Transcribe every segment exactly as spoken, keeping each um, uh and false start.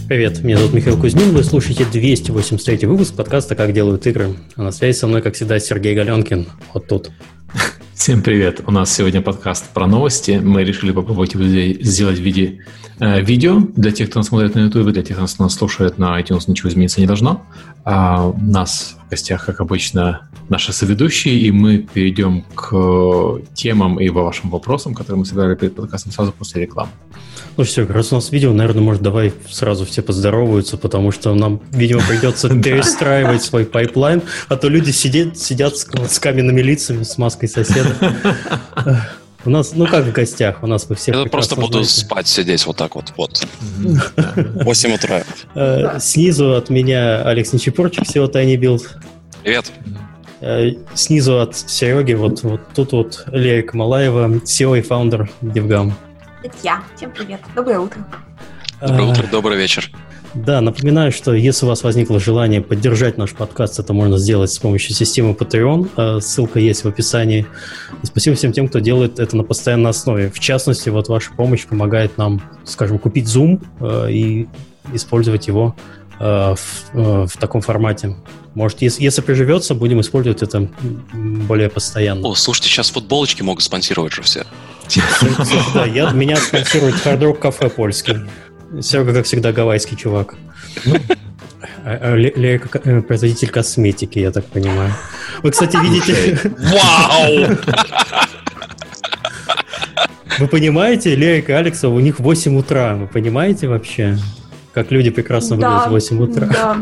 Привет, меня зовут Михаил Кузьмин, вы слушаете двести восемьдесят третий выпуск подкаста «Как делают игры». А на связи со мной, как всегда, Сергей Галенкин, вот тут. Всем привет, у нас сегодня подкаст про новости. Мы решили попробовать его сделать в виде э, видео. Для тех, кто нас смотрит на YouTube, для тех, кто нас слушает на iTunes, ничего измениться не должно. А у нас в гостях, как обычно, наши соведущие, и мы перейдем к темам и вашим вопросам, которые мы собирали перед подкастом сразу после рекламы. Ну все, раз у нас видео, наверное, может, давай сразу все поздороваются, потому что нам, видимо, придется перестраивать свой пайплайн, а то люди сидят, сидят с каменными лицами, с маской соседа. У нас, ну как в гостях, у нас мы все. Я просто буду спать, сидеть вот так вот, вот. восемь утра. Снизу от меня Алекс Нечипорчик, сео Tiny Build. Привет. Снизу от Сереги, вот, вот тут вот Лерия Камалаева, сео и фаундер DevGam. Это я. Всем привет. Доброе утро. Доброе утро, добрый вечер. Да, напоминаю, что если у вас возникло желание поддержать наш подкаст, это можно сделать с помощью системы Patreon. Ссылка есть в описании. И спасибо всем тем, кто делает это на постоянной основе. В частности, вот ваша помощь помогает нам, скажем, купить Zoom и использовать его в, в таком формате. Может, если, если приживется, будем использовать это более постоянно. О, слушайте, сейчас футболочки могут спонсировать же все. Да, я, меня спонсирует Hard Rock Cafe польский. Серега, как всегда, гавайский чувак. Лерия производитель косметики, я так понимаю. Вы, кстати, видите... Вау! Вы понимаете, Лерия и Алекса, у них восемь утра. Вы понимаете вообще, как люди прекрасно выглядят в восемь утра? Да.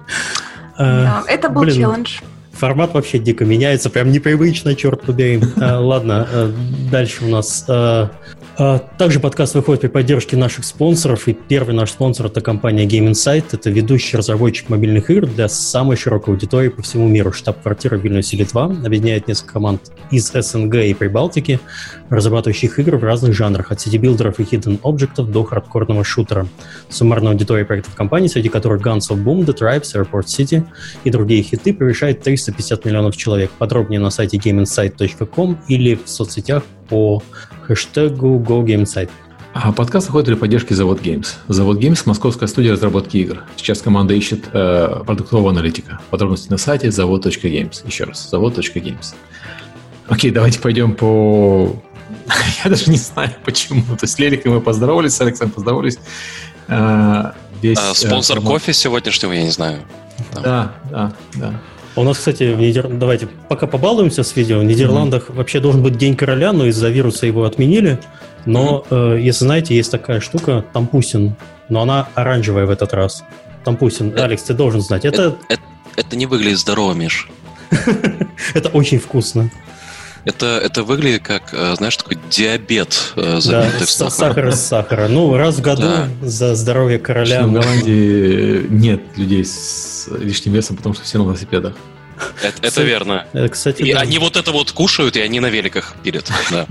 Да, это был Блин, челлендж. Формат вообще дико меняется, прям непривычно, черт побери. А, ладно, а, дальше у нас... А, а, также подкаст выходит при поддержке наших спонсоров, и первый наш спонсор — это компания Game Insight. Это ведущий разработчик мобильных игр для самой широкой аудитории по всему миру. Штаб-квартира в Вильнюсе, Литва. Объединяет несколько команд из СНГ и Прибалтики, разрабатывающих игры в разных жанрах, от сити-билдеров и hidden объектов до хардкорного шутера. Суммарная аудитория проектов компании, среди которых Guns of Boom, The Tribes, Airport City и другие хиты, превышает триста пятьдесят миллионов человек. Подробнее на сайте гейм инсайт точка ком или в соцсетях по хэштегу GoGameInsight. А подкаст выходит при поддержке Завод Games. Завод Games — московская студия разработки игр. Сейчас команда ищет э, продуктового аналитика. Подробности на сайте завод точка геймс. Еще раз, завод точка геймс. Окей, давайте пойдем по... Я даже не знаю, почему. То есть с Лерикой мы поздоровались, с Александром поздоровались. А, Весь, а, спонсор а, кофе сегодняшнего, я не знаю. Там. Да, да, да. У нас, кстати, в Нидер... давайте пока побалуемся с видео. В Нидерландах mm-hmm. вообще должен быть День короля, но из-за вируса его отменили. Но, mm-hmm. э, если знаете, есть такая штука, тампусин, но она оранжевая в этот раз. Тампусин. Это, Алекс, ты должен знать. Это, это, это, это не выглядит здорово, Миш. Это очень вкусно. Это, это выглядит как, знаешь, такой диабет. Да, сахар из сахара. Ну, раз в году да. за здоровье короля. В Голландии нет людей с лишним весом, потому что все на велосипедах. Это, это верно. Это, кстати, и да. они вот это вот кушают, и они на великах пилят. Да.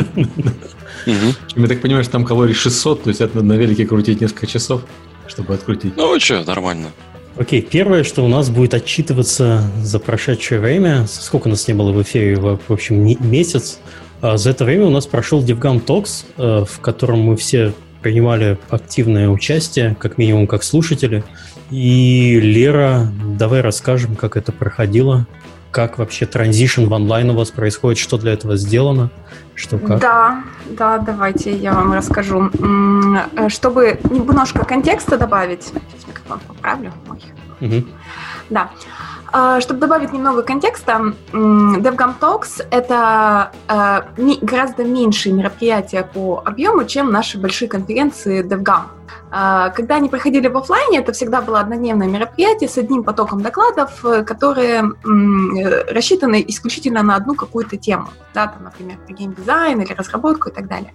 Я так понимаю, что там калорий шестьсот, то есть это на велике крутить несколько часов, чтобы открутить. Ну, что, нормально. Окей, первое, что у нас будет отчитываться за прошедшее время, сколько нас не было в эфире, в общем, месяц. За это время у нас прошел DevGam Talks, в котором мы все принимали активное участие, как минимум как слушатели. И, Лера, давай расскажем, как это проходило, как вообще транзишн в онлайн у вас происходит, что для этого сделано, что как. Да, да, давайте я вам расскажу. Чтобы немножко контекста добавить, сейчас микрофон поправлю. Ой. Угу. Да. Чтобы добавить немного контекста, DevGam Talks — это гораздо меньшие мероприятия по объему, чем наши большие конференции DevGam. Когда они проходили в офлайне, это всегда было однодневное мероприятие с одним потоком докладов, которые рассчитаны исключительно на одну какую-то тему, да, там, например, геймдизайн или разработку и так далее.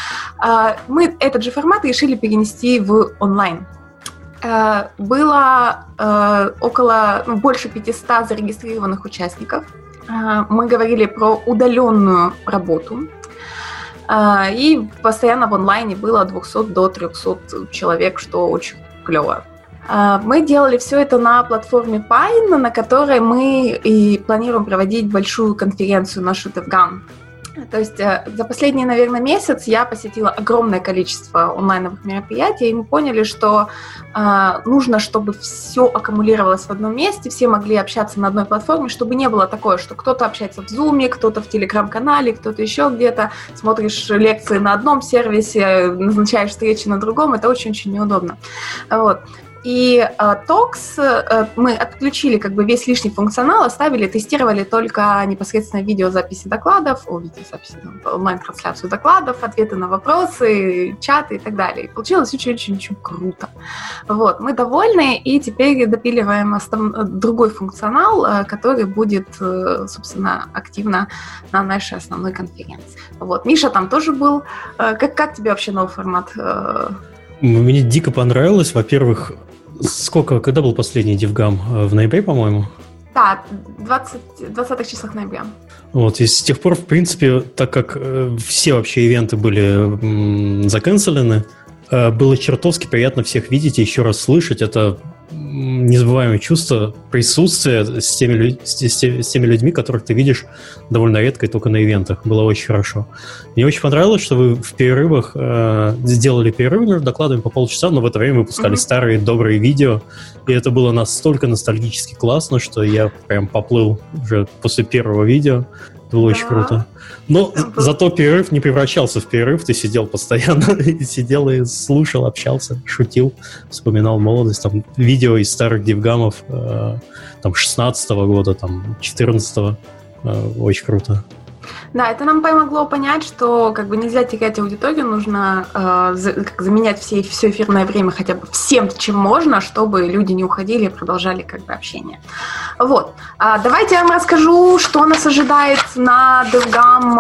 Мы этот же формат решили перенести в онлайн. Было э, около, ну, больше пятисот зарегистрированных участников. Э, мы говорили про удаленную работу. Э, и постоянно в онлайне было от двухсот до трехсот человек, что очень клево. Э, мы делали все это на платформе Pine, на которой мы и планируем проводить большую конференцию нашу DevGam. То есть за последний, наверное, месяц я посетила огромное количество онлайновых мероприятий, и мы поняли, что э, нужно, чтобы все аккумулировалось в одном месте, все могли общаться на одной платформе, чтобы не было такое, что кто-то общается в Zoom, кто-то в Telegram-канале, кто-то еще где-то, смотришь лекции на одном сервисе, назначаешь встречи на другом, это очень-очень неудобно. Вот. И э, Talks э, мы отключили как бы весь лишний функционал, оставили, тестировали только непосредственно видеозаписи докладов, о, видеозаписи, онлайн-трансляцию докладов, ответы на вопросы, чаты и так далее. И получилось очень-очень-очень круто. Вот, мы довольны, и теперь допиливаем остав... другой функционал, э, который будет, э, собственно, активно на нашей основной конференции. Вот, Миша там тоже был. Э, как, как тебе вообще новый формат? Э... Мне дико понравилось. Во-первых, сколько, когда был последний DevGam? В ноябре, по-моему? Да, двадцать, двадцатых числах ноября. Вот, и с тех пор, в принципе, так как э, все вообще ивенты были м, заканцелены, э, было чертовски приятно всех видеть и еще раз слышать. Это незабываемое чувство присутствия с теми, лю- с, с, с теми людьми, которых ты видишь довольно редко и только на ивентах. Было очень хорошо. Мне очень понравилось, что вы в перерывах э, сделали перерывы между докладами по полчаса, но в это время выпускали mm-hmm. старые добрые видео, и это было настолько ностальгически классно, что я прям поплыл уже после первого видео. Это было да. очень круто. Но зато перерыв не превращался в перерыв, ты сидел постоянно, сидел и слушал, общался, шутил, вспоминал молодость, там видео из старых дивгамов, э, там шестнадцатого года, там четырнадцатого, э, очень круто. Да, это нам помогло понять, что как бы нельзя терять аудиторию, нужно э, за, как, заменять все, все эфирное время хотя бы всем, чем можно, чтобы люди не уходили и продолжали как бы общение. Вот. А, давайте я вам расскажу, что нас ожидает на DevGam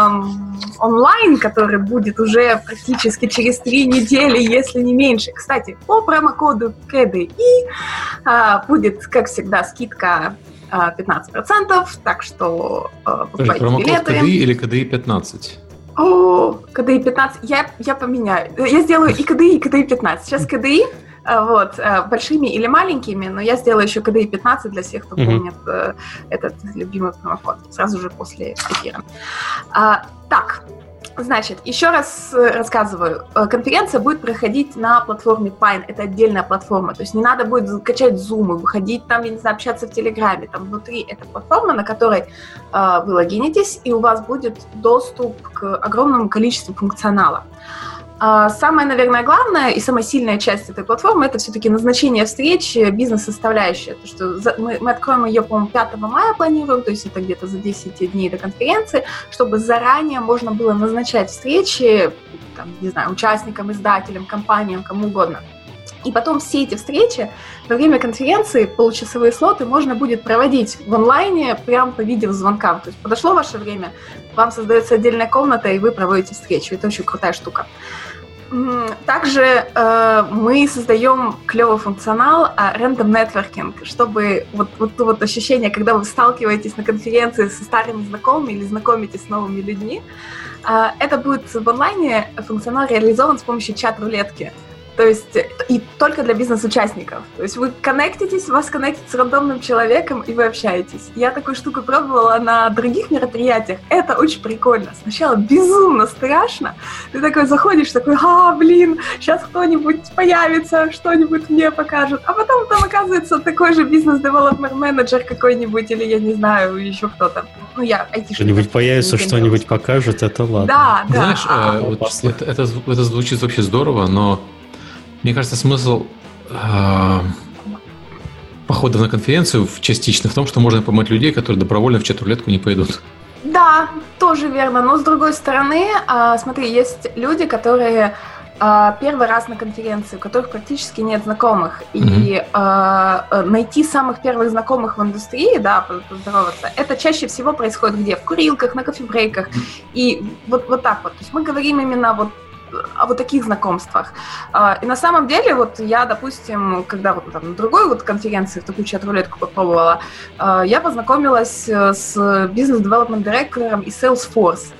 э, онлайн, который будет уже практически через три недели, если не меньше. Кстати, по промокоду кей ди и э, будет, как всегда, скидка пятнадцать процентов, так что э, покупайте промокод билеты. кей ди и или кей ди и пятнадцать? О, кей ди и пятнадцать, я, я поменяю. Я сделаю и кей ди и, и кей ди и пятнадцать. Сейчас кей ди и, э, вот, э, большими или маленькими, но я сделаю еще кей ди и пятнадцать для всех, кто mm-hmm. помнит э, этот любимый промокод, сразу же после эфира. А, так, значит, еще раз рассказываю. Конференция будет проходить на платформе Pine. Это отдельная платформа. То есть не надо будет качать Zoom, выходить там, я не знаю, общаться в Телеграме. Там внутри эта платформа, на которой э, вы логинитесь, и у вас будет доступ к огромному количеству функционала. Uh, самая, наверное, главная и самая сильная часть этой платформы – это все-таки назначение встреч, бизнес-составляющая. То, что за, мы, мы откроем ее, по-моему, пятого мая планируем, то есть это где-то за десять дней до конференции, чтобы заранее можно было назначать встречи, там, не знаю, участникам, издателям, компаниям, кому угодно. И потом все эти встречи во время конференции, получасовые слоты, можно будет проводить в онлайне прямо по видеозвонкам. То есть подошло ваше время, вам создается отдельная комната, и вы проводите встречу. Это очень крутая штука. Также э, мы создаем клевый функционал э, Random Networking, чтобы вот, вот то вот ощущение, когда вы сталкиваетесь на конференции со старыми знакомыми или знакомитесь с новыми людьми, э, это будет в онлайне функционал реализован с помощью чат-рулетки. То есть и только для бизнес-участников. То есть вы коннектитесь, вас коннектит с рандомным человеком, и вы общаетесь. Я такую штуку пробовала на других мероприятиях. Это очень прикольно. Сначала безумно страшно. Ты такой заходишь, такой, а, блин, сейчас кто-нибудь появится, что-нибудь мне покажет. А потом там оказывается такой же бизнес-девелопмент-менеджер какой-нибудь, или я не знаю, еще кто-то. Ну, я айтишник. Что-нибудь появится, что-нибудь покажет, это ладно. Да, да. Знаешь, а, вот это, это, это звучит вообще здорово, но мне кажется, смысл э, похода на конференцию частично в том, что можно поймать людей, которые добровольно в чат-рулетку не пойдут. Да, тоже верно. Но с другой стороны, э, смотри, есть люди, которые э, первый раз на конференции, у которых практически нет знакомых. И mm-hmm. э, найти самых первых знакомых в индустрии, да, поздороваться, это чаще всего происходит где? В курилках, на кофе-брейках. И вот, вот так вот. То есть мы говорим именно вот о вот таких знакомствах. И на самом деле, вот я, допустим, когда вот там на другой вот конференции в такую чат-рулетку попробовала, я познакомилась с бизнес-девелопмент-директором из Salesforce.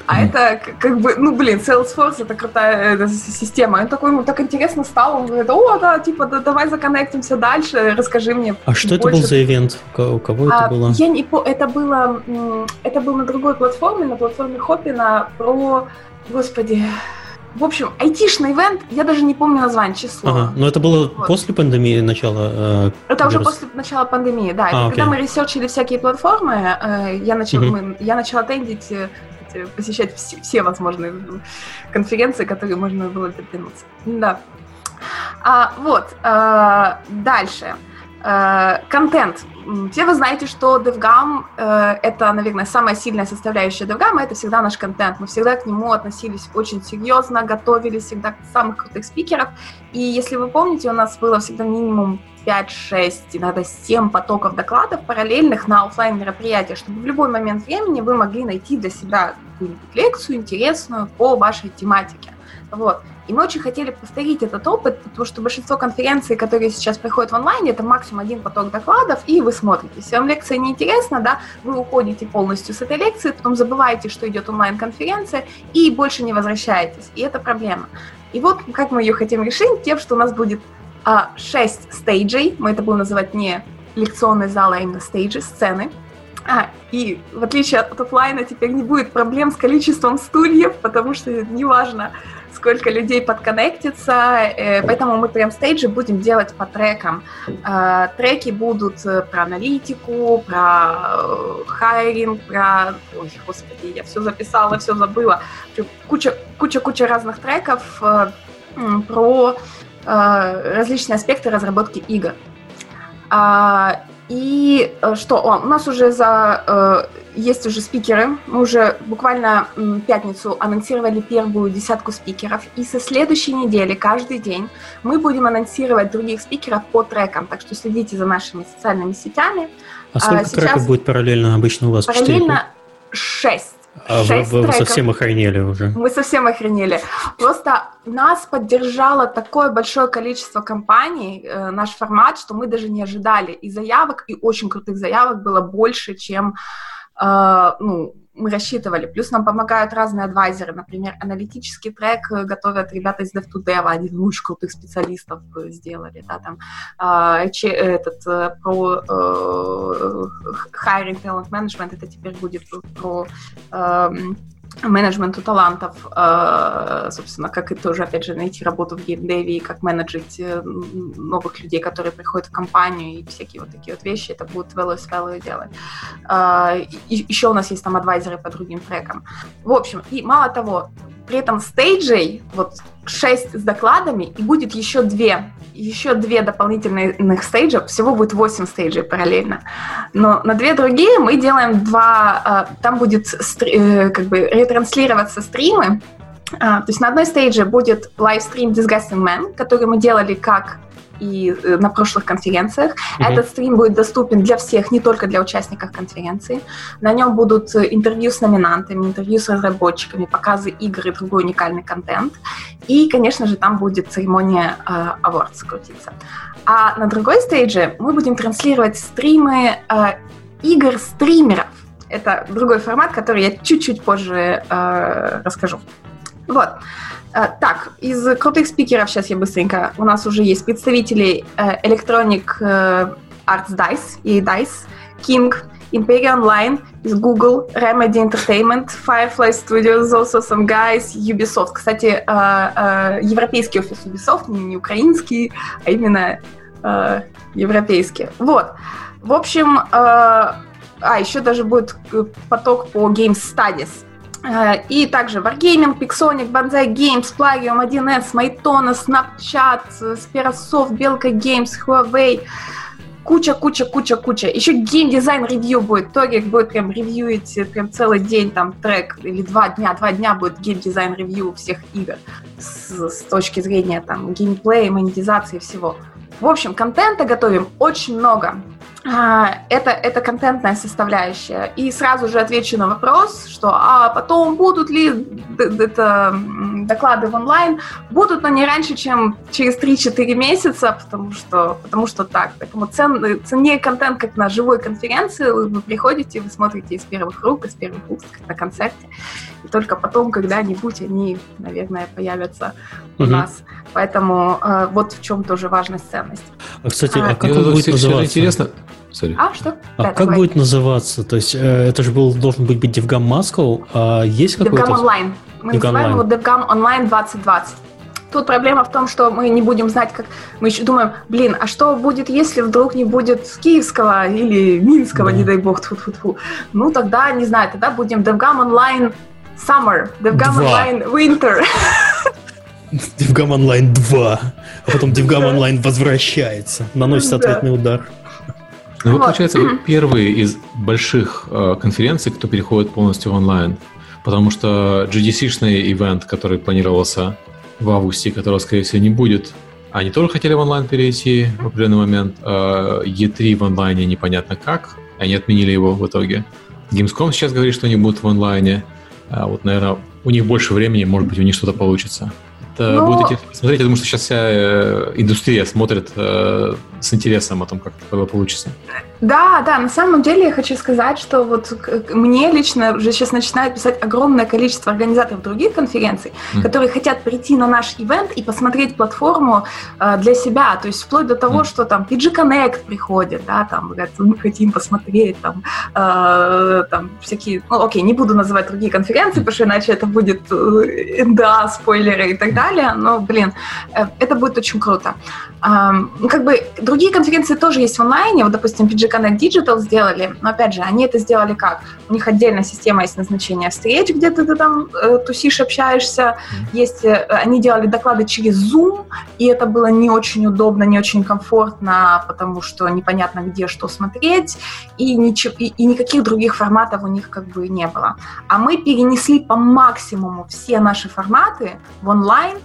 А mm-hmm. это как бы, ну, блин, Salesforce — это крутая это, система. Он такой, ему так интересно стало, он говорит, о, да, типа, да, давай законнектимся дальше, расскажи мне. А что больше. Это был за ивент? У кого а, это было? Я не по... Это было, это было на другой платформе, на платформе Hopin, про, господи... В общем, айтишный ивент, я даже не помню название, число. Ага, но это было вот. После пандемии, начала? Э, это уже после начала пандемии, да. А, когда мы ресерчили всякие платформы, э, я, начал, uh-huh. мы, я начала тендить, э, посещать все, все возможные конференции, которые можно было дотянуться. Да. А, вот, э, дальше. Э, контент. Все вы знаете, что DevGam э, — это, наверное, самая сильная составляющая DevGam, это всегда наш контент. Мы всегда к нему относились очень серьезно, готовились всегда к самых крутых спикеров. И если вы помните, у нас было всегда минимум пять-шесть, иногда семь потоков докладов параллельных на офлайн мероприятиях, чтобы в любой момент времени вы могли найти для себя какую-нибудь лекцию интересную по вашей тематике. Вот. И мы очень хотели повторить этот опыт, потому что большинство конференций, которые сейчас проходят в онлайне, это максимум один поток докладов, и вы смотрите. Если вам лекция неинтересна, да, вы уходите полностью с этой лекции, потом забываете, что идет онлайн-конференция, и больше не возвращаетесь. И это проблема. И вот как мы ее хотим решить, тем, что у нас будет а, шесть стейджей, мы это будем называть не лекционные залы, а именно стейджи, сцены. А, и в отличие от офлайна теперь не будет проблем с количеством стульев, потому что неважно, сколько людей подконнектится, э, поэтому мы прям стейджи будем делать по трекам. Э, треки будут про аналитику, про хайринг, про... Ой, господи, я все записала, все забыла. Куча-куча разных треков э, про э, различные аспекты разработки игр. Э, И что? О, у нас уже за, э, есть уже спикеры. Мы уже буквально в пятницу анонсировали первую десятку спикеров. И со следующей недели, каждый день, мы будем анонсировать других спикеров по трекам. Так что следите за нашими социальными сетями. А сколько а, треков будет параллельно обычно у вас? Параллельно шесть. А вы, вы совсем охренели уже. Мы совсем охренели. Просто нас поддержало такое большое количество компаний, э, наш формат, что мы даже не ожидали. И заявок, и очень крутых заявок было больше, чем э, ну, мы рассчитывали. Плюс нам помогают разные адвайзеры. Например, аналитический трек готовят ребята из dev to dev, один очень крутых специалистов сделали. Да, там, э, че, этот, э, про э, hiring talent management, это теперь будет про э, менеджменту талантов, э, собственно, как и тоже, опять же, найти работу в геймдеве, как менеджить э, новых людей, которые приходят в компанию, и всякие вот такие вот вещи, это будет Value с Value делать. Э, и, еще у нас есть там адвайзеры по другим трекам. В общем, и мало того, при этом стейджей вот шесть с докладами, и будет еще две, еще две дополнительных стейджа, всего будет восемь стейджей параллельно. Но на две другие мы делаем два, там будет стри, как бы ретранслироваться стримы, то есть на одной стейдже будет лайвстрим Disgusting Man, который мы делали как и на прошлых конференциях. Mm-hmm. Этот стрим будет доступен для всех, не только для участников конференции. На нем будут интервью с номинантами, интервью с разработчиками, показы игр и другой уникальный контент. И, конечно же, там будет церемония э, awards крутиться. А на другой стейдже мы будем транслировать стримы э, игр-стримеров. Это другой формат, который я чуть-чуть позже э, расскажу. Вот. Так, из крутых спикеров, сейчас я быстренько, у нас уже есть представители Electronic Arts Dice, и Dice, King, Imperia Online, из Google, Remedy Entertainment, Firefly Studios, also some guys, Ubisoft. Кстати, европейский офис Ubisoft, не украинский, а именно европейский. Вот. В общем, а, еще даже будет поток по Game Studies. И также Wargaming, Pixonic, Banzai Games, Plagium, один эс, Mytona, Snapchat, Sperasoft, Belka Games, Huawei. Куча, куча, куча, куча. Еще геймдизайн ревью будет. Торик будет прям ревьюить прям целый день, там, трек, или два дня, два дня будет геймдизайн ревью всех игр с, с точки зрения, там, геймплея, монетизации, всего. В общем, контента готовим очень много. Это, это контентная составляющая. И сразу же отвечу на вопрос, что а потом будут ли это, доклады в онлайн, будут, но не раньше, чем через три-четыре месяца, потому что, потому что так. Поэтому цен, ценнее контент, как на живой конференции, вы приходите, вы смотрите из первых рук, из первых уст, как на концерте, и только потом когда-нибудь они, наверное, появятся у угу. нас. Поэтому э, вот в чем тоже важность, ценность. А, кстати, а, а как он будет называться? Интересно. Sorry. А, что? А да, как давай. будет называться? То есть э, это же был, должен быть DevGam Moscow, а есть какой-то... DevGam Online. Мы DevGam называем Online. его DevGam Online двадцать двадцать. Тут проблема в том, что мы не будем знать, как... Мы еще думаем, блин, а что будет, если вдруг не будет киевского или минского, да. не дай бог, тьфу-тьфу-тьфу. Ну, тогда, не знаю, тогда будем DevGam Online Summer, DevGam Два. Online Winter. DevGam Online два. А потом DevGam Online возвращается, наносит ответный удар. Ну, вы, получается, вы первые из больших э, конференций, кто переходит полностью в онлайн. Потому что джи ди си-шный ивент, который планировался в августе, которого, скорее всего, не будет, они тоже хотели в онлайн перейти в определенный момент. Э, и три в онлайне непонятно как. Они отменили его в итоге. Gamescom сейчас говорит, что они будут в онлайне. А вот, наверное, у них больше времени, может быть, у них что-то получится. Это Но... будет интересно посмотреть. Я думаю, что сейчас вся э, индустрия смотрит э, с интересом о том, как это получится. Да, да, на самом деле я хочу сказать, что вот мне лично уже сейчас начинает писать огромное количество организаторов других конференций, mm. которые хотят прийти на наш ивент и посмотреть платформу э, для себя, то есть вплоть до того, mm. что там пи джи Connect приходит, да, там, говорят, мы хотим посмотреть, там, э, там всякие, ну, окей, не буду называть другие конференции, потому что иначе это будет э, эн ди эй, спойлеры и так далее, но, блин, э, это будет очень круто. Э, как бы другие конференции тоже есть в онлайне, вот, допустим, пи джи Connect Digital сделали, но, опять же, они это сделали как? У них отдельная система есть назначения встреч, где ты, ты там э, тусишь, общаешься. Mm-hmm. Есть, э, они делали доклады через Zoom, и это было не очень удобно, не очень комфортно, потому что непонятно, где что смотреть, и, ничего, и, и никаких других форматов у них как бы не было. А мы перенесли по максимуму все наши форматы в онлайн,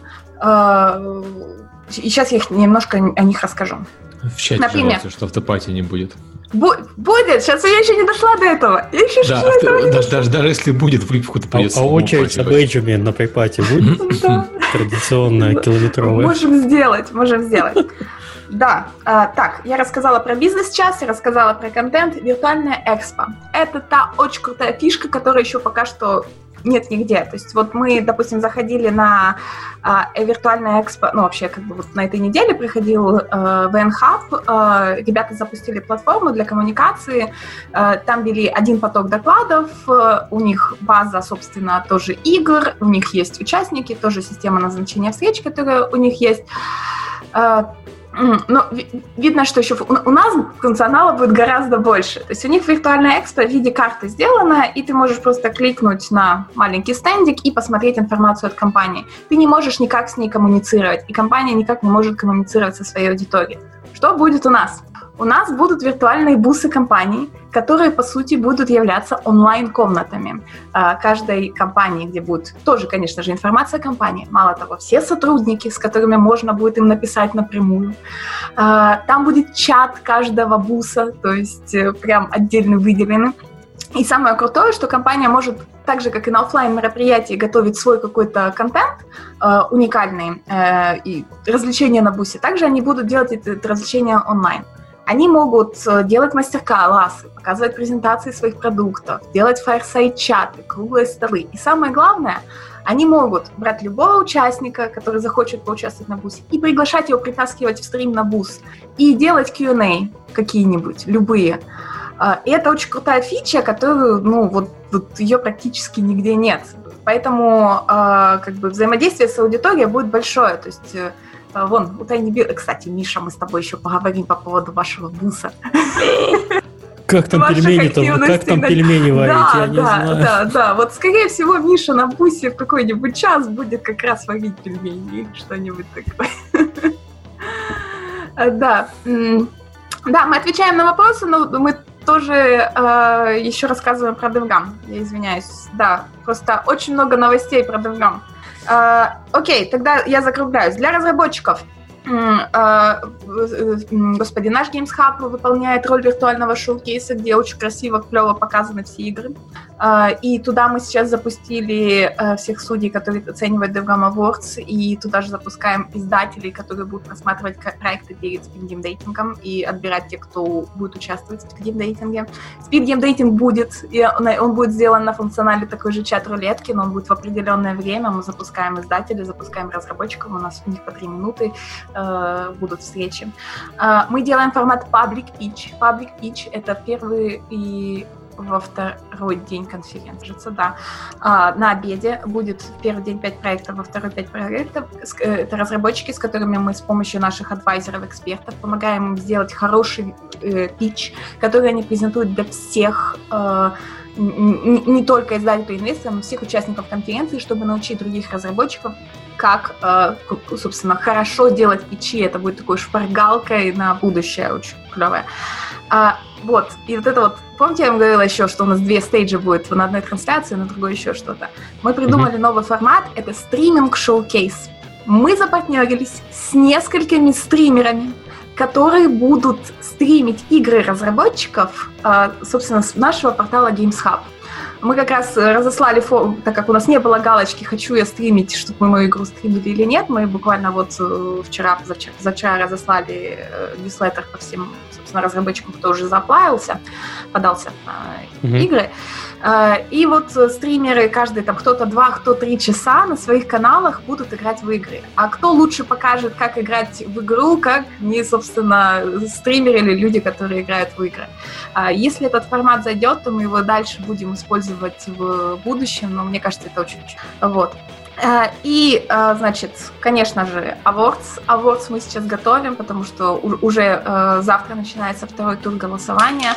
э, и сейчас я их немножко о них расскажу. В чате жалуются, что автопати не будет. Бу- будет, сейчас я еще не дошла до этого. Я еще да, до этого не даже, даже, даже если будет, выпивку-то придется. А, а очередь с бейджами на припате будет? Традиционная, километровая. Можем сделать, можем сделать. Да, так, я рассказала про бизнес-час, я рассказала про контент. Виртуальная экспо. Это та очень крутая фишка, которая еще пока что нет нигде. То есть вот мы, допустим, заходили на э, виртуальное экспо, ну вообще как бы вот на этой неделе приходил э, ви эн Hub, э, ребята запустили платформу для коммуникации, э, там вели один поток докладов, э, у них база, собственно, тоже игр, у них есть участники, тоже система назначения встреч, которая у них есть. Э, Но видно, что еще у нас функционала будет гораздо больше. То есть у них виртуальная экспо в виде карты сделана, и ты можешь просто кликнуть на маленький стендик и посмотреть информацию от компании. Ты не можешь никак с ней коммуницировать, и компания никак не может коммуницировать со своей аудиторией. Что будет у нас? У нас будут виртуальные бусы компаний, которые, по сути, будут являться онлайн-комнатами каждой компании, где будет тоже, конечно же, информация о компании. Мало того, все сотрудники, с которыми можно будет им написать напрямую. Там будет чат каждого буса, то есть прям отдельно выделенный. И самое крутое, что компания может, так же, как и на офлайн-мероприятии, готовить свой какой-то контент э, уникальный э, и развлечения на бусе. Также они будут делать эти развлечения онлайн. Они могут делать мастер-классы, показывать презентации своих продуктов, делать фаерсайд-чаты, круглые столы. И самое главное, они могут брать любого участника, который захочет поучаствовать на бусе, и приглашать его, притаскивать в стрим на бус, и делать кью энд эй какие-нибудь, любые. И это очень крутая фича, которую, ну, вот, вот ее практически нигде нет. Поэтому как бы взаимодействие с аудиторией будет большое. То есть вон, у Тайни, кстати, Миша, мы с тобой еще поговорим по поводу вашего буса. Как там пельмени-то, как там пельмени варить, да, я не да, знаю. Да, да, вот скорее всего Миша на бусе в какой-нибудь час будет как раз варить пельмени или что-нибудь такое. Да, да, мы отвечаем на вопросы, но мы тоже э, еще рассказываем про DevGam. Я извиняюсь, да, просто очень много новостей про DevGam. Э, окей, тогда я закругляюсь. Для разработчиков Господи, наш Games Hub выполняет роль виртуального шоу-кейса, где очень красиво, клево показаны все игры. И туда мы сейчас запустили всех судей, которые оценивают DevGam Awards, и туда же запускаем издателей, которые будут просматривать проекты перед спидгеймдейтингом и отбирать тех, кто будет участвовать в спидгеймдейтинге. Спидгеймдейтинг будет, и он будет сделан на функционале такой же чат-рулетки, но он будет в определенное время. Мы запускаем издателей, запускаем разработчиков, у нас у них по три минуты будут встречи. Мы делаем формат Public Pitch. Public Pitch — это первый и во второй день конференции, да. На обеде будет в первый день пять проектов, во второй пять проектов. Это разработчики, с которыми мы с помощью наших адвайзеров, экспертов помогаем им сделать хороший питч, который они презентуют для всех, не, не только издателей и инвесторов, но всех участников конференции, чтобы научить других разработчиков, как, собственно, хорошо делать питчи. Это будет такой шпаргалкой на будущее, очень клевое. Вот, и вот это вот, помните, я вам говорила еще, что у нас две стейджа будет на одной трансляции, на другой еще что-то. Мы придумали mm-hmm. новый формат, это стриминг-шоу-кейс. Мы запартнерились с несколькими стримерами, которые будут стримить игры разработчиков, собственно, с нашего портала Games Hub. Мы как раз разослали форму, так как у нас не было галочки «хочу я стримить, чтобы мы мою игру стримили или нет», мы буквально вот вчера, позавчера, позавчера разослали ньюслеттер по всем, собственно, разработчикам, кто уже заплавился, подался на mm-hmm. игры. И вот стримеры, каждый там кто-то два, кто три часа на своих каналах будут играть в игры. А кто лучше покажет, как играть в игру, как не, собственно, стримеры или люди, которые играют в игры. Если этот формат зайдет, то мы его дальше будем использовать в будущем, но мне кажется, это очень-очень. Вот. И, значит, конечно же, Awards. Awards мы сейчас готовим, потому что уже завтра начинается второй тур голосования.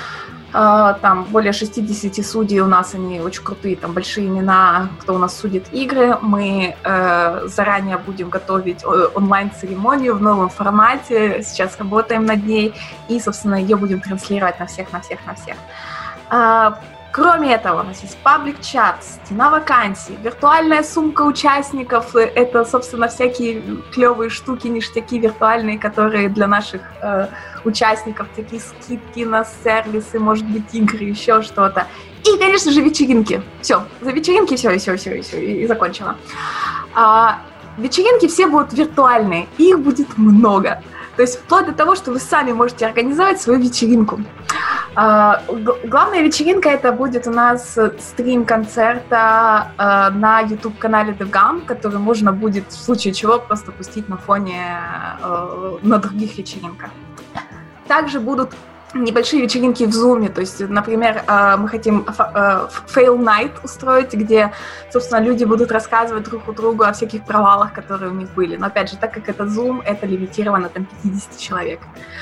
Там более шестьдесят судей у нас, они очень крутые, там большие имена, кто у нас судит игры. Мы э, заранее будем готовить онлайн-церемонию в новом формате, сейчас работаем над ней, и, собственно, ее будем транслировать на всех, на всех, на всех. А, кроме этого, у нас есть паблик-чат, стена вакансий, виртуальная сумка участников. Это, собственно, всякие клевые штуки, ништяки виртуальные, которые для наших э, участников, такие скидки на сервисы, может быть, игры, еще что-то. И, конечно же, вечеринки. Все, за вечеринки все, и все, и все, и все, и, и закончила. А, вечеринки все будут виртуальные, их будет много. То есть вплоть до того, что вы сами можете организовать свою вечеринку. Uh, г- главная вечеринка это будет у нас стрим концерта uh, на YouTube-канале DevGam, который можно будет в случае чего просто пустить на фоне uh, на других вечеринках. Также будут небольшие вечеринки в Zoom, то есть, например, мы хотим Fail Night устроить, где, собственно, люди будут рассказывать друг другу о всяких провалах, которые у них были. Но, опять же, так как это Zoom, это лимитировано там пятьдесят человек.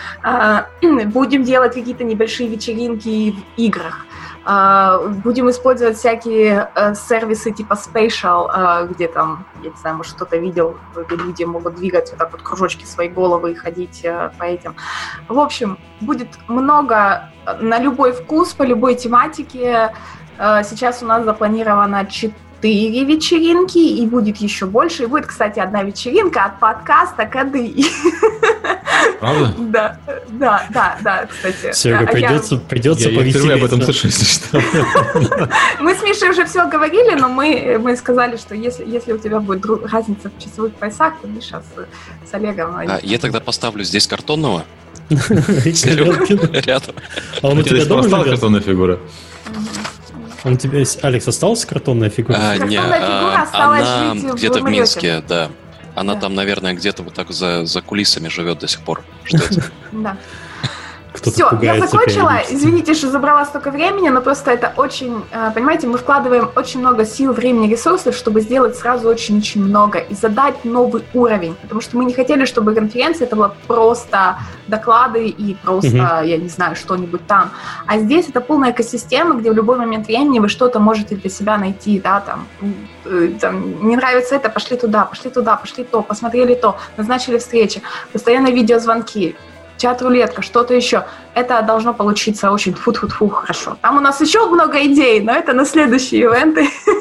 Будем делать какие-то небольшие вечеринки в играх. Будем использовать всякие сервисы типа Spatial, где там, я не знаю, может, кто-то видел, где люди могут двигать вот так вот кружочки своей головы и ходить по этим. В общем, будет много на любой вкус, по любой тематике. Сейчас у нас запланировано четыре вечеринки, и будет еще больше. И будет, кстати, одна вечеринка от подкаста «Коды». Правда? Да, да, да, да, кстати. Серега, придется, придется я, повеселиться. Я об этом слышу, если что. Мы с Мишей уже все говорили, но мы, мы сказали, что если, если у тебя будет друг, разница в часовых поясах, то Миша с, с Олегом... А, я тогда поставлю здесь картонного. Рядом. А он у тебя дома живет? Картонная фигура. Он у тебя есть... Алекс, осталась картонная фигура? А, не, а, она где-то в Минске, да. Она да. там, наверное, где-то вот так за, за кулисами живет до сих пор. Ждет. Да. Все, я закончила. Извините, что забрала столько времени, но просто это очень, понимаете, мы вкладываем очень много сил, времени, ресурсов, чтобы сделать сразу очень-очень много и задать новый уровень, потому что мы не хотели, чтобы конференция это была просто доклады и просто, uh-huh. я не знаю, что-нибудь там. А здесь это полная экосистема, где в любой момент времени вы что-то можете для себя найти, да, там, там не нравится это, пошли туда, пошли туда, пошли то, посмотрели то, назначили встречи, постоянно видеозвонки, чат-рулетка, что-то еще. Это должно получиться очень тьфу-тьфу-тьфу хорошо. Там у нас еще много идей, но это на следующие ивенты.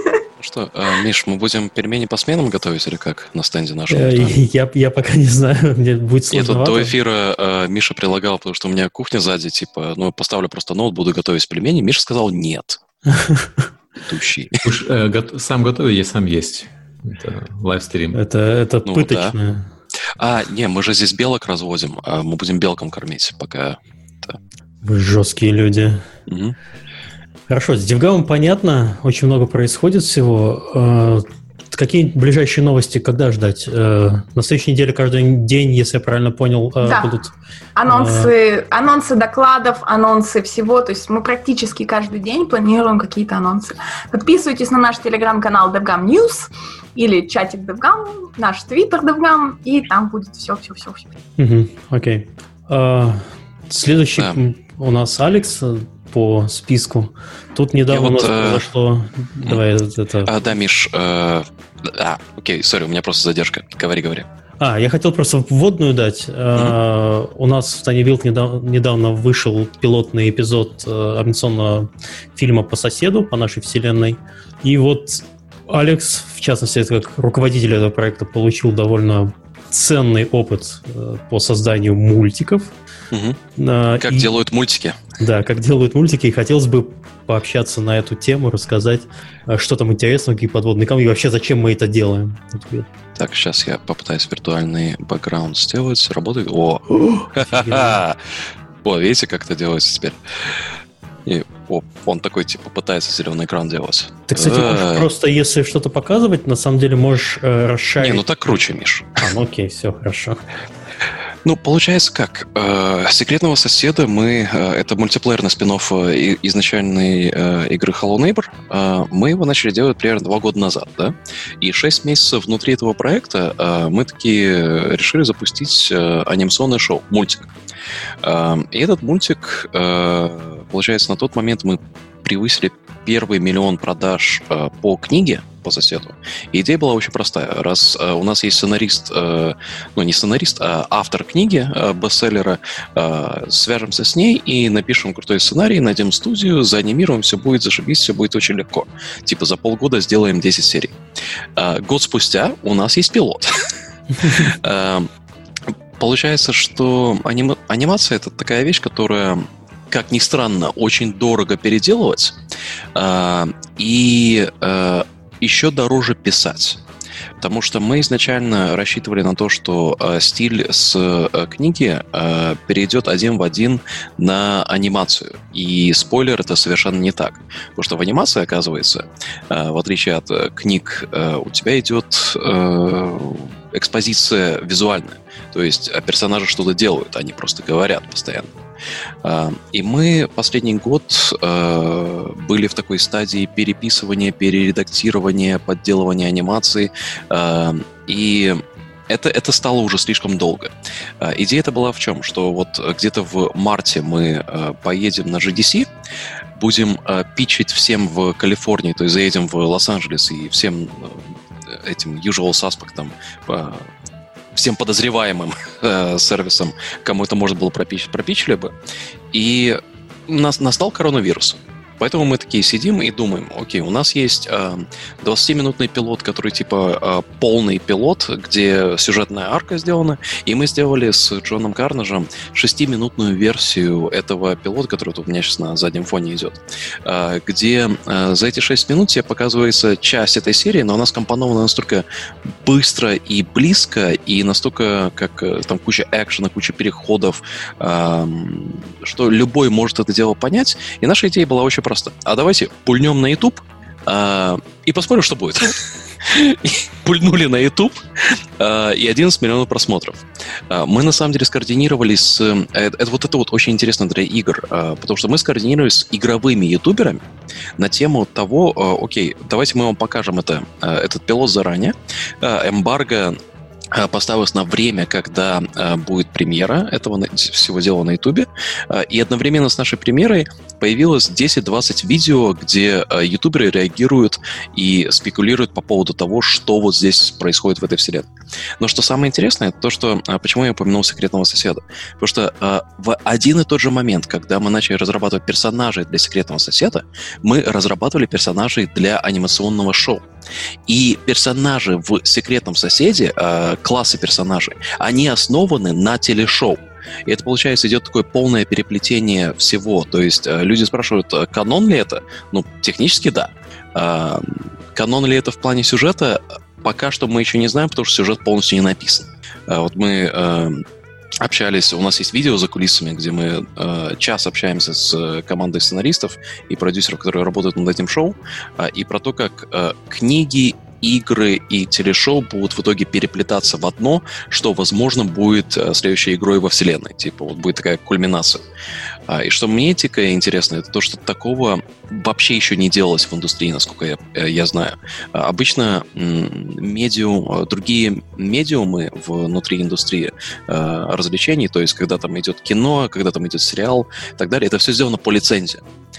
Что, э, Миш, мы будем пельмени по сменам готовить или как на стенде нашего? Э, я, я пока не знаю, мне будет сложновато. Я тут до эфира э, Миша прилагал, потому что у меня кухня сзади, типа, ну, поставлю просто ноут, буду готовить пельмени. Миша сказал нет. Тущий. Уж, э, го- сам готовить, я сам есть. Это лайвстрим. Это, это Ну, пыточно. да. А, не, мы же здесь белок разводим, а мы будем белком кормить, пока... Да. Вы жесткие люди. Угу. Хорошо, с DevGam понятно, очень много происходит всего. Какие ближайшие новости, когда ждать? На следующей неделе каждый день, если я правильно понял, да. будут... Анонсы, анонсы докладов, анонсы всего. То есть мы практически каждый день планируем какие-то анонсы. Подписывайтесь на наш телеграм-канал DevGam News или чатик DevGam, наш твиттер DevGam, и там будет все-все-все. Угу, окей. А, следующий да. у нас Алекс по списку. Тут недавно вот, у нас э... произошло... Давай это... А, да, Миш. Э... А, окей, сори, у меня просто задержка. Говори, говори. А, я хотел просто вводную дать. Mm-hmm. Uh, у нас в Tiny Build недавно, недавно вышел пилотный эпизод uh, анимационного фильма по соседу, по нашей вселенной. И вот Алекс, в частности, как руководитель этого проекта, получил довольно ценный опыт uh, по созданию мультиков. Угу. Uh, как и, делают мультики. Да, как делают мультики. И хотелось бы пообщаться на эту тему, рассказать, что там интересно, какие подводные камни, и вообще зачем мы это делаем. Так, сейчас я попытаюсь виртуальный бэкграунд сделать. Работает? О! О, видите, как это делается теперь? И, о, он такой, типа, пытается зеленый экран делать. Ты, кстати, можешь просто, если что-то показывать, на самом деле можешь э, расширить. Не, ну так круче, Миш. А, ну окей, все, хорошо. Ну, получается как? Э, «Секретного соседа» мы... Э, это мультиплеерный спин-офф э, изначальной э, игры Hello Neighbor. Э, мы его начали делать примерно два года назад, да? И шесть месяцев внутри этого проекта э, мы таки решили запустить э, анимационное шоу, мультик. Э, и этот мультик, э, получается, на тот момент мы превысили первый миллион продаж э, по книге, по соседу. И идея была очень простая. Раз э, у нас есть сценарист, э, ну не сценарист, а автор книги, э, бестселлера, э, свяжемся с ней и напишем крутой сценарий, найдем студию, заанимируем, все будет зашибись, все будет очень легко. Типа за полгода сделаем десять серий. Э, год спустя у нас есть пилот. Получается, что анимация — это такая вещь, которая, как ни странно, очень дорого переделывать и еще дороже писать. Потому что мы изначально рассчитывали на то, что э, стиль с э, книги э, перейдет один в один на анимацию. И спойлер, это совершенно не так. Потому что в анимации, оказывается, э, в отличие от э, книг, э, у тебя идет э, экспозиция визуальная. То есть персонажи что-то делают, они просто говорят постоянно. И мы последний год э, были в такой стадии переписывания, перередактирования, подделывания анимации, э, и это, это стало уже слишком долго. Э, идея-то была в чем? Что вот где-то в марте мы э, поедем на джи ди си, будем э, питчить всем в Калифорнии, то есть заедем в Лос-Анджелес и всем э, этим usual suspect'ам, э, всем подозреваемым э, сервисам, кому это можно было пропичить, пропичили бы. И нас, настал коронавирус. Поэтому мы такие сидим и думаем, окей, у нас есть э, двадцатиминутный пилот, который типа э, полный пилот, где сюжетная арка сделана, и мы сделали с Джоном Карнажем шестиминутную версию этого пилота, который тут у меня сейчас на заднем фоне идет, э, где э, за эти шесть минут тебе показывается часть этой серии, но она скомпонована настолько быстро и близко, и настолько, как э, там куча экшена, куча переходов, э, что любой может это дело понять. И наша идея была очень просто. А давайте пульнем на YouTube э, и посмотрим, что будет. Пульнули на YouTube э, и одиннадцать миллионов просмотров. Э, мы на самом деле скоординировались с... Э, это, вот это вот очень интересно для игр, э, потому что мы скоординировались с игровыми ютуберами на тему того, э, окей, давайте мы вам покажем это, э, этот пилот заранее. Э, эмбарго поставилось на время, когда э, будет премьера этого всего дела на Ютубе, э, и одновременно с нашей премьерой появилось десять-двадцать видео, где э, ютуберы реагируют и спекулируют по поводу того, что вот здесь происходит в этой вселенной. Но что самое интересное, это то, что... Э, почему я упомянул «Секретного соседа»? Потому что э, в один и тот же момент, когда мы начали разрабатывать персонажей для «Секретного соседа», мы разрабатывали персонажей для анимационного шоу. И персонажи в «Секретном соседе», э, классы персонажей, они основаны на телешоу. И это, получается, идет такое полное переплетение всего. То есть э, люди спрашивают, канон ли это? Ну, технически да. Э, канон ли это в плане сюжета? Пока что мы еще не знаем, потому что сюжет полностью не написан. Э, вот мы э, общались, у нас есть видео за кулисами, где мы э, час общаемся с командой сценаристов и продюсеров, которые работают над этим шоу, э, и про то, как э, книги, игры и телешоу будут в итоге переплетаться в одно, что, возможно, будет следующей игрой во вселенной. Типа, вот будет такая кульминация. И что мне дико интересно, это то, что такого вообще еще не делалось в индустрии, насколько я, я знаю. Обычно медиум, другие медиумы внутри индустрии развлечений, то есть когда там идет кино, когда там идет сериал и так далее, это все сделано по лицензии.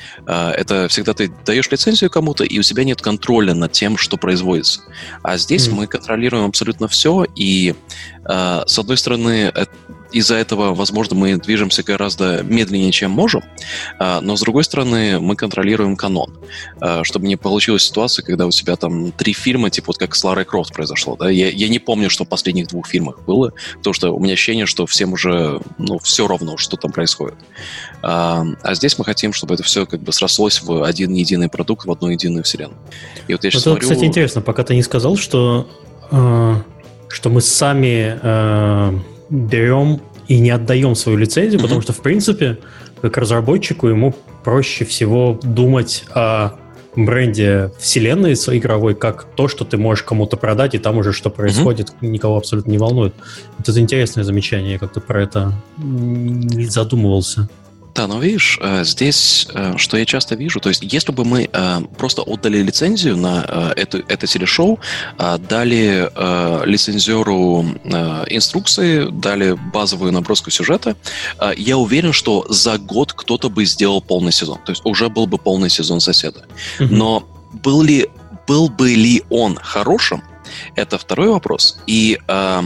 Это всегда ты даешь лицензию кому-то, и у тебя нет контроля над тем, что производится. А здесь mm. мы контролируем абсолютно все, и с одной стороны, из-за этого, возможно, мы движемся гораздо медленнее, чем можем, но, с другой стороны, мы контролируем канон, чтобы не получилась ситуация, когда у тебя там три фильма, типа вот как с Ларой Крофт произошло. Да? Я, я не помню, что в последних двух фильмах было, потому что у меня ощущение, что всем уже ну, все равно, что там происходит. А, а здесь мы хотим, чтобы это все как бы срослось в один единый продукт, в одну единую вселенную. И вот я сейчас это, смотрю... Кстати, интересно, пока ты не сказал, что, э, что мы сами... Э, берем и не отдаем свою лицензию, mm-hmm. потому что, в принципе, как разработчику ему проще всего думать о бренде вселенной игровой, как то, что ты можешь кому-то продать, и там уже что происходит, mm-hmm. никого абсолютно не волнует. Это интересное замечание, я как-то про это не задумывался. Да, но видишь, здесь, что я часто вижу, то есть если бы мы просто отдали лицензию на это, это телешоу, дали лицензеру инструкции, дали базовую наброску сюжета, я уверен, что за год кто-то бы сделал полный сезон. То есть уже был бы полный сезон «Соседа». Mm-hmm. Но был ли, был бы ли он хорошим, это второй вопрос. И...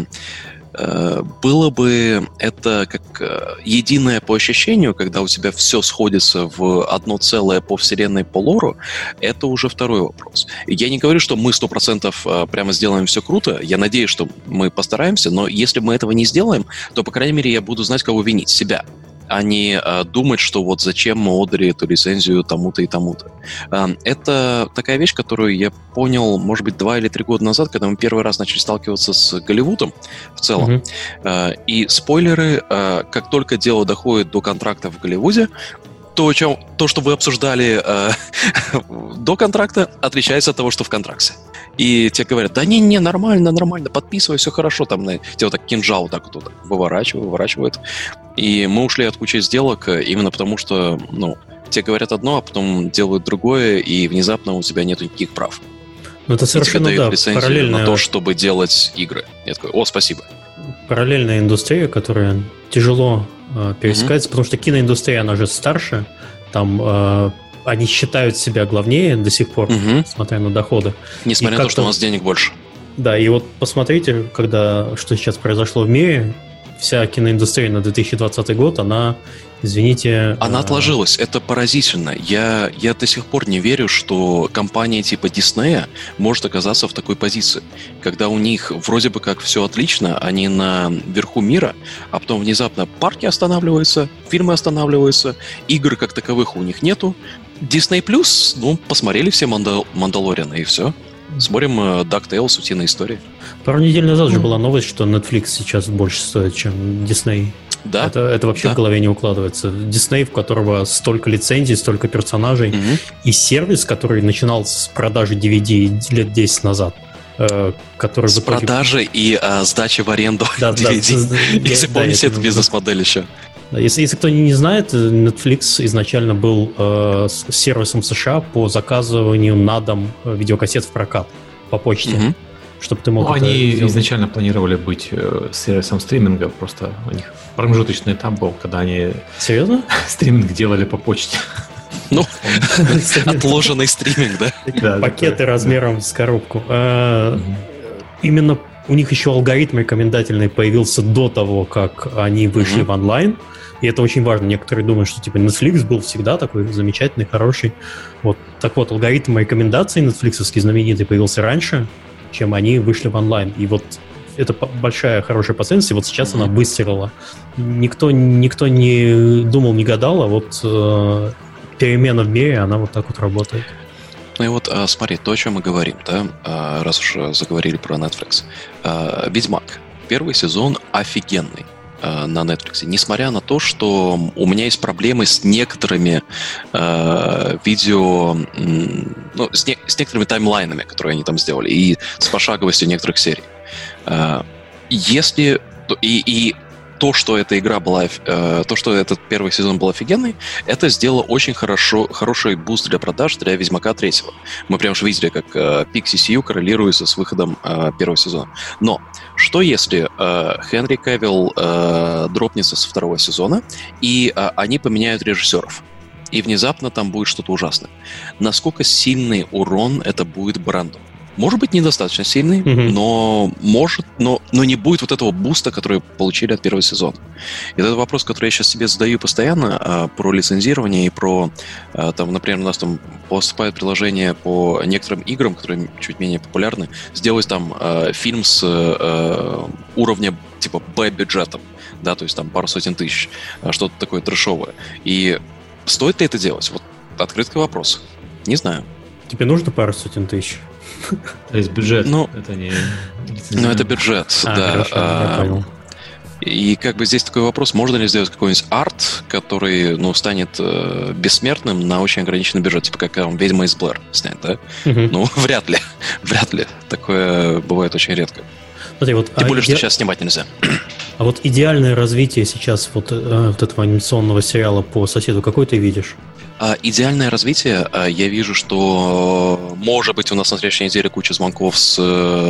было бы это как единое по ощущению, когда у тебя все сходится в одно целое по вселенной, по лору, это уже второй вопрос. Я не говорю, что мы сто процентов прямо сделаем все круто, я надеюсь, что мы постараемся, но если мы этого не сделаем, то, по крайней мере, я буду знать, кого винить, себя, а не а, думать, что вот зачем мы отдали эту лицензию тому-то и тому-то. А, это такая вещь, которую я понял, может быть, два или три года назад, когда мы первый раз начали сталкиваться с Голливудом в целом. Mm-hmm. А, и спойлеры, а, как только дело доходит до контракта в Голливуде, то, чем, то что вы обсуждали э, до контракта, отличается от того, что в контракте. И тебе говорят, да не-не, нормально, нормально, подписывай, все хорошо. Там, на, тебе вот так кинжал так вот выворачивают, выворачивают. И мы ушли от кучи сделок именно потому, что, ну, тебе говорят одно, а потом делают другое, и внезапно у тебя нет никаких прав. Ну, это совершенно, да, параллельная... на то, чтобы делать игры. Я такой, о, спасибо. Параллельная индустрия, которая тяжело э, пересекается, mm-hmm. потому что киноиндустрия, она же старше, там э, они считают себя главнее до сих пор, mm-hmm. несмотря на доходы. Несмотря на то, что у нас денег больше. Да, и вот посмотрите, когда, что сейчас произошло в мире, вся киноиндустрия на две тысячи двадцатый год, она, извините... Она э... отложилась, это поразительно. Я, я до сих пор не верю, что компания типа Диснея может оказаться в такой позиции, когда у них вроде бы как все отлично, они на верху мира, а потом внезапно парки останавливаются, фильмы останавливаются, игр как таковых у них нету. Disney+, ну, посмотрели все Мандал- Мандалорианы, и все. Смотрим DuckTales, утиные истории. Пару недель назад mm. же была новость, что Netflix сейчас больше стоит, чем Disney. Да. Это, это вообще да. в голове не укладывается. Disney, в которого столько лицензий, столько персонажей, mm-hmm. и сервис, который начинал с продажи ди ви ди лет десять назад. Э, который с итоге... продажи и э, сдачи в аренду да, ди ви ди. Да, если да, помните да, эту бизнес-модель еще. Да, если, если кто не знает, Netflix изначально был э, сервисом США по заказыванию на дом видеокассет в прокат по почте. Mm-hmm. Чтобы ты мог ну, они сделать. Изначально планировали быть э, сервисом стриминга, просто у них промежуточный этап был, когда они Серьезно? стриминг делали по почте. Ну, отложенный стриминг, да? Пакеты размером с коробку. Именно у них еще алгоритм рекомендательный появился до того, как они вышли mm-hmm. в онлайн. И это очень важно. Некоторые думают, что типа Netflix был всегда такой замечательный, хороший. Вот. Так вот, алгоритм рекомендаций Netflix-овский знаменитый появился раньше, чем они вышли в онлайн. И вот это большая, хорошая последовательность. И вот сейчас mm-hmm. она выстрелила. Никто, никто не думал, не гадал, а вот э, перемена в мире, она вот так вот работает. Ну и вот, смотри, то, о чем мы говорим, да, раз уж заговорили про Netflix. «Ведьмак». Первый сезон офигенный на Netflix. Несмотря на то, что у меня есть проблемы с некоторыми э, видео, ну, с, не, с некоторыми таймлайнами, которые они там сделали, и с пошаговостью некоторых серий. Э, если... И, и то, что эта игра была, э, то, что этот первый сезон был офигенный, это сделало очень хорошо, хороший буст для продаж для Ведьмака третьего. Мы прям же видели, как э, пик си си ю коррелируется с выходом э, первого сезона. Но что если э, Хенри Кавилл э, дропнется со второго сезона, и э, они поменяют режиссеров, и внезапно там будет что-то ужасное? Насколько сильный урон это будет бренду? Может быть, недостаточно сильный, mm-hmm. но может, но, но не будет вот этого буста, который получили от первого сезона. И это вопрос, который я сейчас себе задаю постоянно, а, про лицензирование и про, а, там, например, у нас там поступают приложения по некоторым играм, которые чуть менее популярны, сделать там а, фильм с а, уровня типа Б-бюджетом, да, то есть там пару сотен тысяч, а, что-то такое трэшовое. И стоит ли это делать? Вот открытый вопрос. Не знаю. Тебе нужно пару сотен тысяч? То есть бюджет, ну, это не... Ну, это бюджет, а, да. Хорошо, а, я понял. И как бы здесь такой вопрос, можно ли сделать какой-нибудь арт, который, ну, станет э, бессмертным на очень ограниченный бюджет, типа как там «Ведьма из Блэр» снять, да? Угу. Ну, вряд ли, вряд ли. Такое бывает очень редко. Смотри, вот, Тем а более, иде... что сейчас снимать нельзя. А вот идеальное развитие сейчас вот, э, вот этого анимационного сериала по соседу, какой ты видишь? Идеальное развитие, я вижу, что может быть у нас на следующей неделе куча звонков с,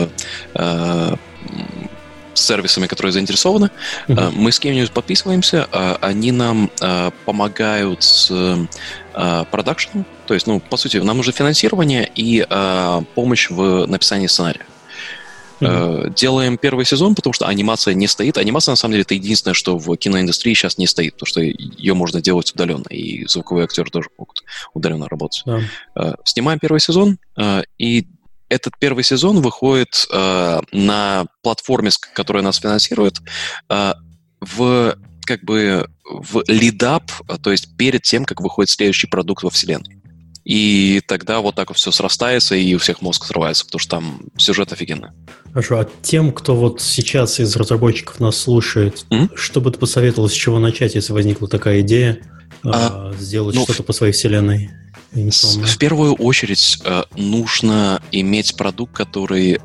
э, с сервисами, которые заинтересованы. Uh-huh. Мы с кем-нибудь подписываемся, они нам помогают с продакшеном, то есть, ну, по сути, нам нужно финансирование и помощь в написании сценария. Mm-hmm. Делаем первый сезон, потому что анимация не стоит. Анимация, на самом деле, это единственное, что в киноиндустрии сейчас не стоит, потому что ее можно делать удаленно, и звуковые актеры тоже могут удаленно работать. Yeah. Снимаем первый сезон, и этот первый сезон выходит на платформе, которая нас финансирует, в как бы в лидап, то есть перед тем, как выходит следующий продукт во вселенной. И тогда вот так вот все срастается, и у всех мозг срывается, потому что там сюжет офигенный. Хорошо, а тем, кто вот сейчас из разработчиков нас слушает, mm-hmm. что бы ты посоветовал, с чего начать, если возникла такая идея, а, сделать ну, что-то по своей вселенной? С, в первую очередь э, нужно иметь продукт, который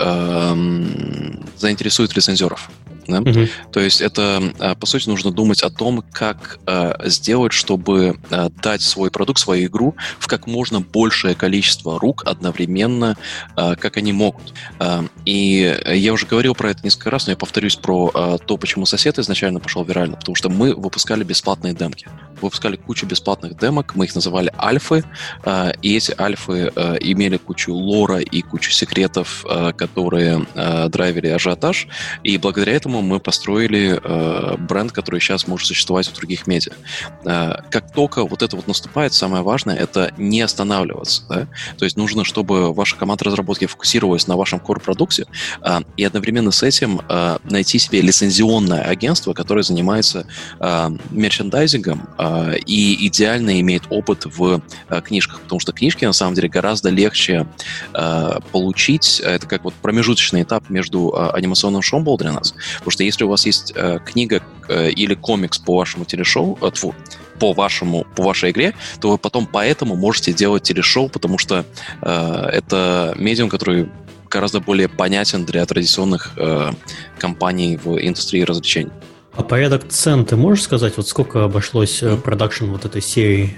э, заинтересует лицензеров. Да? Uh-huh. То есть это, по сути, нужно думать о том, как э, сделать, чтобы э, дать свой продукт, свою игру в как можно большее количество рук одновременно, э, как они могут. Э, и я уже говорил про это несколько раз, но я повторюсь про э, то, почему «Сосед» изначально пошел вирально, потому что мы выпускали бесплатные демки. Выпускали кучу бесплатных демок, мы их называли альфы, э, и эти альфы э, имели кучу лора и кучу секретов, э, которые э, драйвили ажиотаж, и благодаря этому мы построили э, бренд, который сейчас может существовать в других медиа. Э, как только вот это вот наступает, самое важное — это не останавливаться. Да? То есть нужно, чтобы ваша команда разработки фокусировалась на вашем core-продукте, э, и одновременно с этим э, найти себе лицензионное агентство, которое занимается э, мерчендайзингом э, и идеально имеет опыт в э, книжках, потому что книжки, на самом деле, гораздо легче э, получить. Это как вот промежуточный этап между э, анимационным шоу был для нас. Потому что если у вас есть э, книга э, или комикс по вашему телешоу, э, тьфу, по вашему, по вашей игре, то вы потом поэтому можете делать телешоу, потому что э, это медиум, который гораздо более понятен для традиционных э, компаний в индустрии развлечений. А порядок цен ты можешь сказать, вот сколько обошлось продакшн вот этой серии?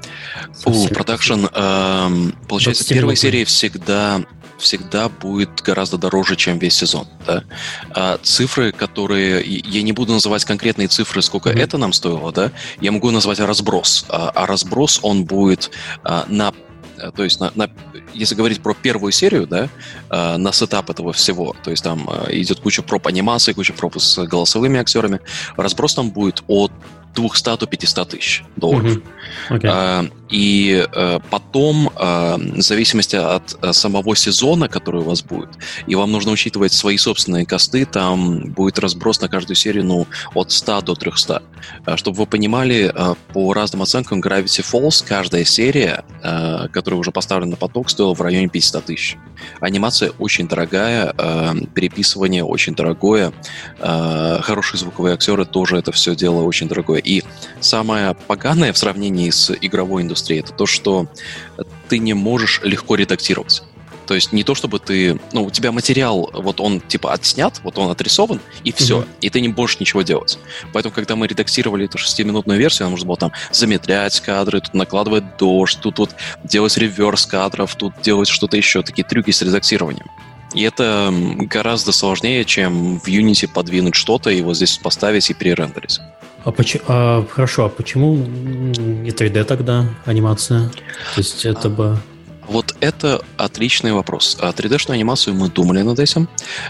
У продакшн, э, получается, первой серии всегда... всегда будет гораздо дороже, чем весь сезон. Да? А цифры, которые... Я не буду называть конкретные цифры, сколько mm-hmm. это нам стоило, да? Я могу назвать разброс. А, а разброс, он будет а, на то есть на, на, если говорить про первую серию, да, на сетап этого всего, то есть там идет куча проб анимации, куча проб с голосовыми актерами, разброс там будет от двухсот до пятисот тысяч долларов. Mm-hmm. Okay. А, и а, потом, а, в зависимости от а, самого сезона, который у вас будет, и вам нужно учитывать свои собственные косты, там будет разброс на каждую серию, ну, от ста до трехсот. А, чтобы вы понимали, а, по разным оценкам Gravity Falls каждая серия, а, которая уже поставлена на поток, стоила в районе пятисот тысяч. Анимация очень дорогая, а, переписывание очень дорогое, а, хорошие звуковые актеры тоже это все дело очень дорогое. И самое поганое в сравнении с игровой индустрией это то, что ты не можешь легко редактировать. То есть не то, чтобы ты... Ну, у тебя материал, вот он типа отснят, вот он отрисован, и все. Mm-hmm. И ты не можешь ничего делать. Поэтому, когда мы редактировали эту шестиминутную версию, нам нужно было там замедлять кадры, тут накладывать дождь, тут вот делать реверс кадров, тут делать что-то еще. Такие трюки с редактированием. И это гораздо сложнее, чем в Unity подвинуть что-то и вот здесь поставить и перерендерить. А, поч- а хорошо, а почему не три дэ тогда анимация? То есть это бы... Вот это отличный вопрос. три дэ-шную анимацию мы думали над этим.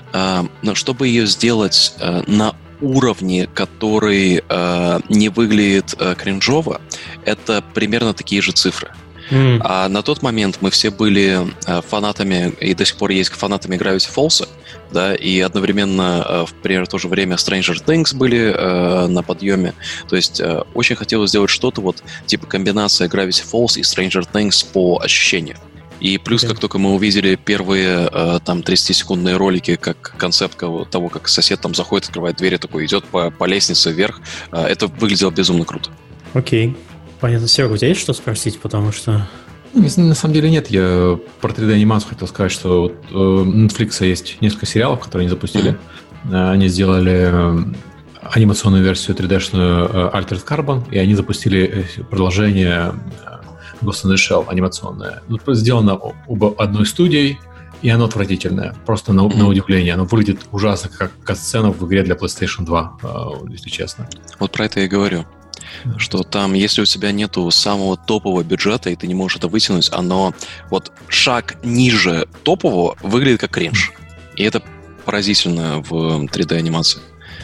Но чтобы ее сделать на уровне, который не выглядит кринжово, это примерно такие же цифры. Mm. А на тот момент мы все были фанатами, и до сих пор есть фанатами Gravity Falls, да, и одновременно в примерно то же время Stranger Things были э, на подъеме. То есть э, очень хотелось сделать что-то вот типа комбинация Gravity Falls и Stranger Things по ощущению. И плюс, okay. как только мы увидели первые э, там тридцатисекундные ролики, как концепт того, как сосед там заходит, открывает дверь, такой идет по, по лестнице вверх, э, это выглядело безумно круто. Окей. Okay. Понятно. Серега, у тебя есть что спросить? Потому что... На самом деле нет. Я про три дэ-анимацию хотел сказать, что вот у Netflix есть несколько сериалов, которые они запустили. Mm-hmm. Они сделали анимационную версию три дэ-шную Altered Carbon, и они запустили продолжение Ghost in the Shell анимационное. Сделано оба одной студией, и оно отвратительное. Просто на, mm-hmm. на удивление. Оно выглядит ужасно, как кат-сцена в игре для PlayStation два, если честно. Вот про это я и говорю. Что там, если у тебя нету самого топового бюджета, и ты не можешь это вытянуть, оно вот шаг ниже топового выглядит как кринж. И это поразительно в три дэ-анимации.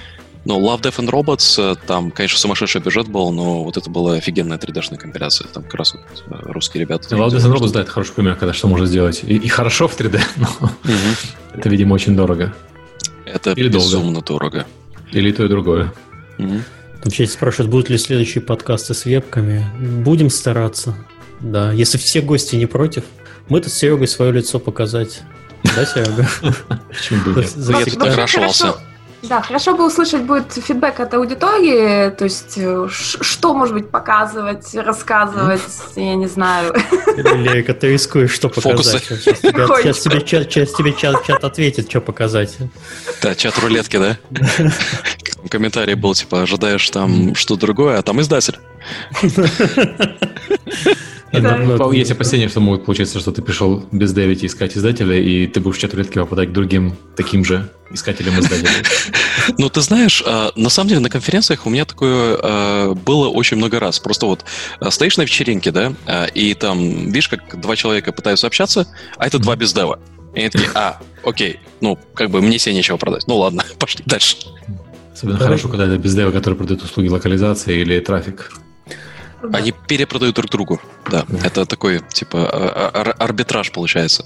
Ну, Love, Death and Robots, там, конечно, сумасшедший бюджет был, но вот это была офигенная три дэ-шная компиляция. Там как раз вот русские ребята... Love, Death and Robots, да, это хороший пример, когда что можно сделать. И, и хорошо в три дэ, но mm-hmm. это, видимо, очень дорого. Это Или безумно долго. дорого. Или то, и другое. Mm-hmm. Там часть спрашивает, будут ли следующие подкасты с вебками. Будем стараться. Да, если все гости не против, мы тут с Серегой свое лицо показать. Да, Серега? Почему бы нет? Я тут накрашивался. Да, хорошо бы услышать будет фидбэк от аудитории, то есть что, может быть, показывать, рассказывать, я не знаю. Лерика, ты рискуешь, что показать? Сейчас тебе, сейчас тебе, чат, сейчас тебе чат, чат ответит, что показать. Да, чат рулетки, да? Комментарий был, типа, ожидаешь там что-то другое, а там издатель. Да. Есть опасения, что может получиться, что ты пришел без Дэвити искать издателя, и ты будешь в чат рулетки попадать к другим таким же искателям издателей. Ну, ты знаешь, на самом деле на конференциях у меня такое было очень много раз. Просто вот стоишь на вечеринке, да, и там, видишь, как два человека пытаются общаться, а это два без дева. И они такие, а, окей, ну, как бы мне себе нечего продать. Ну, ладно, пошли дальше. Особенно хорошо, когда это без дева, который продает услуги локализации или трафик. Они перепродают друг другу, да. да. Это такой, типа, ар- арбитраж получается.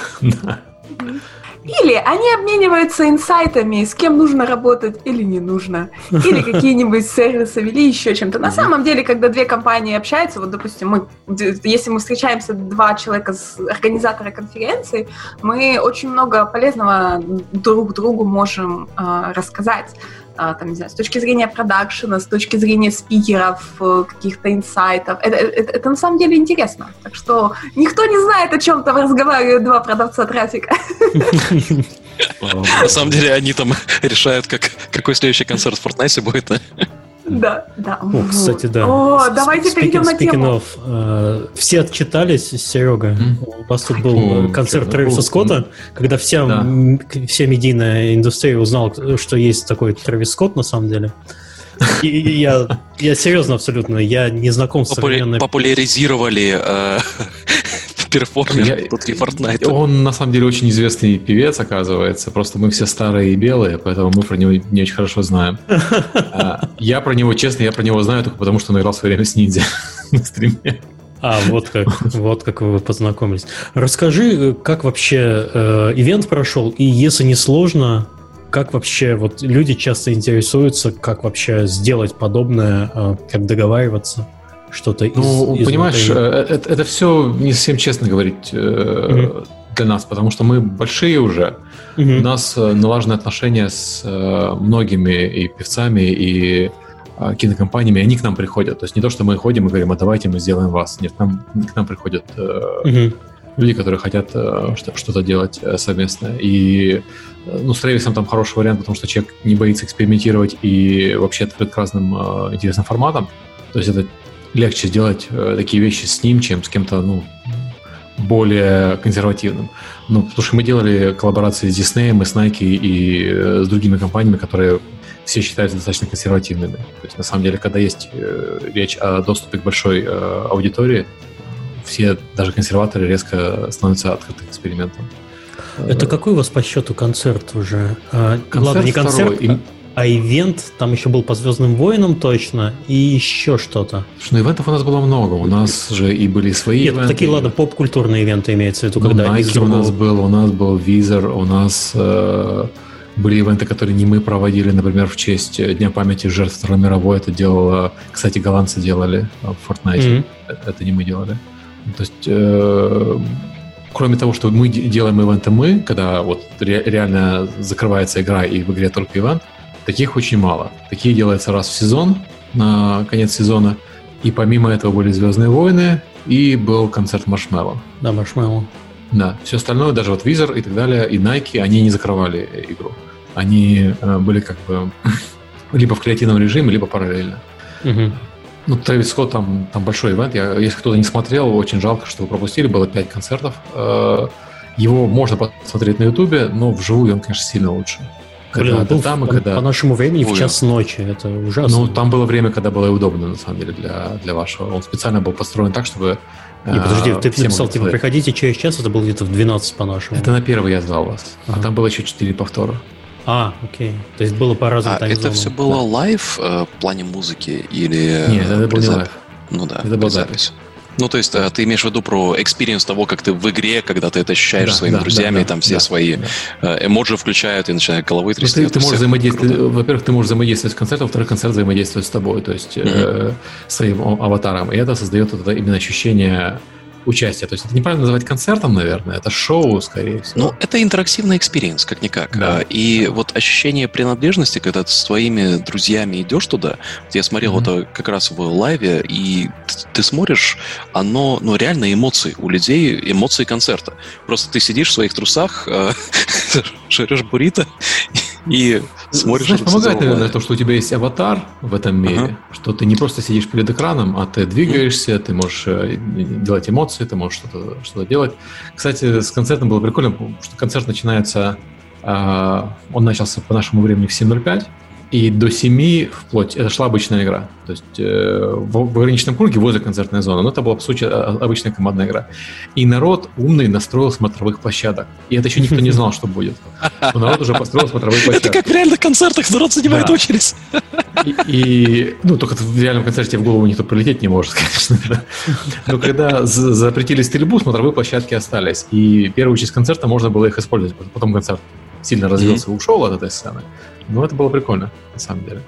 Или они обмениваются инсайтами, с кем нужно работать или не нужно. Или какие-нибудь сервисы, или еще чем-то. На самом деле, когда две компании общаются, вот, допустим, мы, если мы встречаемся два человека, организатора конференции, мы очень много полезного друг другу можем э, рассказать. Там, не знаю, с точки зрения продакшена, с точки зрения спикеров, каких-то инсайтов. Это, это, это на самом деле интересно. Так что никто не знает, о чем там разговаривают два продавца трафика. На самом деле они там решают, как, какой следующий концерт в Fortnite будет. Да, да. О, кстати, да. О, давайте перейдем на тему. Of, uh, все отчитались, Серега. Mm-hmm. У вас тут был oh, концерт Трэвиса Скотта, когда вся, да. м- вся медийная индустрия узнала, что есть такой Трэвис Скотт на самом деле. И, и я, я серьезно абсолютно, я не знаком с Популя- современной... Популяризировали э, перформер внутри Fortnite. Он, на самом деле, очень известный певец, оказывается. Просто мы все старые и белые, поэтому мы про него не очень хорошо знаем. Я про него, честно, я про него знаю только потому, что он играл в свое время с ниндзя на стриме. А, вот как, вот как вы познакомились. Расскажи, как вообще э, ивент прошел, и если не сложно, как вообще, вот люди часто интересуются, как вообще сделать подобное, э, как договариваться, что-то из... Ну, из понимаешь, это, это все не совсем честно говорить э, mm-hmm. для нас, потому что мы большие уже, mm-hmm. у нас налажены отношения с э, многими и певцами, и кинокомпаниями, они к нам приходят. То есть не то, что мы ходим и говорим, а давайте мы сделаем вас. Нет, к нам, к нам приходят э, uh-huh. люди, которые хотят э, что-то делать э, совместно. И э, ну, с Трэвисом там хороший вариант, потому что человек не боится экспериментировать и вообще открыт к разным э, интересным форматам. То есть это легче сделать э, такие вещи с ним, чем с кем-то ну, более консервативным. Ну, потому что мы делали коллаборации с Disney, и с Nike и э, с другими компаниями, которые все считаются достаточно консервативными. То есть, на самом деле, когда есть э, речь о доступе к большой э, аудитории, все, даже консерваторы, резко становятся открыты к экспериментам. Это какой у вас по счету концерт уже? А, концерт ладно, не концерт, второй. а, а ивент. Там еще был по «Звездным войнам» точно, и еще что-то. Слушай, ну ивентов у нас было много. У нас же и были свои Нет, ивенты. такие, ладно, поп-культурные ивенты имеется в виду, Ну, когда Nike из другого... у нас был, у нас был Визер, у нас... Э, были ивенты, которые не мы проводили, например, в честь Дня памяти жертв Второй мировой. Это делало, кстати, голландцы делали в Fortnite. Mm-hmm. Это не мы делали. То есть, э, кроме того, что мы делаем ивенты мы, когда вот ре- реально закрывается игра и в игре только ивент, таких очень мало. Такие делаются раз в сезон, на конец сезона. И помимо этого были «Звездные войны» и был концерт Маршмеллоу. Да, Маршмеллоу. Да, все остальное, даже вот Визер и так далее, и Nike, они не закрывали игру. Они э, были как бы либо в креативном режиме, либо параллельно. Uh-huh. Ну, Трэвис Скотт, там, там большой ивент. Я, если кто-то не смотрел, очень жалко, что вы пропустили. Было пять концертов. Э, его можно посмотреть на Ютубе, но вживую он, конечно, сильно лучше. Блин, был там, в, когда... по нашему времени Ой. в час ночи. Это ужасно. Ну, там было время, когда было удобно, на самом деле, для, для вашего. Он специально был построен так, чтобы... Не, подожди, ты написал, типа, приходите через час, это было где-то в двенадцать по-нашему. Это на первый я звал вас. Ага. А там было еще четыре повтора. А, окей. То есть было по разным а таймзонам. Это все было да. лайв э, в плане музыки или... Нет, это был не лайв. Ну да, это был запись. Ну, то есть а, ты имеешь в виду про экспириенс того, как ты в игре, когда ты это ощущаешь да, своими да, друзьями, да, и там да, все да, свои да. эмоджи включают и начинают головой трясти. Ты, ты можешь взаимодействовать, во-первых, ты можешь взаимодействовать с концертом, во-вторых, концерт взаимодействует с тобой, то есть mm-hmm. э, своим аватаром. И это создает вот это именно ощущение участия. То есть это неправильно называть концертом, наверное, это шоу, скорее всего. Ну, это интерактивный экспириенс, как-никак. Да. И вот ощущение принадлежности, когда ты с твоими друзьями идешь туда, вот я смотрел mm-hmm. это как раз в лайве, и ты, ты смотришь, оно, ну, реально эмоции у людей, эмоции концерта. Просто ты сидишь в своих трусах, жрешь буррито и смотришь... Знаешь, помогает, наверное, то, что у тебя есть аватар в этом мире, uh-huh. что ты не просто сидишь перед экраном, а ты двигаешься, uh-huh. ты можешь делать эмоции, ты можешь что-то, что-то делать. Кстати, с концертом было прикольно, что концерт начинается... Он начался по нашему времени в семь ноль пять, и до семи вплоть это шла обычная игра. То есть э, в, в ограниченном круге возле концертной зоны. Но это была, по сути, обычная командная игра. И народ умный настроил смотровых площадок. И это еще никто не знал, что будет. Но народ уже построил смотровые площадки. Это как в реальных концертах, народ занимает очередь. И, ну, только в реальном концерте в голову никто прилететь не может, конечно. Но когда запретили стрельбу, смотровые площадки остались. И первую часть концерта можно было их использовать. Потом концерт сильно развился и ушел от этой сцены. Ну, это было прикольно, на самом деле.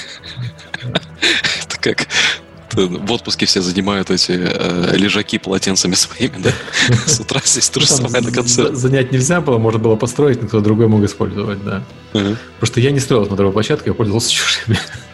Это как в отпуске все занимают эти э, лежаки полотенцами своими, да? С утра здесь то же самое на концерт. Занять нельзя было, можно было построить, но кто-то другой мог использовать, да. Потому что я не строил смотровую площадку, я пользовался чужими.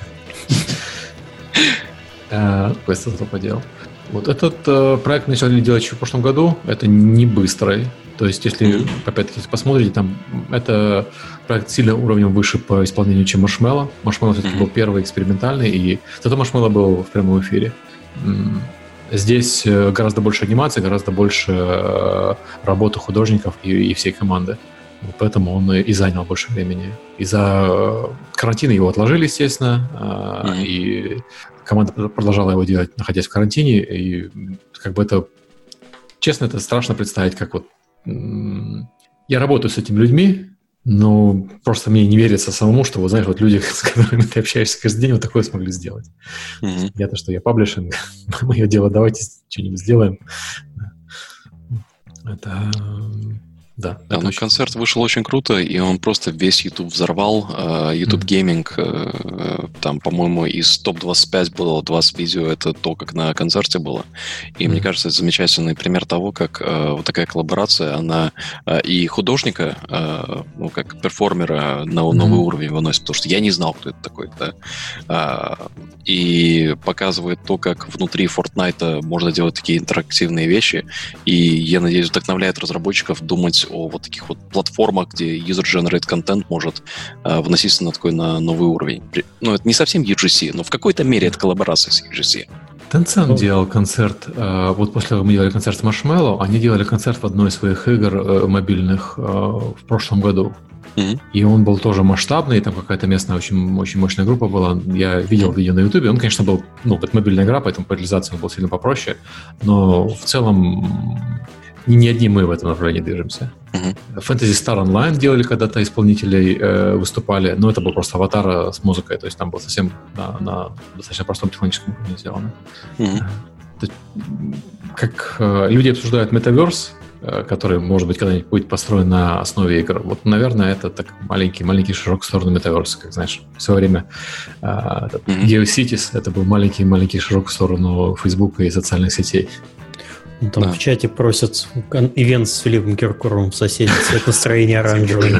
Квест зато поделал. Вот этот э, проект начали делать еще в прошлом году. Это не быстрый. То есть, если, mm-hmm. опять-таки, если посмотрите, там это проект сильно уровнем выше по исполнению, чем Маршмеллоу. Маршмеллоу все-таки mm-hmm. был первый экспериментальный, и зато Маршмеллоу был в прямом эфире. Здесь гораздо больше анимации, гораздо больше работы художников и, и всей команды. Поэтому он и занял больше времени. Из-за карантина его отложили, естественно, mm-hmm. и команда продолжала его делать, находясь в карантине, и как бы это честно, это страшно представить, как вот... Я работаю с этими людьми, но просто мне не верится самому, что, вот, знаешь, вот люди, с которыми ты общаешься каждый день, вот такое смогли сделать. Mm-hmm. Я-то что, я паблишинг, мое дело, давайте что-нибудь сделаем. Это... Да, да, но концерт вышел очень круто, и он просто весь YouTube взорвал. YouTube Gaming, mm-hmm. там, по-моему, из топ двадцать пять было двадцать видео, это то, как на концерте было. И mm-hmm. мне кажется, это замечательный пример того, как э, вот такая коллаборация, она э, и художника, э, ну, как перформера на mm-hmm. новый уровень выносит, потому что я не знал, кто это такой, да. А, и показывает то, как внутри Fortnite можно делать такие интерактивные вещи, и, я надеюсь, вдохновляет разработчиков думать о вот таких вот платформах, где user-generated контент может э, выноситься на такой на новый уровень. Ну, это не совсем ю джи си, но в какой-то мере это коллаборация с ю джи си. Tencent oh. делал концерт, э, вот после того, как мы делали концерт с Marshmallow, они делали концерт в одной из своих игр э, мобильных э, в прошлом году. Mm-hmm. И он был тоже масштабный, там какая-то местная очень, очень мощная группа была. Я видел видео на Ютубе. Он, конечно, был, ну, это мобильная игра, поэтому по реализации он был сильно попроще, но в целом не, не одни мы в этом направлении движемся. Uh-huh. Fantasy Star Online делали когда-то, исполнителей э, выступали, но это был просто аватар с музыкой, то есть там было совсем на, на достаточно простом техническом уровне сделано. Uh-huh. То есть, как э, люди обсуждают Metaverse, э, который, может быть, когда-нибудь будет построен на основе игр, вот, наверное, это так маленький-маленький шажок в сторону Metaverse, как, знаешь, в свое время э, uh-huh. GeoCities, это был маленький-маленький шажок в сторону Facebook и социальных сетей. Там да. в чате просят ивент с Филиппом Киркоровым в соседей, цвет настроения оранжевый.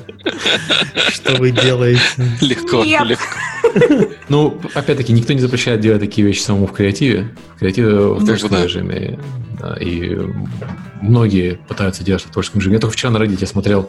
Что вы делаете? Легко, легко. Ну, опять-таки, никто не запрещает делать такие вещи самому в креативе. В креативе в творческом режиме. И многие пытаются делать в творческом режиме. Я только вчера на Reddit смотрел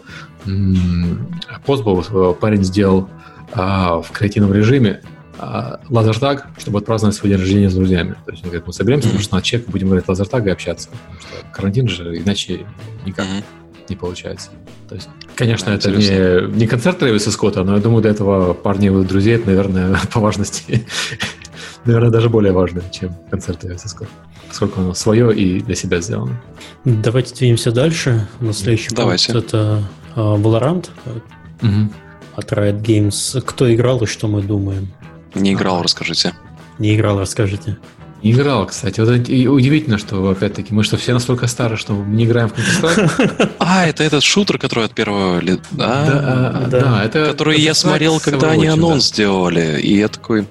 пост был, парень сделал в креативном режиме лазертаг, чтобы отпраздновать свой день рождения с друзьями. То есть, мы соберемся, mm-hmm. на человека будем говорить лазертаг и общаться. Потому что карантин же, иначе никак mm-hmm. не получается. То есть, конечно, да, это не, не концерт Трэвиса Скотта, но я думаю, для этого парня и его друзей это, наверное, по важности, наверное, даже более важно, чем концерт Трэвиса Скотта. Поскольку оно свое и для себя сделано. Давайте двинемся дальше. На следующий Давайте. пункт это uh, Valorant mm-hmm. от Riot Games. Кто играл и что мы думаем? Не играл, расскажите. Не играл, расскажите. Не играл, кстати. Вот удивительно, что, опять-таки, мы что, все настолько старые, что мы не играем в Counter-Strike? А, это этот шутер, который от первого лет... Да, да. Это который я смотрел, когда они анонс сделали. И я такой,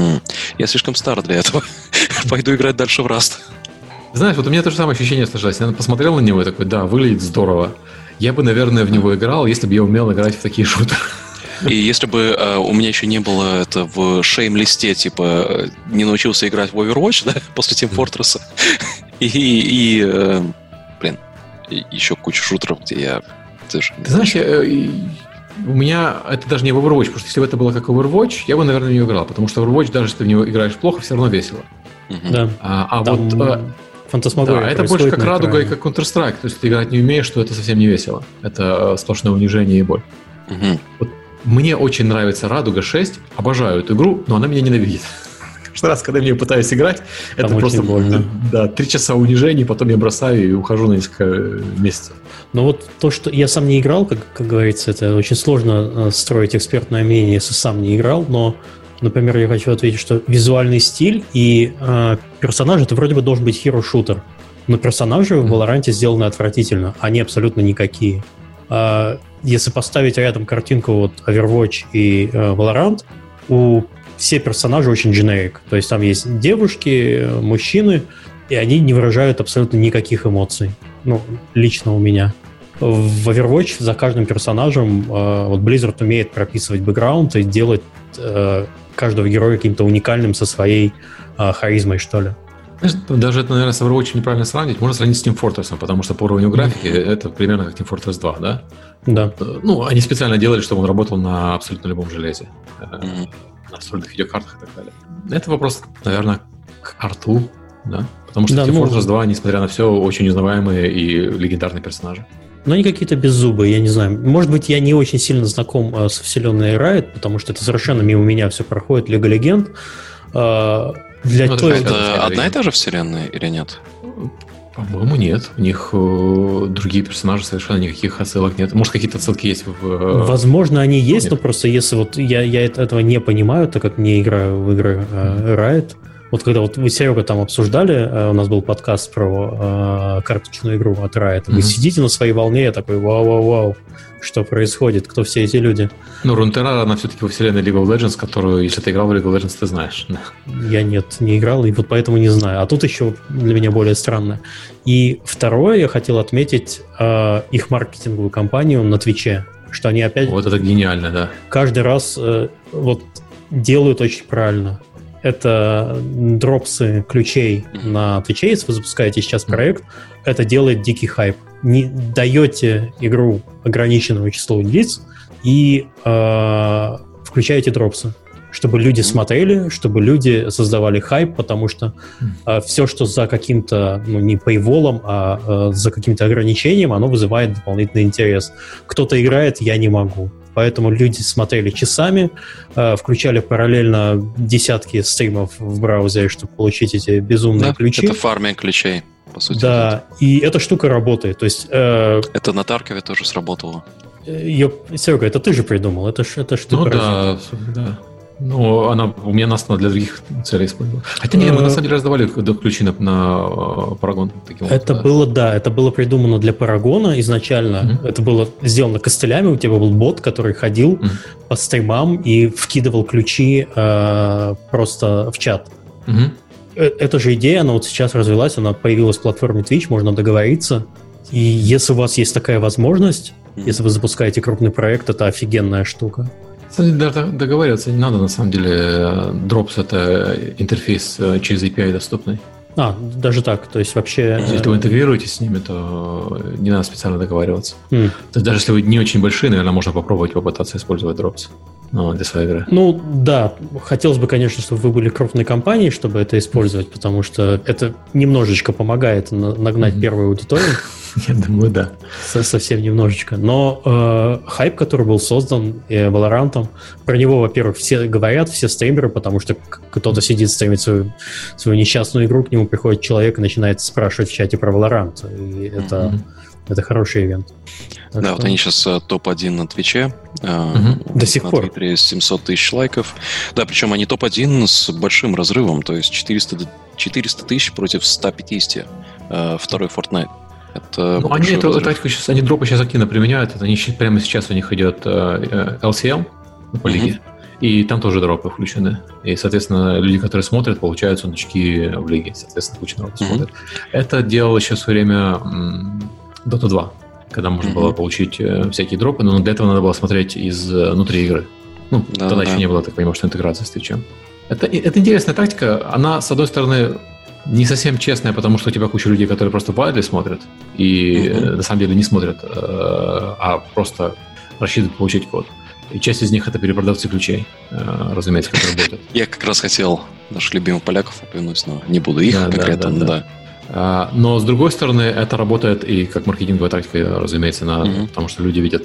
я слишком стар для этого. Пойду играть дальше в Rust. Знаешь, вот у меня то же самое ощущение сложилось. Я посмотрел на него и такой, да, выглядит здорово. Я бы, наверное, в него играл, если бы я умел играть в такие шутеры. И если бы э, у меня еще не было это в шейм-листе, типа, не научился играть в Overwatch, да, после Team Fortress, и, и э, блин, и еще куча шутеров, где я... Даже, Ты знаешь, я, у меня это даже не в Overwatch, потому что если бы это было как Overwatch, я бы, наверное, не играл, потому что Overwatch, даже если ты в него играешь плохо, все равно весело. Да. А, а Там вот... фантасмагория. Да, это больше как Радуга и как Counter-Strike, то есть ты играть не умеешь, то это совсем не весело. Это сплошное унижение и боль. Угу. Вот мне очень нравится Радуга шесть, обожаю эту игру, но она меня ненавидит. Каждый раз, когда я в нее пытаюсь играть, там это просто больно. Да, три часа унижений, потом я бросаю и ухожу на несколько месяцев. Но вот то, что я сам не играл, как, как говорится, это очень сложно строить экспертное мнение, если сам не играл, но, например, я хочу ответить, что визуальный стиль и э, персонаж, это вроде бы должен быть hero-шутер, но персонажи в Valorant сделаны отвратительно, они абсолютно никакие. Э, если поставить рядом картинку вот Overwatch и э, Valorant, у все персонажи очень generic. То есть там есть девушки, мужчины, и они не выражают абсолютно никаких эмоций. Ну, лично у меня. В Overwatch за каждым персонажем э, вот Blizzard умеет прописывать бэкграунд и делать э, каждого героя каким-то уникальным со своей э, харизмой, что ли. Даже это, наверное, с Overwatch неправильно сравнить. Можно сравнить с Team Fortress, потому что по уровню графики mm-hmm. это примерно как Team Fortress два, да? Да. Ну, они специально делали, чтобы он работал на абсолютно любом железе. Mm-hmm. На настольных видеокартах и так далее. Это вопрос, наверное, к арту, да? Потому что да, Team ну... Fortress два, несмотря на все, очень узнаваемые и легендарные персонажи. Но они какие-то беззубые, я не знаю. Может быть, я не очень сильно знаком э, со вселенной Riot, потому что это совершенно мимо меня все проходит, Лига Легенд. Э, Для ну, той, это это одна и та же вселенная или нет? По-моему, нет. У них э, другие персонажи, совершенно никаких отсылок нет. Может, какие-то отсылки есть в... Э, Возможно, они есть, нет. но просто если вот я, я этого не понимаю, так как не играю в игры э, Riot. Вот когда вот вы, Серега, там обсуждали, э, у нас был подкаст про э, карточную игру от Riot, вы mm-hmm. сидите на своей волне, я такой, вау-вау-вау, что происходит, кто все эти люди? Ну, Runeterra, она все-таки во вселенной League of Legends, которую, если ты играл в League of Legends, ты знаешь. Я нет, не играл, и вот поэтому не знаю. А тут еще для меня более странно. И второе, я хотел отметить э, их маркетинговую кампанию на Твиче, что они опять... Вот это гениально, да. Каждый раз э, вот делают очень правильно. Это дропсы ключей на Твиче, если вы запускаете сейчас проект, это делает дикий хайп. Не даете игру ограниченному числу лиц и э, включаете дропсы, чтобы люди смотрели, чтобы люди создавали хайп, потому что э, все, что за каким-то, ну, не пейволом, а э, за каким-то ограничением, оно вызывает дополнительный интерес. Кто-то играет, я не могу. Поэтому люди смотрели часами, э, включали параллельно десятки стримов в браузере, чтобы получить эти безумные да, ключи. Это фарминг ключей, по сути. Да, и эта штука работает. То есть, э, это на Таркове тоже сработало. Ее, Серега, это ты же придумал, это, это штука. Ну да, да. Ну, она у меня нас для других целей использовала. Хотя нет, мы на самом деле раздавали ключи на, на Парагон. Это вот, было, да, это было придумано для Парагона изначально. Mm-hmm. Это было сделано костылями. У тебя был бот, который ходил mm-hmm. по стримам и вкидывал ключи э, просто в чат. Mm-hmm. Эта же идея, она вот сейчас развилась, она появилась в платформе Twitch, можно договориться. И если у вас есть такая возможность, mm-hmm. если вы запускаете крупный проект, это офигенная штука. Даже договариваться не надо, на самом деле. Drops — это интерфейс через эй пи ай доступный. А, даже так, то есть вообще... Если вы интегрируетесь с ними, то не надо специально договариваться. Mm. То есть даже если вы не очень большие, наверное, можно попробовать попытаться использовать Drops ну, для своей игры. Ну, да, хотелось бы, конечно, чтобы вы были крупной компанией, чтобы это использовать, потому что это немножечко помогает нагнать mm-hmm. первую аудиторию. Я думаю, да. Совсем немножечко. Но э, хайп, который был создан э, Valorant, про него, во-первых, все говорят, все стримеры, потому что кто-то сидит стримит свою, свою несчастную игру, к нему приходит человек и начинает спрашивать в чате про Valorant. И это, mm-hmm. это хороший ивент. Так да, что... вот они сейчас uh, топ один на Твиче. Uh, mm-hmm. До сих на пор. На Твиттере семьсот тысяч лайков. Да, причем они топ один с большим разрывом, то есть четыреста тысяч против ста пятидесяти. Uh, второй Fortnite. Это ну, они эту тактику сейчас, они дропы сейчас активно применяют. Это они прямо сейчас у них идет э, эл си эл по лиге, mm-hmm. и там тоже дропы включены. И, соответственно, люди, которые смотрят, получают сундучки в лиге. Соответственно, куча народу mm-hmm. смотрит. Это делало еще в свое время м, Dota два, когда можно mm-hmm. было получить э, всякие дропы, но для этого надо было смотреть из э, внутри игры. Ну, да, тогда да. еще не было, так понимаю, что интеграция с Твичем. Это, это интересная тактика. Она, с одной стороны, не совсем честная, потому что у тебя куча людей, которые просто падали, смотрят, и mm-hmm. на самом деле не смотрят, а просто рассчитывают получить код. И часть из них — это перепродавцы ключей, разумеется, которые работают. Я как раз хотел наших любимых поляков упомянуть, но не буду их да, конкретно, да, да, да. Но, с другой стороны, это работает и как маркетинговая тактика, разумеется, на, mm-hmm. потому что люди видят,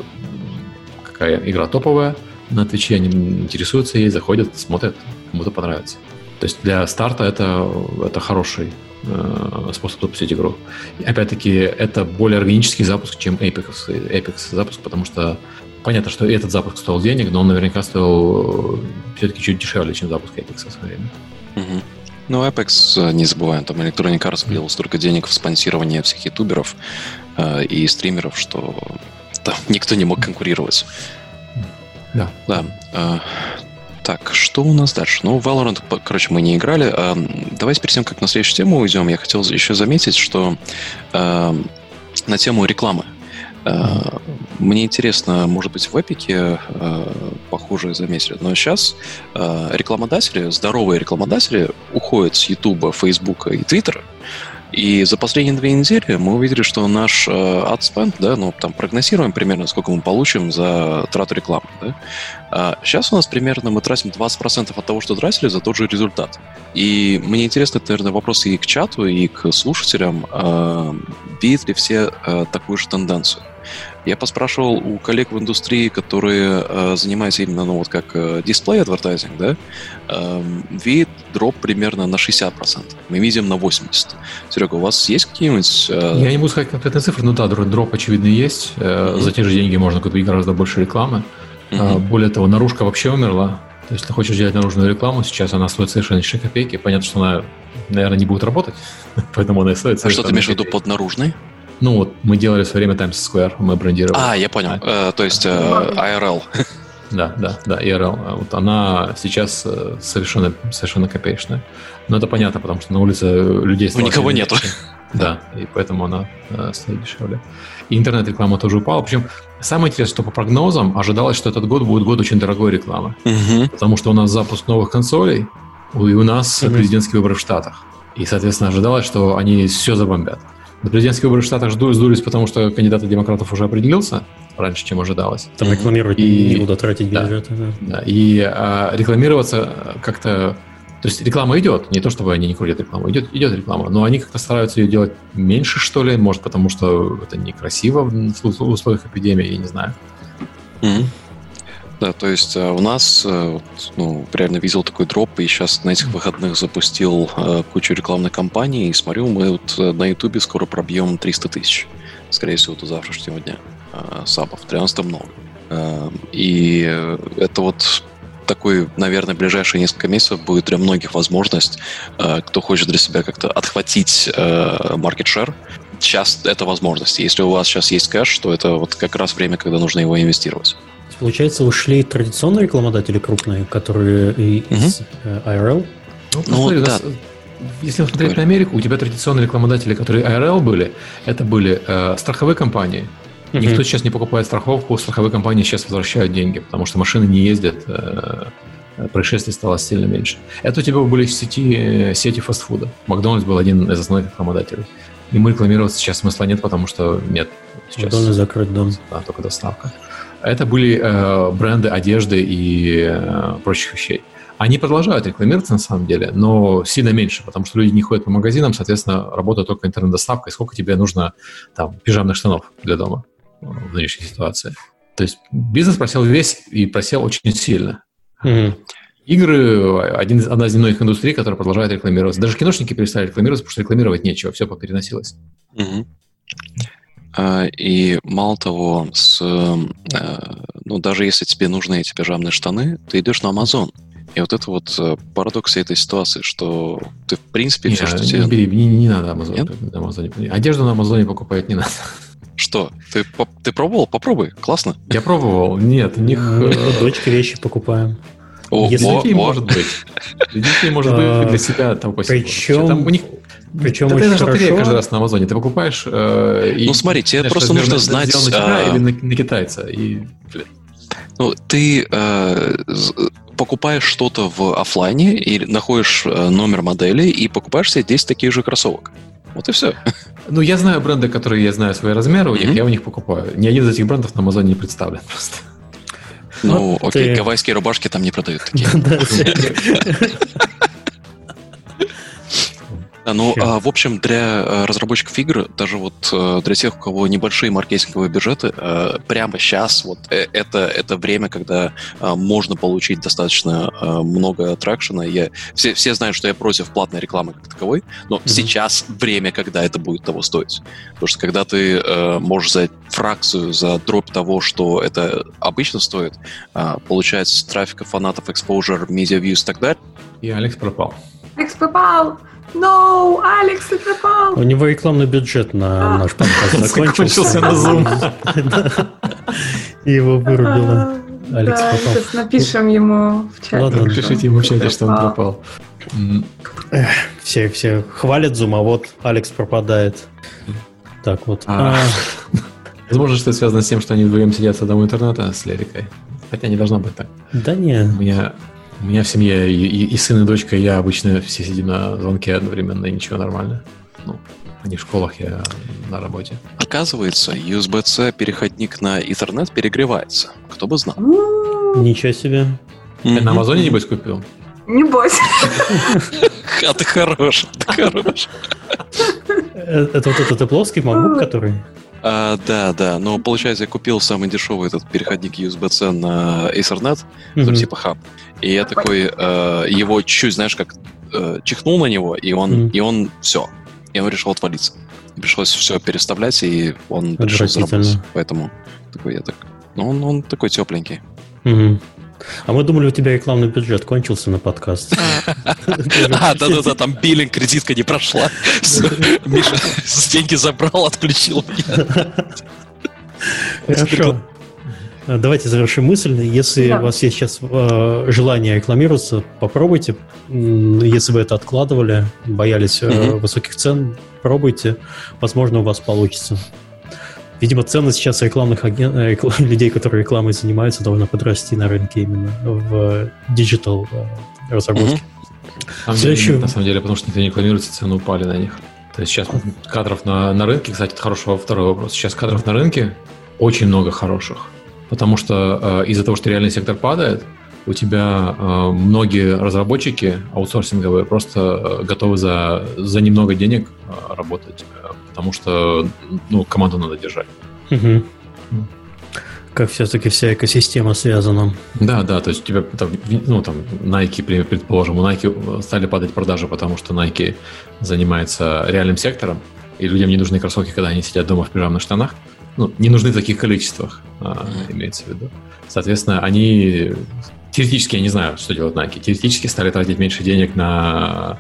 какая игра топовая на Твиче, они интересуются ей, заходят, смотрят, кому-то понравится. То есть для старта это, это хороший э, способ запустить игру. И опять-таки, это более органический запуск, чем Apex, Apex запуск, потому что понятно, что этот запуск стоил денег, но он наверняка стоил все-таки чуть дешевле, чем запуск Apex в свое время. Угу. Ну, Apex, не забываем, там Electronic Arts вкладывал столько денег в спонсирование всех ютуберов э, и стримеров, что там никто не мог конкурировать. Да. Да. Э, Так, что у нас дальше? Ну, Valorant, короче, мы не играли. А, давайте перед тем, как на следующую тему уйдем, я хотел еще заметить, что а, на тему рекламы. А, мне интересно, может быть, в Эпике а, похожее заметили, но сейчас а, рекламодатели, здоровые рекламодатели уходят с Ютуба, Фейсбука и Твиттера. И за последние две недели мы увидели, что наш э, ad spend, да, ну, там прогнозируем примерно, сколько мы получим за трату рекламы, да. А сейчас у нас примерно мы тратим двадцать процентов от того, что тратили, за тот же результат. И мне интересно, это, наверное, вопрос и к чату, и к слушателям, э, видят ли все э, такую же тенденцию. Я поспрашивал у коллег в индустрии, которые э, занимаются именно, ну, вот как э, дисплей адвертайзинг, да, э, видит дроп примерно на шестьдесят процентов. Мы видим на восемьдесят процентов. Серега, у вас есть какие-нибудь... Э... Я не буду сказать конкретные цифры, но да, дроп, очевидно, есть. Mm-hmm. За те же деньги можно купить гораздо больше рекламы. Mm-hmm. Более того, наружка вообще умерла. То есть, если ты хочешь делать наружную рекламу, сейчас она стоит совершенно ничего копейки. Понятно, что она, наверное, не будет работать, поэтому она и стоит совершенно. А что ты имеешь в виду под наружной? Ну вот, мы делали в свое время Times Square, мы брендировали. А, я понял. А, э, то есть э, ай ар эл. Да, да, да, ай ар эл. Вот она сейчас совершенно, совершенно копеечная. Но это понятно, потому что на улице людей... Ну, никого нету. Да, и поэтому она э, стоит дешевле. И интернет-реклама тоже упала. Причем самое интересное, что по прогнозам ожидалось, что этот год будет год очень дорогой рекламы. Угу. Потому что у нас запуск новых консолей, и у нас угу. президентские выборы в Штатах. И, соответственно, ожидалось, что они все забомбят. На президентские выборы в Штатах сдулись, потому что кандидат от демократов уже определился раньше, чем ожидалось. Там рекламировать и... не будут тратить бюджеты. Да, да. Да. И а, рекламироваться как-то... То есть реклама идет, не то чтобы они не крутят рекламу, идет, идет реклама, но они как-то стараются ее делать меньше, что ли, может, потому что это некрасиво в условиях эпидемии, я не знаю. Mm-hmm. Да, то есть у нас, ну, реально видел такой дроп, и сейчас на этих выходных запустил кучу рекламной кампании, и смотрю, мы вот на Ютубе скоро пробьем триста тысяч, скорее всего, до завтрашнего дня сабов, тринадцать много. И это вот... такой, наверное, ближайшие несколько месяцев будет для многих возможность, э, кто хочет для себя как-то отхватить э, market share. Сейчас это возможность. Если у вас сейчас есть кэш, то это вот как раз время, когда нужно его инвестировать. Получается, ушли традиционные рекламодатели крупные, которые из uh-huh. ай ар эл? Ну, ну смотри, да. Если посмотреть Говори. на Америку, у тебя традиционные рекламодатели, которые ай ар эл были, это были э, страховые компании. Uh-huh. Никто сейчас не покупает страховку, страховые компании сейчас возвращают деньги, потому что машины не ездят, э, происшествий стало сильно меньше. Это у тебя были сети, сети фастфуда. Макдональдс был один из основных рекламодателей. И мы рекламироваться сейчас смысла нет, потому что нет. Сейчас Макдональдс закрыт, да. Да, только доставка. Это были э, бренды одежды и э, прочих вещей. Они продолжают рекламироваться на самом деле, но сильно меньше, потому что люди не ходят по магазинам, соответственно, работает только интернет-доставка. И сколько тебе нужно там пижамных штанов для дома в нынешней ситуации. То есть бизнес просел весь и просел очень сильно. Mm-hmm. Игры один, одна из немногих индустрий, которая продолжает рекламироваться. Даже киношники перестали рекламироваться, потому что рекламировать нечего, все попереносилось. Mm-hmm. Uh, и мало того, с, uh, ну, даже если тебе нужны эти пижамные штаны, ты идешь на Amazon. И вот это вот uh, парадокс этой ситуации, что ты в принципе не, все, что не, тебе... Не, не, не надо Amazon, на Amazon. Одежду на Амазоне покупать не надо. Что? Ты, ты пробовал? Попробуй. Классно. Я пробовал. Нет, у них... Дочке вещи покупаем. О, Если о, детей о. может быть. Для детей может быть, для себя там Причем... Там у них... Причем это очень даже хорошо. каждый раз на Амазоне. Ты покупаешь... Э, ну, и, смотри, тебе знаешь, просто нужно на, знать... На тебя а... или на, на китайца. И, ну, ты э, покупаешь что-то в офлайне и находишь номер модели и покупаешь себе десять таких же кроссовок. Вот и все. Ну, я знаю бренды, которые я знаю свои размеры, у них, mm-hmm. я у них покупаю. Ни один из этих брендов на Амазоне не представлен просто. Ну, вот окей, ты... гавайские рубашки там не продают такие. Ну, а, в общем, для разработчиков игр, даже вот для тех, у кого небольшие маркетинговые бюджеты, прямо сейчас вот это, это время, когда можно получить достаточно много тракшена. Я, все, все знают, что я против платной рекламы как таковой, но mm-hmm. сейчас время, когда это будет того стоить. Потому что когда ты можешь за фракцию, за дробь того, что это обычно стоит, получать трафика фанатов, exposure, media views и так далее. И Алекс пропал. Алекс пропал! No, Алекс, ты пропал! У него рекламный бюджет на наш подкаст закончился. Закончился на Zoom. И его вырубило. Алекс пропал. Да, сейчас напишем ему в чате. Ладно, напишите ему в чате, что он пропал. Все, все хвалят Zoom, а вот Алекс пропадает. Так вот. Возможно, что это связано с тем, что они вдвоем сидят с одного интернета с Лерикой. Хотя не должно быть так. Да не. У меня... У меня в семье и, и, и сын, и дочка, и я обычно все сидим на звонке одновременно, и ничего, нормально. Ну, они в школах, я на работе. Оказывается, ю эс би-C переходник на Ethernet перегревается. Кто бы знал. Ничего себе. Ты на Амазоне, небось, купил? Небось. А ты хорош, ты хорош. Это вот этот плоский MacBook, который... А, да, да, но получается, я купил самый дешевый этот переходник ю эс би-C на Ethernet, который mm-hmm. типа хаб. И я такой, э, его чуть-чуть, знаешь, как э, чихнул на него, и он, mm-hmm. и он все. И он решил отвалиться. Пришлось все переставлять, и он решил заработать. Поэтому такой я так. Ну, он, он такой тепленький. Mm-hmm. А мы думали, у тебя рекламный бюджет кончился на подкаст. А, да-да-да, там биллинг, кредитка не прошла. Миша деньги забрал, отключил меня. Хорошо. Давайте завершим мысль. Если у вас есть сейчас желание рекламироваться, попробуйте. Если вы это откладывали, боялись высоких цен, пробуйте. Возможно, у вас получится. Видимо, ценность сейчас рекламных аген... реклам... людей, которые рекламой занимаются, должна подрасти на рынке именно в диджитал разработке. Mm-hmm. Следующую... На самом деле, потому что никто не рекламируется, цены упали на них. То есть сейчас кадров на, на рынке, кстати, это хороший второй вопрос. Сейчас кадров на рынке очень много хороших. Потому что э, из-за того, что реальный сектор падает, у тебя э, многие разработчики аутсорсинговые просто готовы за, за немного денег э, работать. Потому что ну, команду надо держать. Угу. Как все-таки вся экосистема связана. Да, да, то есть у тебя там, ну, там Nike, предположим, у Nike стали падать продажи, потому что Nike занимается реальным сектором, и людям не нужны кроссовки, когда они сидят дома в пижамных штанах. Ну, не нужны в таких количествах, а, имеется в виду. Соответственно, они теоретически, я не знаю, что делать Nike, теоретически стали тратить меньше денег на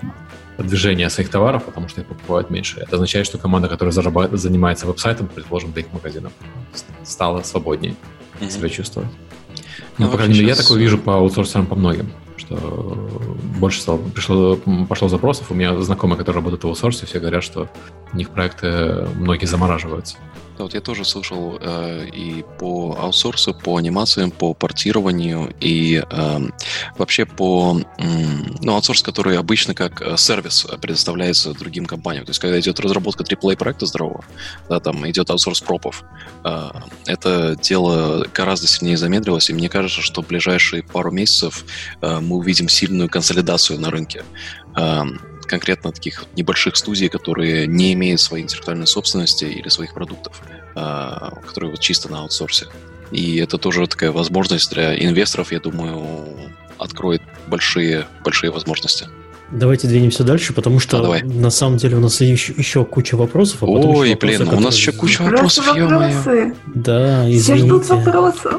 движение своих товаров, потому что их покупают меньше. Это означает, что команда, которая зарабатывает, занимается веб-сайтом, предположим, для их магазинов, стала свободнее mm-hmm. себя чувствовать. Ну, ну по крайней мере, сейчас... я такое вижу по аутсорсерам, по многим, что больше стало, пришло, пошло запросов. У меня знакомые, которые работают в аутсорсе, все говорят, что у них проекты многие замораживаются. Да, вот я тоже слышал э, и по аутсорсу, по анимациям, по портированию и э, вообще по э, ну, аутсорс, который обычно как сервис предоставляется другим компаниям. То есть, когда идет разработка три эй проекта здорового, да, там идет аутсорс пропов, э, это дело гораздо сильнее замедлилось, и мне кажется, что в ближайшие пару месяцев э, мы увидим сильную консолидацию на рынке. Э, конкретно таких небольших студий, которые не имеют своей интеллектуальной собственности или своих продуктов, которые вот чисто на аутсорсе. И это тоже такая возможность для инвесторов, я думаю, откроет большие, большие возможности. Давайте двинемся дальше, потому что а, на самом деле у нас еще, еще куча вопросов. А Ой, еще блин, вопросы, у нас еще куча вопросов, ё-моё. Да, извините. Все ждут вопросов.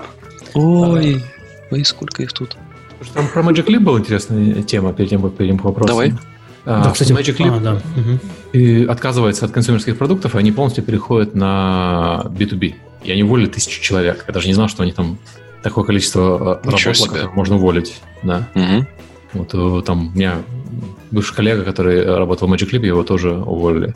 Ой, ой, сколько их тут. Там про Magic Leap была интересная тема, перед тем, как перейдем к вопросам. Давай. А, да, кстати, Magic Leap а, да. угу. отказывается от консюмерских продуктов, и они полностью переходят на би ту би. И они уволили тысячу человек. Я даже не знал, что они там такое количество работало, которое можно уволить. Да. Угу. Вот там у меня бывший коллега, который работал в Magic Leap, его тоже уволили.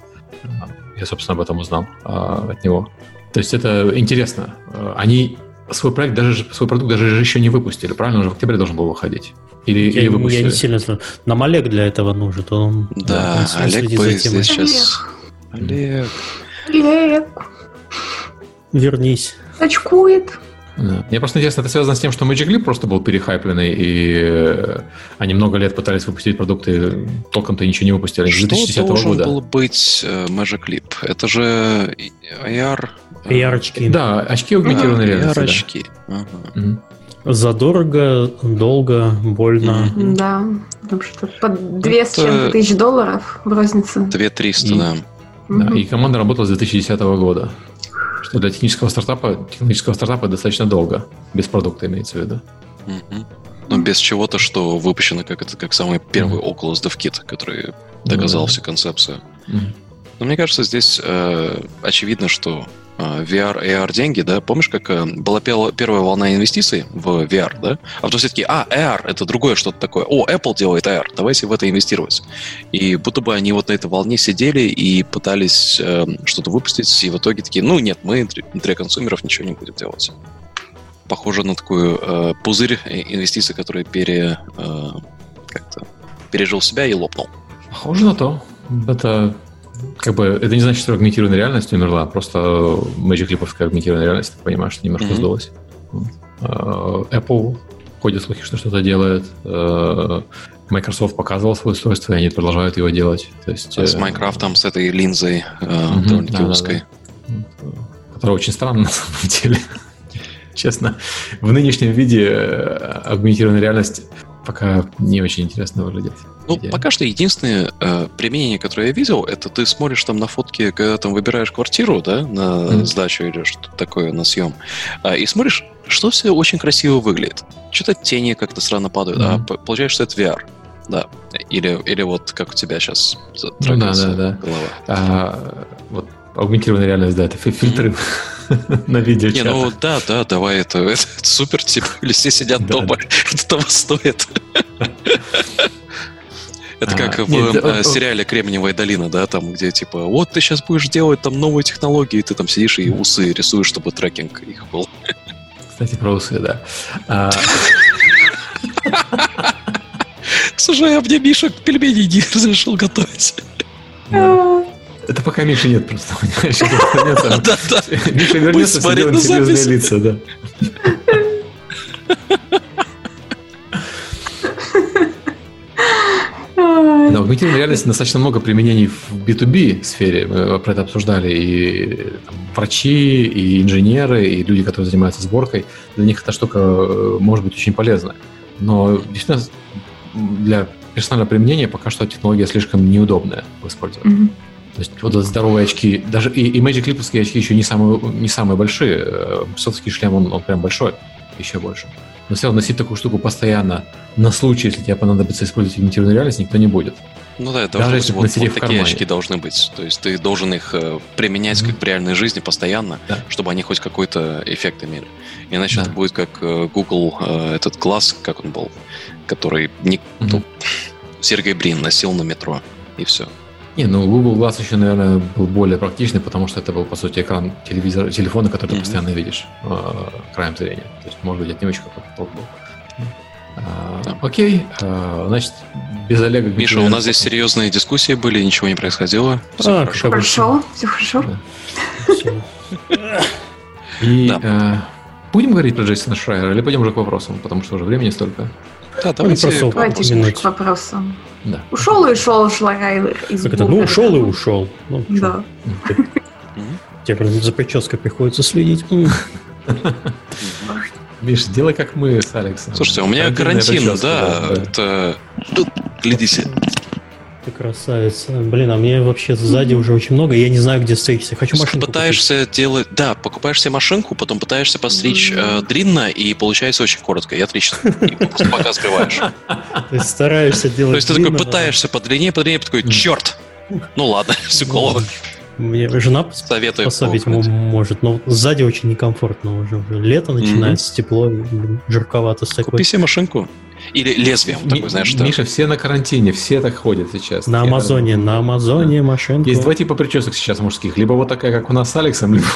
Я, собственно, об этом узнал а, от него. То есть это интересно. Они свой проект, даже свой продукт даже еще не выпустили, правильно? Он же в октябре должен был выходить. Или, я, или выпустили? Я не сильно знаю. Нам Олег для этого нужен. Он, да, он Олег бы здесь сейчас... Олег. Олег. Вернись. Очкует. Да. Мне просто интересно, это связано с тем, что Magic Leap просто был перехайпленный, и они много лет пытались выпустить продукты, толком-то ничего не выпустили. Что должен года. был быть Magic Leap? Это же эй ар... эй ар-очки. Да, очки аугментированной реальности. эй ар-очки. Да. Ага. Задорого, долго, больно. Да, там что-то под две с чем-то тысяч долларов в рознице. две тысячи триста, да. Да, угу. И команда работала с две тысячи десятого года. Что для технического стартапа, технического стартапа достаточно долго. Без продукта имеется в виду. Угу. Но без чего-то, что выпущено как это как самый первый mm. Oculus DevKit, который доказал mm. всю концепцию. Mm. Но мне кажется, здесь э, очевидно, что э, ви ар, эй ар деньги, да, помнишь, как э, была пел- первая волна инвестиций в ви ар, да? А потом все таки, а, эй ар, это другое что-то такое. О, Apple делает эй ар, давайте в это инвестировать. И будто бы они вот на этой волне сидели и пытались э, что-то выпустить, и в итоге такие, ну нет, мы для консумеров ничего не будем делать. Похоже на такую э, пузырь инвестиций, который пере, э, как-то пережил себя и лопнул. Похоже на то. Это... Как бы, это не значит, что агментированная реальность умерла, просто Magic Leap-овская агментированная реальность, ты понимаешь, что немножко mm-hmm. сдулась. Apple ходят слухи, что что-то делает. Microsoft показывал свое устройство, и они продолжают его делать. То есть, с Майнкрафтом, с этой линзой mm-hmm. довольно-таки узкой. которая очень странна на самом деле. Честно, в нынешнем виде агментированная реальность пока не очень интересно выглядит. Ну, идея. Пока что единственное э, применение, которое я видел, это ты смотришь там на фотки, когда там выбираешь квартиру, да, на mm-hmm. сдачу или что-то такое, на съем, э, и смотришь, что все очень красиво выглядит. Что-то тени как-то странно падают, mm-hmm. а получается, что это ви ар. Да. Или, или вот как у тебя сейчас трагается ну, да, да, голова. Да. А, вот агментированная реальность, да, это фильтры mm-hmm. на видео. Не, ну да, да, давай, это, это, это супер, типа, все сидят да, дома, да. это того стоит. Это как а, в нет, э, сериале «Кремниевая долина», да, там, где, типа, вот ты сейчас будешь делать там новые технологии, ты там сидишь и усы рисуешь, чтобы трекинг их был. Кстати, про усы, да. А... Слушай, а мне Миша пельмени не разрешил готовить. Это пока Миши нет просто, понимаешь? Миша вернется, все делаем серьезные лица, да. Да, в агментированной реальности достаточно много применений в би ту би сфере. Мы про это обсуждали. И там, врачи, и инженеры, и люди, которые занимаются сборкой. Для них эта штука может быть очень полезна. Но действительно для персонального применения пока что технология слишком неудобная в использовании. Mm-hmm. То есть вот здоровые очки, даже и, и Magic Leap-овские очки еще не самые, не самые большие. Мicrosoft-ский шлем, он, он прям большой, еще больше. Но все равно носить такую штуку постоянно на случай, если тебе понадобится использовать агментированную реальность, никто не будет. Ну да, это должны быть, вот, вот такие очки должны быть. То есть ты должен их э, применять mm-hmm. как в реальной жизни постоянно, да. чтобы они хоть какой-то эффект имели. Иначе да. это будет как э, Google, э, этот глаз, как он был, который не, mm-hmm. ну, Сергей Брин носил на метро, и все. Не, ну Google Glass еще, наверное, был более практичный, потому что это был, по сути, экран телевизора, телефона, который mm-hmm. ты постоянно видишь э, краем зрения. То есть, может быть, это не очень какой-то толк был. А, да. Окей, а, значит, без Олега... Миша, у нас здесь серьезные дискуссии были, ничего не происходило. Все а, хорошо. Хорошо, все хорошо. Да. И да. а, будем говорить про Джейсона Шрайера или пойдем уже к вопросам, потому что уже времени столько. Да, давайте, давайте к вопросам. Да. Ушел и ушел Шрайер из это, Ну, ушел и ушел. Ну, да. Тебе за прической приходится следить. Миш, делай как мы с Алексом. Слушайте, у меня карантин, да, да. Это... Глядите. Ты красавица. Блин, а мне вообще сзади уже очень много, и я не знаю, где стричься. Хочу машинку Пытаешься купить. делать... Да, покупаешь себе машинку, потом пытаешься постричь э, длинно, и получается очень коротко, и отлично. И просто пока скрываешь. То есть стараешься делать То есть ты такой пытаешься по длине, по длине, такой, черт! Ну ладно, психолог. Мне жена посоветовать может, но сзади очень некомфортно уже. уже лето начинается, mm-hmm. тепло, жарковато. Купи себе машинку. Или лезвием такой, знаешь, что... Миша, все на карантине, все так ходят сейчас. На Амазоне, на Амазоне машинку. Есть два типа причесок сейчас мужских. Либо вот такая, как у нас с Алексом, либо...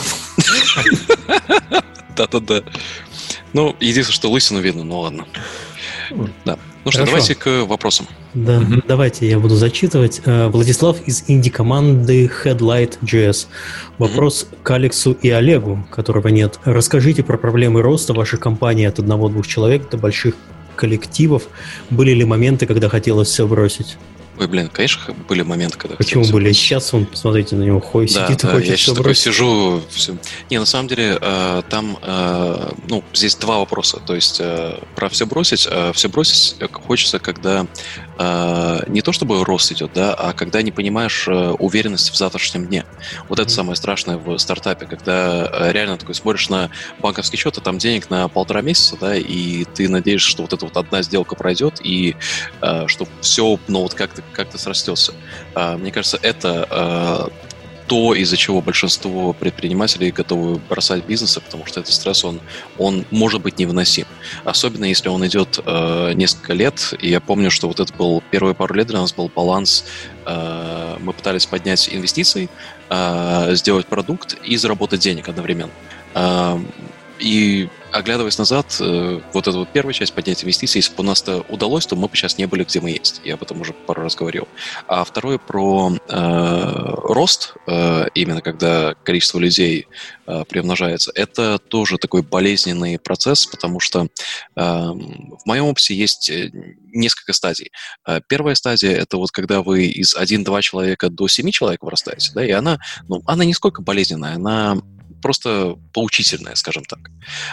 Да-да-да. Ну, единственное, что лысину видно, ну ладно. Да. Ну что, давайте к вопросам. Да, mm-hmm. давайте я буду зачитывать. Владислав из инди-команды Headlight джей эс. Вопрос mm-hmm. к Алексу и Олегу, которого нет. Расскажите про проблемы роста вашей компании от одного-двух человек до больших коллективов. Были ли моменты, когда хотелось все бросить? Ой, блин, конечно, были моменты, когда... Почему были? Сейчас, вон, посмотрите на него, Хой да, сидит да, и хочет я все сейчас бросить. такой сижу... Все. Не, на самом деле, э, там, э, ну, здесь два вопроса. То есть, э, про все бросить. Э, все бросить хочется, когда э, не то чтобы рост идет, да, а когда не понимаешь э, уверенности в завтрашнем дне. Вот mm-hmm. это самое страшное в стартапе, когда э, реально такой смотришь на банковский счет, а там денег на полтора месяца, да, и ты надеешься, что вот эта вот одна сделка пройдет, и э, что все, ну, вот как-то как-то срастется. Мне кажется, это то, из-за чего большинство предпринимателей готовы бросать бизнесы, потому что этот стресс, он, он может быть невыносим. Особенно, если он идет несколько лет. И я помню, что вот это был первые пару лет для нас был баланс. Мы пытались поднять инвестиции, сделать продукт и заработать денег одновременно. и оглядываясь назад, вот эта вот первая часть поднятия инвестиций, если бы у нас это удалось, то мы бы сейчас не были, где мы есть. Я об этом уже пару раз говорил. А второе про э, рост, э, именно когда количество людей э, приумножается, это тоже такой болезненный процесс, потому что э, в моем опыте есть несколько стадий. Первая стадия — это вот когда вы из один-два человека до семи человек вырастаете, да, и она, ну, она не сколько болезненная, она просто поучительная, скажем так.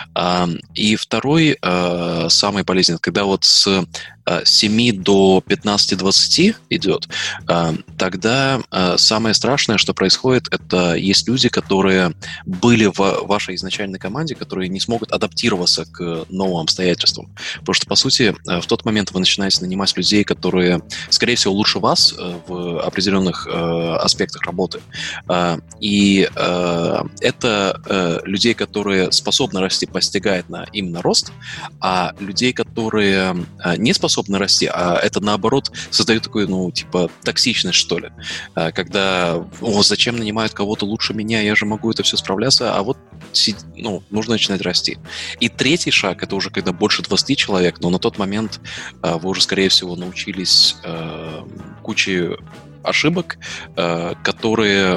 И второй, самый болезненный, когда вот с семи до пятнадцати-двадцати идет, тогда самое страшное, что происходит, это есть люди, которые были в вашей изначальной команде, которые не смогут адаптироваться к новым обстоятельствам. Потому что, по сути, в тот момент вы начинаете нанимать людей, которые, скорее всего, лучше вас в определенных аспектах работы. И это людей, которые способны расти, постигает на именно рост, а людей, которые не способны расти, а это, наоборот, создает такую, ну, типа, токсичность, что ли. Когда, о, зачем нанимают кого-то лучше меня, я же могу это все справляться, а вот, ну, нужно начинать расти. И третий шаг, это уже когда больше двадцати человек, но на тот момент вы уже, скорее всего, научились э, куче ошибок, э, которые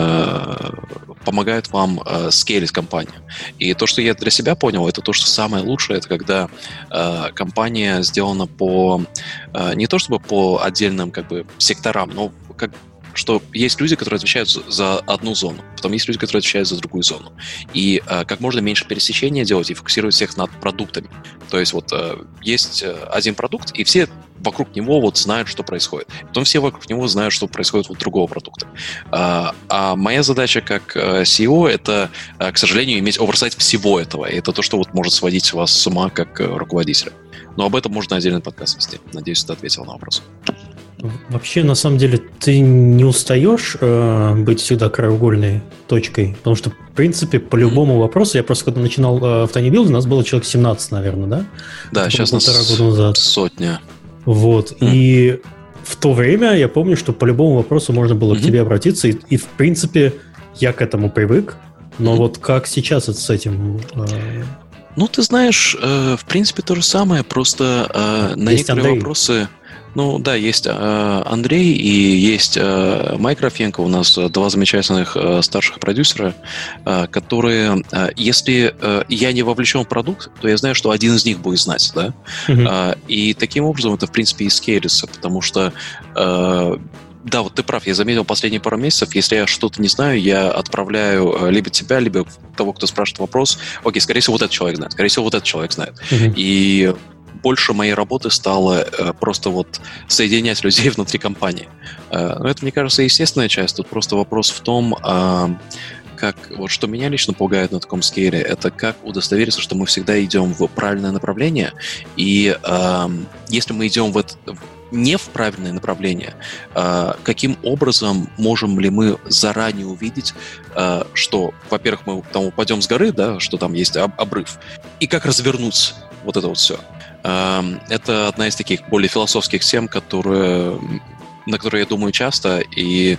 э, помогают вам э, скейлить компанию. И то, что я для себя понял, это то, что самое лучшее, это когда э, компания сделана по э, не то чтобы по отдельным как бы секторам, но как что есть люди, которые отвечают за одну зону, потом есть люди, которые отвечают за другую зону. И э, как можно меньше пересечения делать и фокусировать всех над продуктами. То есть вот э, есть один продукт, и все вокруг него вот знают, что происходит. Потом все вокруг него знают, что происходит у другого продукта. А, а моя задача как си и о — это, к сожалению, иметь оверсайт всего этого. И это то, что вот может сводить вас с ума как руководителя. Но об этом можно отдельный подкаст вести. Надеюсь, ты ответил на вопрос. Вообще, на самом деле, ты не устаешь э, быть всегда краеугольной точкой, потому что, в принципе, по любому вопросу, я просто когда начинал э, в TinyBuild, у нас было человек семнадцать, наверное, да? Да, это сейчас нас года назад. Сотня. Вот, mm. и в то время я помню, что по любому вопросу можно было mm-hmm. к тебе обратиться, и, и, в принципе, я к этому привык, но mm-hmm. вот как сейчас это с этим... Э... Ну, ты знаешь, э, в принципе, то же самое, просто э, на Есть некоторые Андрей. вопросы... Ну да, есть э, Андрей и есть э, Майк Рафенко, у нас два замечательных э, старших продюсера, э, которые, э, если э, я не вовлечен в продукт, то я знаю, что один из них будет знать, да, mm-hmm. э, и таким образом это в принципе и скейлится, потому что э, да, вот ты прав, я заметил последние пару месяцев, если я что-то не знаю, я отправляю либо тебя, либо того, кто спрашивает вопрос, окей, скорее всего, вот этот человек знает, скорее всего, вот этот человек знает, mm-hmm. и больше моей работы стало э, просто вот соединять людей внутри компании. Э, но это, мне кажется, естественная часть. Тут просто вопрос в том, э, как, вот что меня лично пугает на таком скейле, это как удостовериться, что мы всегда идем в правильное направление. И э, если мы идем в это, не в правильное направление, э, каким образом можем ли мы заранее увидеть, э, что, во-первых, мы там упадем с горы, да, что там есть об- обрыв, и как развернуться вот это вот все. Это одна из таких более философских тем, которые, на которые я думаю часто, и,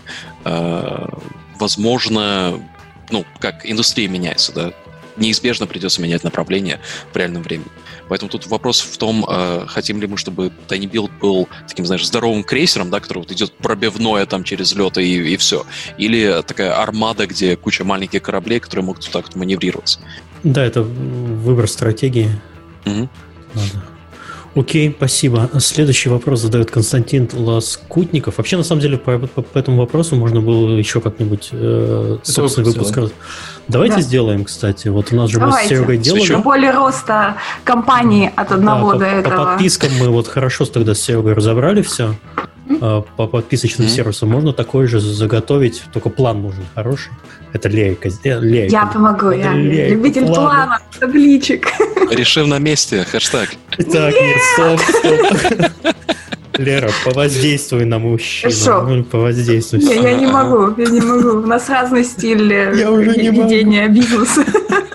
возможно, ну, как индустрия меняется, да, неизбежно придется менять направление в реальном времени. Поэтому тут вопрос в том, хотим ли мы, чтобы TinyBuild был таким, знаешь, здоровым крейсером, да, который вот идет пробивное там через лед и, и все, или такая армада, где куча маленьких кораблей, которые могут вот так вот маневрировать. Да, это выбор стратегии. Mm-hmm. Ладно. Окей, спасибо. Следующий вопрос задает Константин Лоскутников. Вообще, на самом деле, по, по, по этому вопросу можно было еще как-нибудь э, собственный выпуск. Давайте да. сделаем, кстати. Вот у нас же Давайте. мы с Серегой делали. Более роста компании от одного да, до по, этого. По подпискам мы вот хорошо тогда с Серегой разобрали все. Mm-hmm. По подписочным mm-hmm. сервисам можно такой же заготовить, только план нужен хороший. Это Лейка. Лейка. Я помогу, я Лейка. Любитель планов, табличек. Решим на месте, хэштег. Так, нет, стоп, стоп. Лера, повоздействуй на мужчину. Хорошо. Ну, повоздействуй. Я, я не могу, я не могу. У нас разный стиль ведения бизнеса.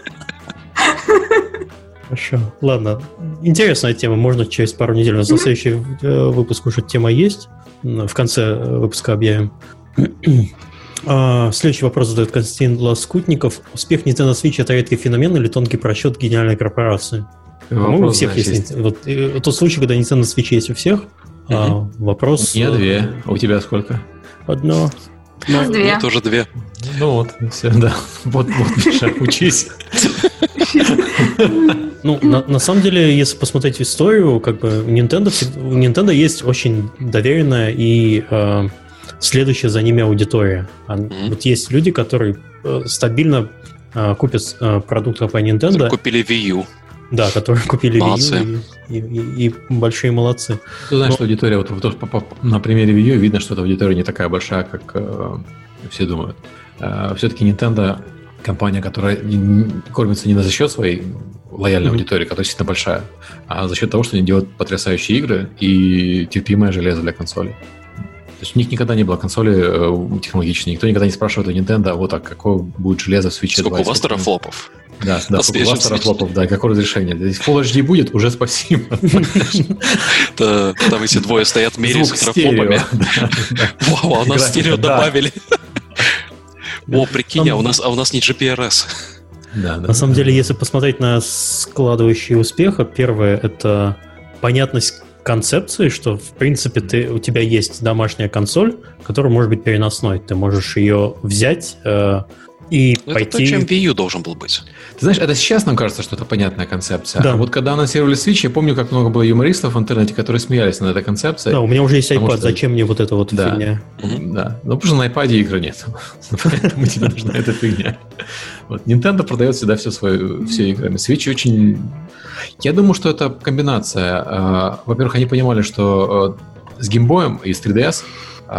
Хорошо, ладно. Интересная тема, можно через пару недель. У нас на следующий выпуск уже тема есть. В конце выпуска объявим. А, следующий вопрос задает Константин Лоскутников. Успех Nintendo Switch — это редкий феномен или тонкий просчет гениальной корпорации? По-моему, у всех есть. есть. Вот, и, тот случай, когда Nintendo Switch есть у всех. Mm-hmm. А, вопрос... У меня две. А у тебя сколько? Одно. Ну, у меня тоже две. Ну вот, все, да. Вот, вот, Миша, учись. Ну, на, на самом деле, если посмотреть в историю, как бы у Nintendo, у Nintendo есть очень доверенная и э, следующая за ними аудитория. Mm-hmm. Вот есть люди, которые э, стабильно э, купят э, продукт компании Nintendo. Купили Wii U. Да, которые купили молодцы. Wii U и, и, и, и большие молодцы. Ты знаешь, Но... что аудитория, вот, вот на примере Wii U видно, что эта аудитория не такая большая, как э, все думают. Э, все-таки Nintendo компания, которая не, кормится не за счет своей лояльной mm-hmm. аудитории, которая действительно большая, а за счет того, что они делают потрясающие игры и терпимое железо для консолей. То есть у них никогда не было консоли э, технологичной, никто никогда не спрашивает у Nintendo, вот так, какое будет железо в Switch два. Сколько у вас терафлопов? Да, да, сколько у вас терафлопов, да, какое разрешение. Здесь Full эйч ди будет, уже спасибо. Там эти двое стоят, меряются терафлопами. Вау, а у нас стерео добавили. О, прикинь, а у нас, а у нас не джи пи ар эс. Да, да, на самом да. деле, если посмотреть на складывающие успеха, первое — это понятность концепции, что, в принципе, ты, у тебя есть домашняя консоль, которая может быть переносной. Ты можешь ее взять э, и это пойти... Это то, чем Wii U должен был быть. Ты знаешь, это сейчас нам кажется, что это понятная концепция. Да. А вот когда анонсировали Switch, я помню, как много было юмористов в интернете, которые смеялись над этой концепцией. Да, у меня уже есть iPad, что... зачем мне вот эта вот да. фигня? Mm-hmm. Да, ну потому что на iPad игры нет. Поэтому тебе нужна эта фигня. Вот. Nintendo продает всегда все свои все играми. Switch очень... Я думаю, что это комбинация. Во-первых, они понимали, что с геймбоем и с три ди эс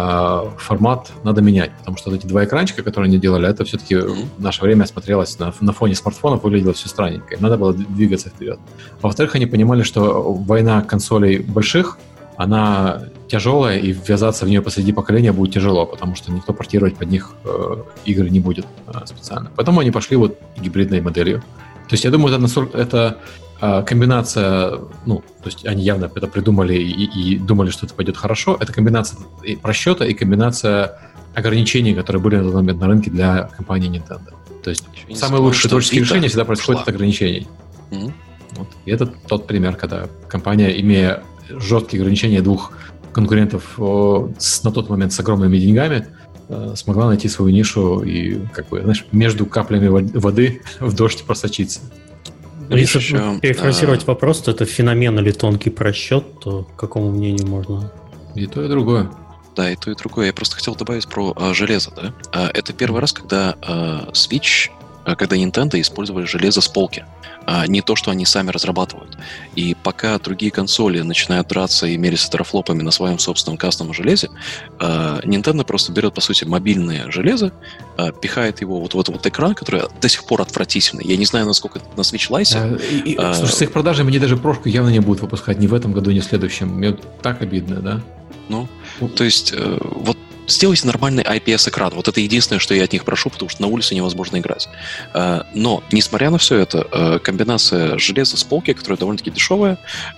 формат надо менять, потому что вот эти два экранчика, которые они делали, это все-таки в наше время смотрелось на, на фоне смартфонов, выглядело все странненько. Им надо было двигаться вперед. Во-вторых, они понимали, что война консолей больших, она тяжелая, и ввязаться в нее посреди поколения будет тяжело, потому что никто портировать под них э, игры не будет э, специально. Поэтому они пошли вот гибридной моделью. То есть я думаю, это, настолько, это э, комбинация, ну, то есть они явно это придумали и, и думали, что это пойдет хорошо. Это комбинация и просчета и комбинация ограничений, которые были на тот момент на рынке для компании Nintendo. То есть самые лучшие творческие решения всегда происходят от ограничений. Mm-hmm. Вот. И это тот пример, когда компания, имея жесткие ограничения двух конкурентов о, с, на тот момент с огромными деньгами, э, смогла найти свою нишу и, как бы, знаешь, между каплями воды в дождь просочиться. Если еще, перефразировать а... вопрос, то это феномен или тонкий просчет, то к какому мнению можно? И то, и другое. Да, и то, и другое. Я просто хотел добавить про а, железо, да? А, это первый раз, когда а, Switch, а, когда Nintendo использовали железо с полки. А не то, что они сами разрабатывают. И пока другие консоли начинают драться и мериться терафлопами на своем собственном кастомном железе, Nintendo просто берет, по сути, мобильное железо, пихает его вот в этот вот экран, который до сих пор отвратительный. Я не знаю, насколько это на Switch Lite. И, и, а, слушай, с их продажами они даже прошку явно не будут выпускать ни в этом году, ни в следующем. Мне так обидно, да? Ну, то есть, вот сделайте нормальный ай пи эс-экран. Вот это единственное, что я от них прошу, потому что на улице невозможно играть. Но, несмотря на все это, комбинация железа с полки, которая довольно-таки дешевая,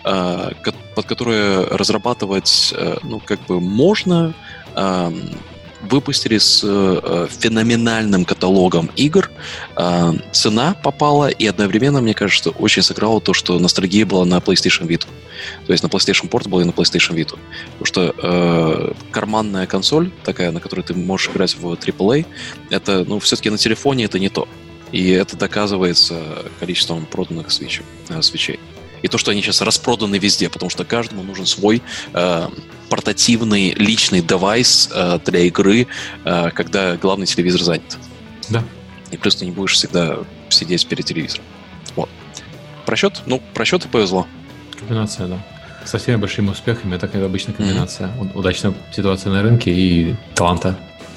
под которую разрабатывать, ну, как бы можно, выпустили с э, феноменальным каталогом игр. Э, цена попала, и одновременно, мне кажется, очень сыграло то, что ностальгия была на PlayStation Vita. То есть на PlayStation Portable и на PlayStation Vita. Потому что э, карманная консоль, такая, на которой ты можешь играть в трипл эй, это, ну, все-таки на телефоне это не то. И это доказывается количеством проданных свечей. Э, свечей. И то, что они сейчас распроданы везде, потому что каждому нужен свой э, портативный личный девайс э, для игры, э, когда главный телевизор занят. Да. И плюс ты не будешь всегда сидеть перед телевизором. Вот. Просчет? Ну, просчет и повезло. Комбинация, да. Со всеми большими успехами это обычная комбинация. Mm-hmm. Удачная ситуация на рынке и таланта.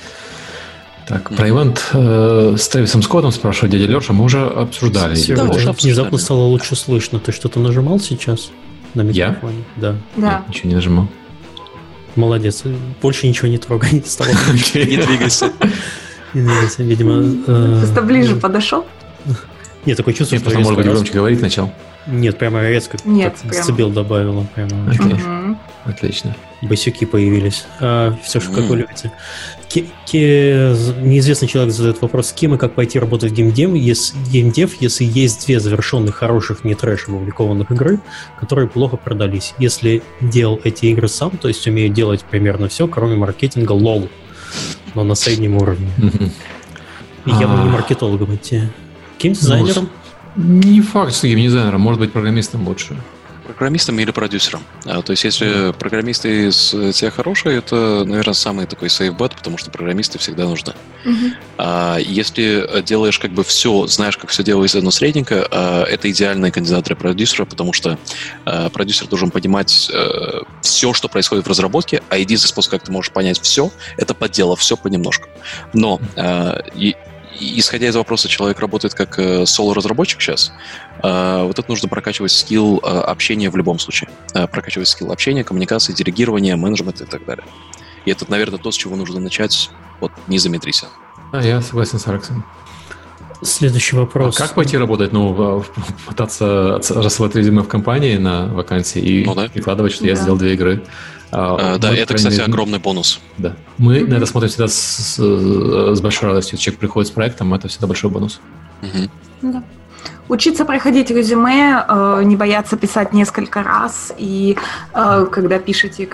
Так, mm-hmm. про ивент э, с Трэвисом Скоттом спрашивает дядя Леша, мы уже обсуждали. Да, уже обсуждали. Внезапно стало лучше слышно. Ты что-то нажимал сейчас на микрофоне? Я? Да. Да. Нет, ничего не нажимал. Молодец. Больше ничего не трогай, не стало. Не двигайся. Не двигайся, видимо. Просто ближе подошел? Нет, такое чувство, Нет, что может быть громче говорить начал. Нет, прямо резко децибел добавила. Прямо. Окей, угу. Отлично. Басюки появились. А, все, что mm. как вы любите. Ке- ке- неизвестный человек задает вопрос, с кем и как пойти работать в геймдев, если, геймдев, если есть две завершенных, хороших, не трэш опубликованных игры, которые плохо продались. Если делал эти игры сам, то есть умею делать примерно все, кроме маркетинга, лол. Но на среднем уровне. Mm-hmm. И я бы не маркетологом идти. Геймдизайнером? Не факт, что геймдизайнером, может быть, программистом лучше. Программистом или продюсером. А, то есть, если программисты из тебя хорошие, это, наверное, самый такой сейф-бет, потому что программисты всегда нужны. Uh-huh. А если делаешь как бы все, знаешь, как все делается, но средненько, а, это идеальный кандидат для продюсера, потому что а, продюсер должен понимать а, все, что происходит в разработке, а единственный способ, как ты можешь понять все, это подделав все понемножку. Но а, и исходя из вопроса, человек работает как э, соло-разработчик сейчас, э, вот это нужно прокачивать скилл э, общения в любом случае. Э, прокачивать скилл общения, коммуникации, делегирования, менеджмента и так далее. И это, наверное, то, с чего нужно начать вот не замедрися. А, я согласен с Алексом. Следующий вопрос. А как пойти работать? Ну, пытаться рассылать резюме в компании на вакансии и ну, да. прикладывать, что да. я сделал две игры. А, да, это, кстати, мере, огромный бонус. Да. Мы mm-hmm. на это смотрим всегда с, с, с большой радостью. Человек приходит с проектом, это всегда большой бонус. Mm-hmm. Да. Учиться проходить резюме, э, не бояться писать несколько раз, и э, когда пишете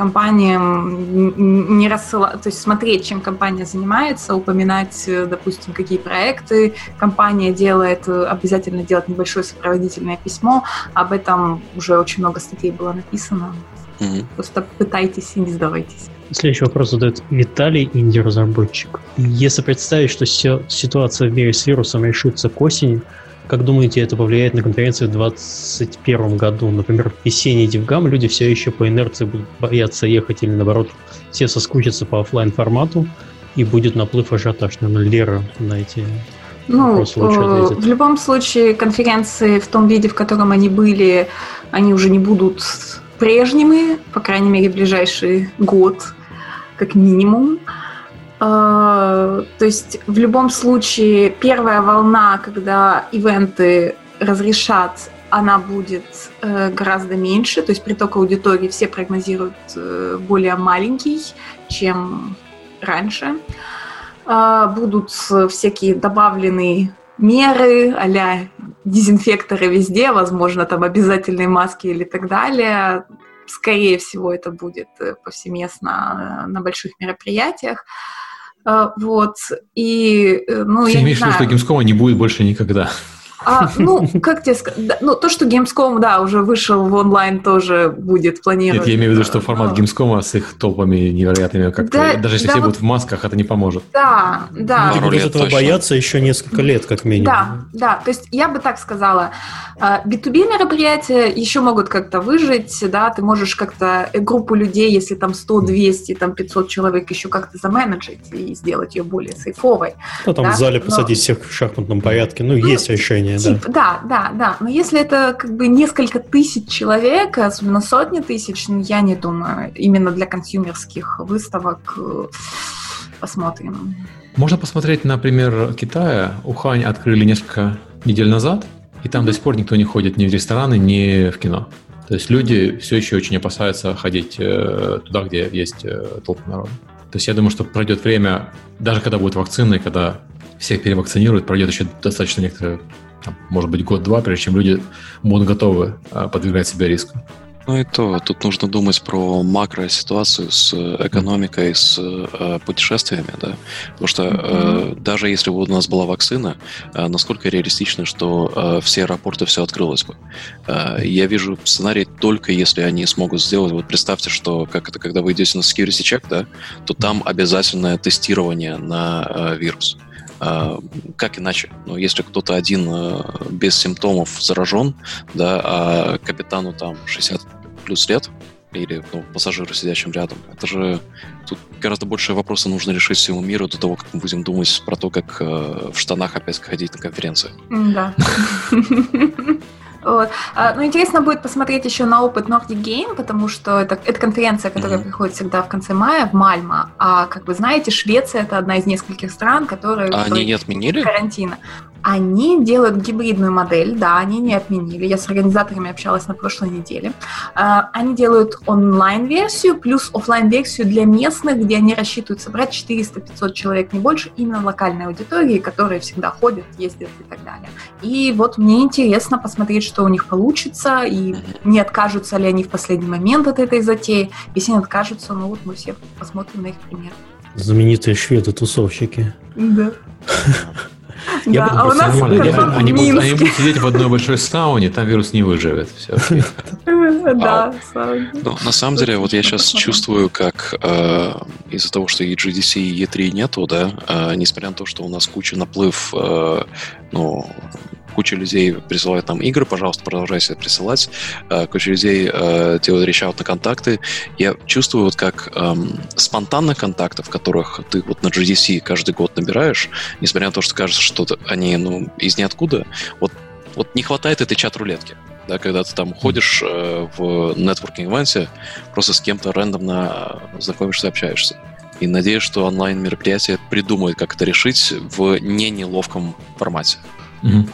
компаниям, не рассылать, то есть смотреть, чем компания занимается, упоминать, допустим, какие проекты компания делает, обязательно делать небольшое сопроводительное письмо. Об этом уже очень много статей было написано. Mm-hmm. Просто пытайтесь и не сдавайтесь. Следующий вопрос задает Виталий, инди-разработчик. Если представить, что ситуация в мире с вирусом решится к осени, как думаете, это повлияет на конференцию в двадцать первом году? Например, в весенний DevGam люди все еще по инерции будут бояться ехать или, наоборот, все соскучатся по офлайн-формату, и будет наплыв ажиотаж. Наверное, Лера на эти ну, вопросы лучше ответит. В любом случае, конференции в том виде, в котором они были, они уже не будут прежними, по крайней мере, в ближайший год, как минимум. То есть в любом случае первая волна, когда ивенты разрешат, она будет гораздо меньше, то есть приток аудитории все прогнозируют более маленький, чем раньше. Будут всякие добавленные меры, а-ля дезинфекторы везде, возможно, там обязательные маски или так далее. Скорее всего, это будет повсеместно на больших мероприятиях. Вот, и, ну, Ты я имеешь в виду, что Gamescom не будет больше никогда? А, ну, как тебе сказать, да, ну, то, что Gamescom, да, уже вышел в онлайн, тоже будет планировать. Нет, я имею в виду, что формат но... Gamescom с их толпами невероятными, как да, даже если да, все вот... будут в масках, это не поможет. Да, да. Люди будут этого точно. бояться еще несколько лет, как минимум. Да, да, то есть я бы так сказала, би ту би мероприятия еще могут как-то выжить, да, ты можешь как-то группу людей, если там сто, двести, там пятьсот человек, еще как-то заменеджить и сделать ее более сейфовой. Ну, там да? в зале но... посадить всех в шахматном порядке, ну, ну есть решение. Тип, да. да, да, да. Но если это как бы несколько тысяч человек, особенно сотни тысяч, ну, я не думаю, именно для консюмерских выставок посмотрим. Можно посмотреть, например, Китая. Ухань открыли несколько недель назад, и там mm-hmm. до сих пор никто не ходит ни в рестораны, ни в кино. То есть люди все еще очень опасаются ходить э, туда, где есть э, толпа народа. То есть я думаю, что пройдет время, даже когда будет вакцина, и когда всех перевакцинируют, пройдет еще достаточно некоторое, там, может быть, год-два, прежде чем люди будут готовы а, подвергать себя риску. Ну и то, тут нужно думать про макроситуацию с экономикой, с э, путешествиями, да, потому что э, даже если бы у нас была вакцина, э, насколько реалистично, что э, все аэропорты, все открылось бы. Э, я вижу сценарий только если они смогут сделать, вот представьте, что как это, когда вы идете на security check, да, то там обязательное тестирование на э, вирус. Uh, как иначе? Ну, если кто-то один uh, без симптомов заражен, да, а капитану там шестьдесят плюс лет, или ну, пассажиру, сидящим рядом, это же тут гораздо больше вопросов нужно решить всему миру до того, как мы будем думать про то, как uh, в штанах опять ходить на конференции. Да. Вот. А, ну, интересно будет посмотреть еще на опыт Nordic Game, потому что это, это конференция, которая mm-hmm. приходит всегда в конце мая в Мальмо. А, как вы знаете, Швеция – это одна из нескольких стран, которые а они не отменили? Карантина. Они делают гибридную модель, да, они не отменили. Я с организаторами общалась на прошлой неделе. Они делают онлайн-версию плюс офлайн-версию для местных, где они рассчитывают собрать четыреста-пятьсот человек, не больше, именно локальной аудитории, которые всегда ходят, ездят и так далее. И вот мне интересно посмотреть, что у них получится, и не откажутся ли они в последний момент от этой затеи. Если не откажутся, ну вот мы все посмотрим на их пример. Знаменитые шведы-тусовщики. Да. Я да, а у нас нормально. Они, они, они будут сидеть в одной большой сауне, там вирус не выживет. Все. Да, ну, на самом деле, вот я сейчас чувствую, как э, из-за того, что и джи ди си, и и три нету, да, э, несмотря на то, что у нас куча наплыв, э, ну, куча людей присылают нам игры, пожалуйста, продолжайте присылать. Э, куча людей э, делают reach-out на контакты. Я чувствую, вот как э, спонтанных контактов, которых ты вот на джи ди си каждый год набираешь, несмотря на то, что кажется, что они ну, из ниоткуда, вот, вот не хватает этой чат-рулетки. Да, когда ты там ходишь э, в нетворкинг-ивенте, просто с кем-то рандомно знакомишься и общаешься. И надеюсь, что онлайн-мероприятие придумает, как это решить в не неловком формате. Mm-hmm.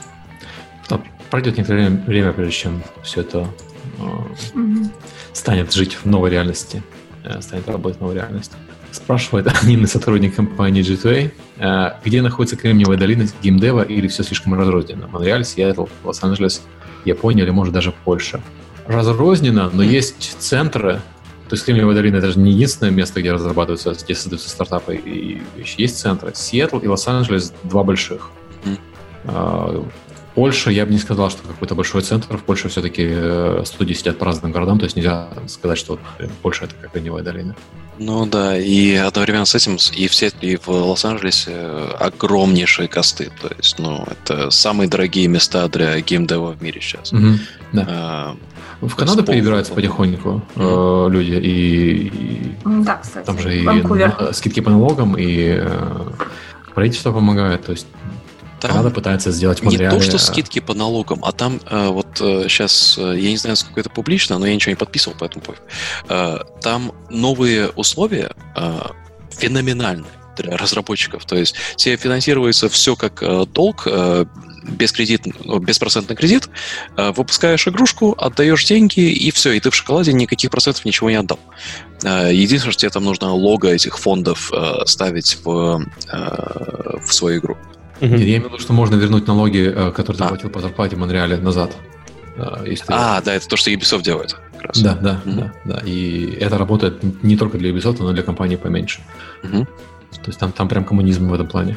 Пройдет некоторое время, время, прежде чем все это э, mm-hmm. станет жить в новой реальности, э, станет работать в новой реальности. Спрашивает один из сотрудников компании джи два эй, э, где находится Кремниевая долина геймдева или все слишком разрозненно? Монреаль, Сиэтл, Лос-Анджелес, Япония или, может, даже Польша. Разрозненно, но mm-hmm. есть центры. То есть Кремниевая долина — это же не единственное место, где разрабатываются, где создаются стартапы и вещи. Есть центры. Сиэтл и Лос-Анджелес — два больших. Mm-hmm. э, Польша, я бы не сказал, что какой-то большой центр. В Польше все-таки студии сидят по разным городам, то есть нельзя сказать, что Польша — это как Кремниевая долина. Ну да, и одновременно с этим и в Сиэтле, и в Лос-Анджелесе огромнейшие косты. То есть, ну, это самые дорогие места для геймдева в мире сейчас. Mm-hmm. Да. А, в Канаду перебираются потихоньку mm-hmm. люди, и, и да, кстати, там же и на, скидки по налогам, и правительство помогает, то есть там Канада пытается сделать в Монреале. Не то, что скидки по налогам, а там э, вот э, сейчас, э, я не знаю, насколько это публично, но я ничего не подписывал, поэтому э, там новые условия э, феноменальные для разработчиков. То есть тебе финансируется все как э, долг, э, без кредит, ну, беспроцентный кредит, э, выпускаешь игрушку, отдаешь деньги, и все, и ты в шоколаде никаких процентов ничего не отдал. Э, единственное, что тебе там нужно лого этих фондов э, ставить в, э, в свою игру. Uh-huh. Я имею в виду, что можно вернуть налоги, которые ты а. платил по зарплате в Монреале, назад. Если... А, да, это то, что Ubisoft делает. Как раз. Да, да, uh-huh. да, да. И это работает не только для Ubisoft, но и для компаний поменьше. Uh-huh. То есть там, там прям коммунизм в этом плане.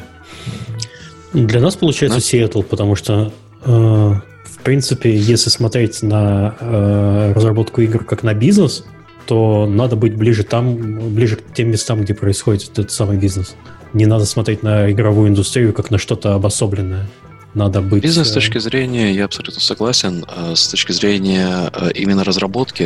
Для нас получается Сиэтл, uh-huh. потому что, э, в принципе, если смотреть на э, разработку игр как на бизнес, то надо быть ближе там, ближе к тем местам, где происходит этот самый бизнес. Не надо смотреть на игровую индустрию как на что-то обособленное. Надо быть... Бизнес с точки зрения, я абсолютно согласен, с точки зрения именно разработки.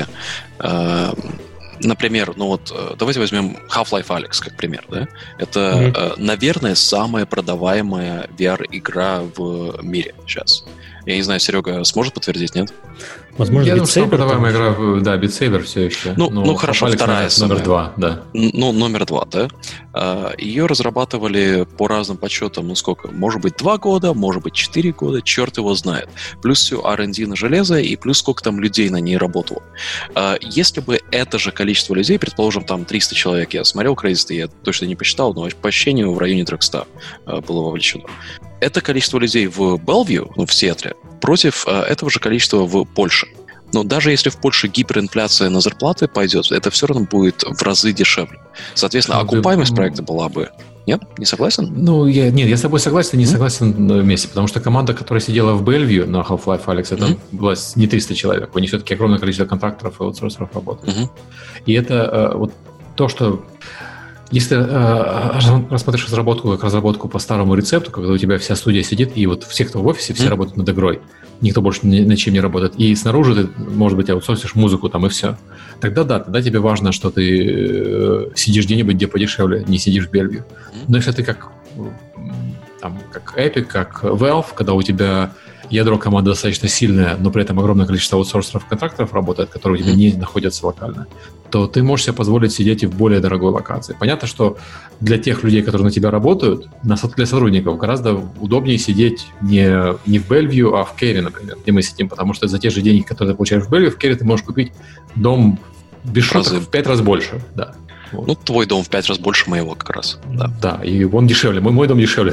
Например, ну вот давайте возьмем Half-Life Alyx как пример, да? Это, mm-hmm. наверное, самая продаваемая ви ар-игра в мире сейчас. Я не знаю, Серега сможет подтвердить, нет? Возможно, я думаю, что продаваемая игра, да, Beat Saber все еще. Ну, ну хорошо, Alex, вторая номер, номер два, да. Ну, номер два, да. Ее разрабатывали по разным подсчетам, ну сколько, может быть, два года, может быть, четыре года, черт его знает. Плюс все ар энд ди на железо, и плюс сколько там людей на ней работало. Если бы это же количество людей, предположим, там триста человек, я смотрел Crazy, я точно не посчитал, но по ощущению в районе триста было вовлечено. Это количество людей в Белвью, ну, в Сиэтле, против э, этого же количества в Польше. Но даже если в Польше гиперинфляция на зарплаты пойдет, это все равно будет в разы дешевле. Соответственно, окупаемость проекта была бы... Нет? Не согласен? Ну, я, нет, я с тобой согласен, не mm-hmm. согласен вместе, потому что команда, которая сидела в Белвью на Half-Life Alyx, это mm-hmm. было не триста человек. У них все-таки огромное количество контракторов и аутсорсеров работает. Mm-hmm. И это э, вот то, что... Если э, рассмотришь разработку как разработку по старому рецепту, когда у тебя вся студия сидит, и вот все, кто в офисе, все mm-hmm. работают над игрой, никто больше ни, над чем не работает, и снаружи ты, может быть, аутсорсишь музыку там и все, тогда да, тогда тебе важно, что ты э, сидишь где-нибудь, где подешевле, не сидишь в Белвью. Mm-hmm. Но если ты как, там, как Epic, как Valve, когда у тебя ядро команды достаточно сильное, но при этом огромное количество аутсорсеров-контракторов работает, которые у тебя не находятся локально, то ты можешь себе позволить сидеть и в более дорогой локации. Понятно, что для тех людей, которые на тебя работают, для сотрудников гораздо удобнее сидеть не, не в Бельвью, а в Керри, например, где мы сидим, потому что за те же деньги, которые ты получаешь в Бельвью, в Керри ты можешь купить дом без шуток в пять раз больше. Да. Вот. Ну, твой дом в пять раз больше моего как раз. Да, да, и он дешевле. Мой, мой дом дешевле.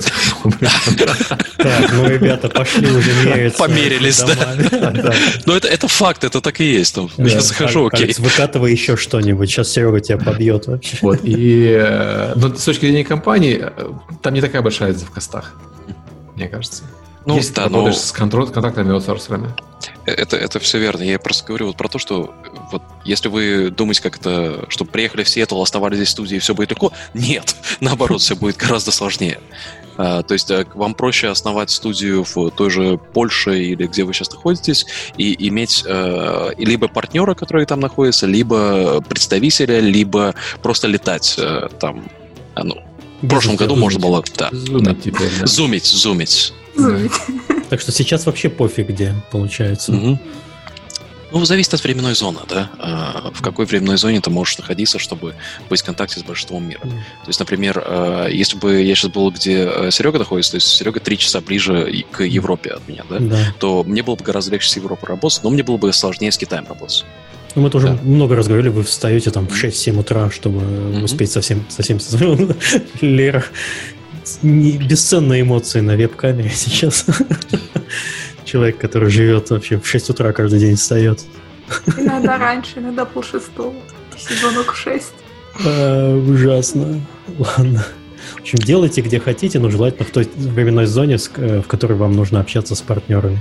Так, ну, ребята, пошли уже мериться. Померились, да. Но это факт, это так и есть. Я захожу, окей. Выкатывай еще что-нибудь, сейчас Серега тебя побьет вообще. Вот, и с точки зрения компании, там не такая большая разница в костах, мне кажется. Ну, если да, ты работаешь но... с контроль, контактами и аутсорсерами. Это, это все верно. Я просто говорю вот про то, что вот если вы думаете, как это, чтобы приехали в Сиэтл, оставались здесь в студии, и все будет легко, нет, наоборот, все будет гораздо сложнее. А, то есть а, вам проще основать студию в той же Польше или где вы сейчас находитесь и иметь а, либо партнера, который там находится, либо представителя, либо просто летать а, там. А, ну, в прошлом году можно было да, зумить, да. Теперь, да. зумить, зумить. Так что сейчас вообще пофиг где, получается. Угу. Ну, зависит от временной зоны, да. А, в какой временной зоне ты можешь находиться, чтобы быть в контакте с большинством мира. Mm. То есть, например, а, если бы я сейчас был, где Серега находится, то есть Серега три часа ближе к Европе от меня, да, да. то мне было бы гораздо легче с Европой работать, но мне было бы сложнее с Китаем работать. Ну, мы тоже да. много раз говорили, вы встаете там в шесть-семь утра, чтобы mm-hmm. успеть совсем, совсем Лера. Бесценные эмоции на веб-камере сейчас. Человек, который живет вообще в шесть утра каждый день встает. Иногда раньше, иногда полшестого. Сезонок в шесть. А, ужасно. Ладно. В общем, делайте где хотите, но желательно в той временной зоне, в которой вам нужно общаться с партнерами.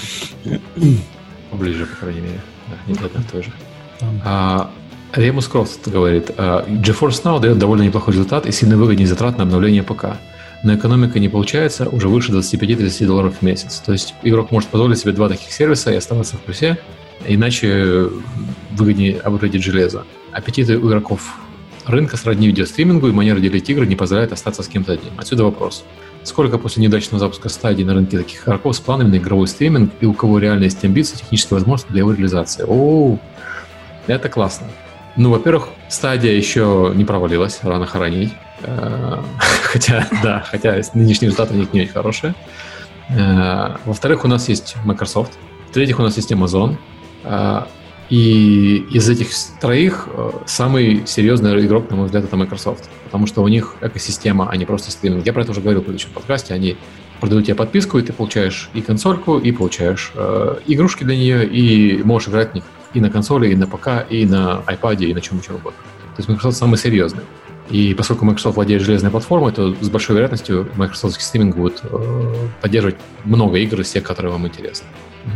Поближе, по крайней мере. Да, не одна в той же. А, Ремус Крофт говорит, GeForce Now дает довольно неплохой результат и сильно выгоднее затрат на обновление ПК. Но экономика не получается уже выше двадцать пять-тридцать долларов в месяц. То есть игрок может позволить себе два таких сервиса и оставаться в плюсе, иначе выгоднее апгрейдить железо. Аппетиты у игроков рынка сродни видеостримингу, и манера делить игры не позволяет остаться с кем-то одним. Отсюда вопрос. Сколько после неудачного запуска стадий на рынке таких игроков с планами на игровой стриминг и у кого реально есть амбиции, технические возможности для его реализации? О, это классно. Ну, во-первых, стадия еще не провалилась, рано хоронить. Хотя, да, хотя нынешние результаты у них не очень хорошие. Во-вторых, у нас есть Microsoft. В-третьих, у нас есть Amazon. И из этих троих самый серьезный игрок, на мой взгляд, это Microsoft. Потому что у них экосистема, а не просто стриминг. Я про это уже говорил в предыдущем подкасте. Они продают тебе подписку, и ты получаешь и консольку, и получаешь э, игрушки для нее, и можешь играть в них и на консоли, и на ПК, и на iPad, и на чем еще угодно. То есть Microsoft самый серьезный. И поскольку Microsoft владеет железной платформой, то с большой вероятностью Microsoft стриминг будет э, поддерживать много игр из тех, которые вам интересны.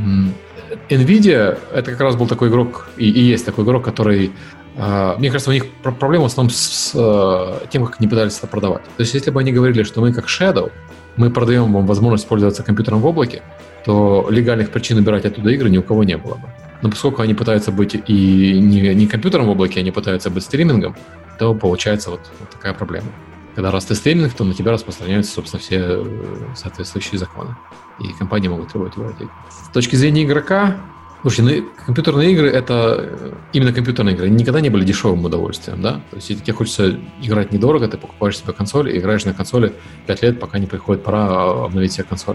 NVIDIA — это как раз был такой игрок, и, и есть такой игрок, который... Э, мне кажется, у них проблема в основном с, с э, тем, как они пытались это продавать. То есть если бы они говорили, что мы как Shadow, мы продаем вам возможность пользоваться компьютером в облаке, то легальных причин убирать оттуда игры ни у кого не было бы. Но поскольку они пытаются быть и не, не компьютером в облаке, они пытаются быть стримингом, то получается вот, вот такая проблема. Когда раз ты стриминг, то на тебя распространяются, собственно, все соответствующие законы. И компании могут требовать убрать игры. С точки зрения игрока, слушай, ну, компьютерные игры — это именно компьютерные игры. Они никогда не были дешевым удовольствием, да? То есть если тебе хочется играть недорого, ты покупаешь себе консоль и играешь на консоли пять лет, пока не приходит пора обновить себе консоль.